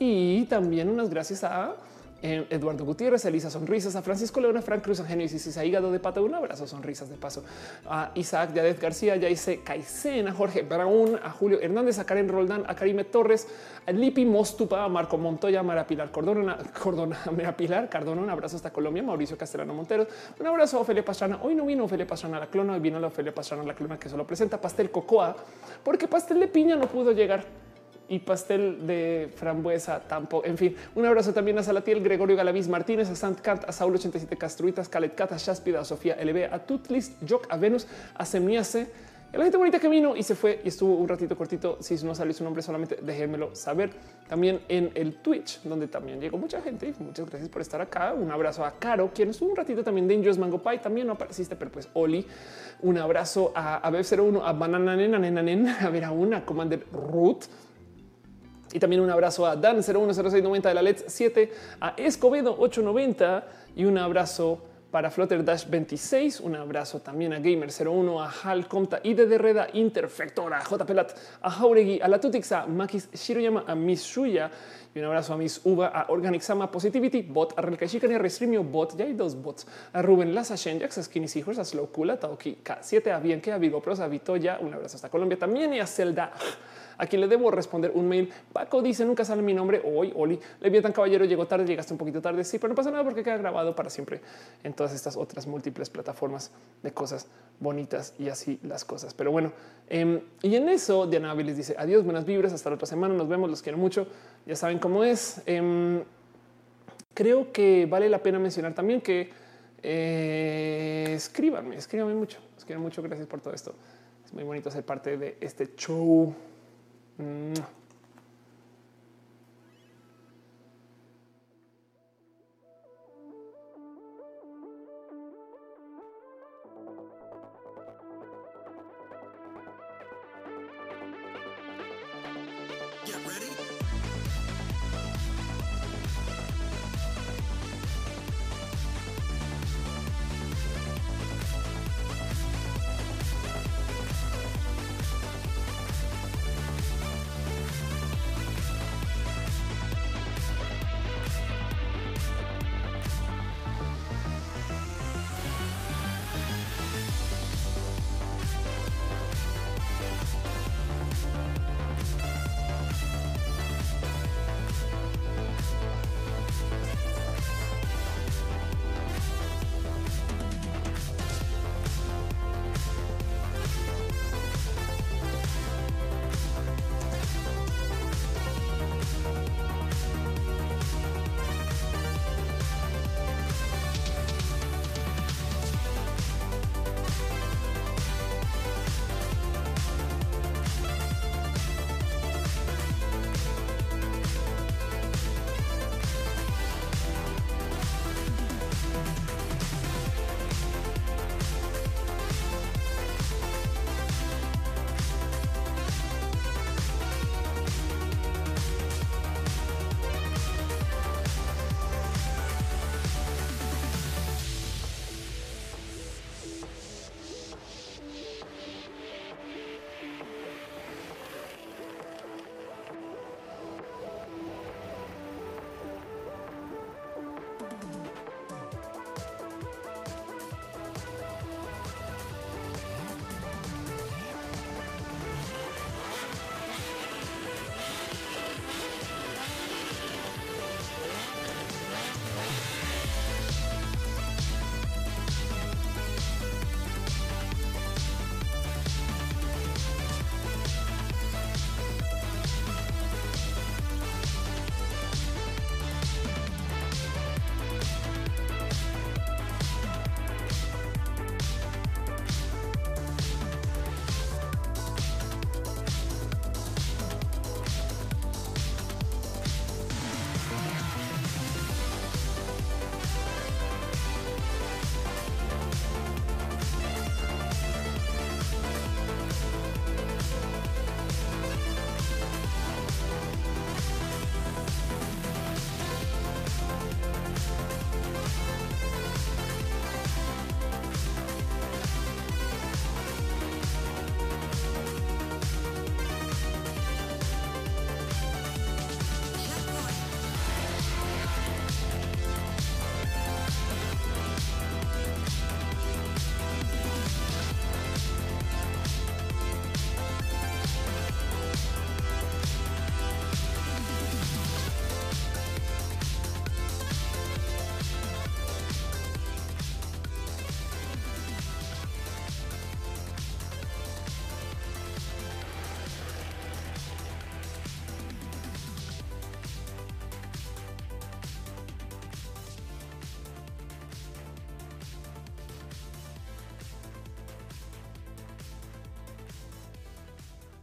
y también unas gracias a Eh, Eduardo Gutiérrez, Elisa Sonrisas, a Francisco León, a Frank Cruz, a Genio y a Hígado de Pata. Un abrazo, sonrisas de paso. A Isaac Yadet García, Yaise Caicén, a Jorge Braun, a Julio Hernández, a Karen Roldán, a Karime Torres, a Lipi Mostupa, a Marco Montoya, a Mara Pilar Cordona, Cordona, a Mara Pilar Cardona. Un abrazo hasta Colombia, Mauricio Castellano Montero. Un abrazo a Ofelia Pastrana. Hoy no vino Ofelia Pastrana la clona, hoy vino la Ofelia Pastrana la clona que solo presenta pastel cocoa, porque pastel de piña no pudo llegar. Y pastel de frambuesa tampoco. En fin, un abrazo también a Salatiel, Gregorio Galaviz Martínez, a Sant Kant, a Saúl ochenta y siete Castruitas, Calet Cata, Shaspida, a Sofía L B, a Tutlis, Jock, a Venus, a Semniase, a la gente bonita que vino y se fue y estuvo un ratito cortito. Si no salió su nombre, solamente déjenmelo saber. También en el Twitch, donde también llegó mucha gente. Muchas gracias por estar acá. Un abrazo a Caro, quien estuvo un ratito también. Dangerous Mango Pie, también no apareciste, pero pues Oli. Un abrazo a, a B cero uno, a Banana Nena, Nena, Nena, a ver a una Commander Ruth. Y también un abrazo a Dan cero uno cero seis noventa de la L E D siete, a Escobedo ocho noventa y un abrazo para Flutter Dash veintiséis. Un abrazo también a Gamer cero uno, a Hal Comta y de Derreda Interfectora, a J Pelat, a Jauregui, a la Tutix, a Makis Shiroyama, a Miss Shuya. Y un abrazo a Miss Uva, a Organixama Positivity, Bot, a Relkashikan y a Restreamio Bot. Ya hay dos bots. A Rubén Laza, Shenjax, a Skinny Seahorse, a Slow Cool, a Taoki K siete, a Bienque, a Vigo Pros, a Vitoya. Un abrazo hasta Colombia también y a Zelda, a quien le debo responder un mail. Paco dice: nunca sale mi nombre. Hoy, Oli, Leviatán Caballero, llegó tarde, llegaste un poquito tarde. Sí, pero no pasa nada porque queda grabado para siempre en todas estas otras múltiples plataformas de cosas bonitas y así las cosas. Pero bueno, eh, y en eso Diana Vélez dice: adiós, buenas vibras, hasta la otra semana, nos vemos, los quiero mucho. Ya saben cómo es. Eh, creo que vale la pena mencionar también que eh, escríbanme, escríbanme mucho. Los quiero mucho. Gracias por todo esto. Es muy bonito ser parte de este show. Mm.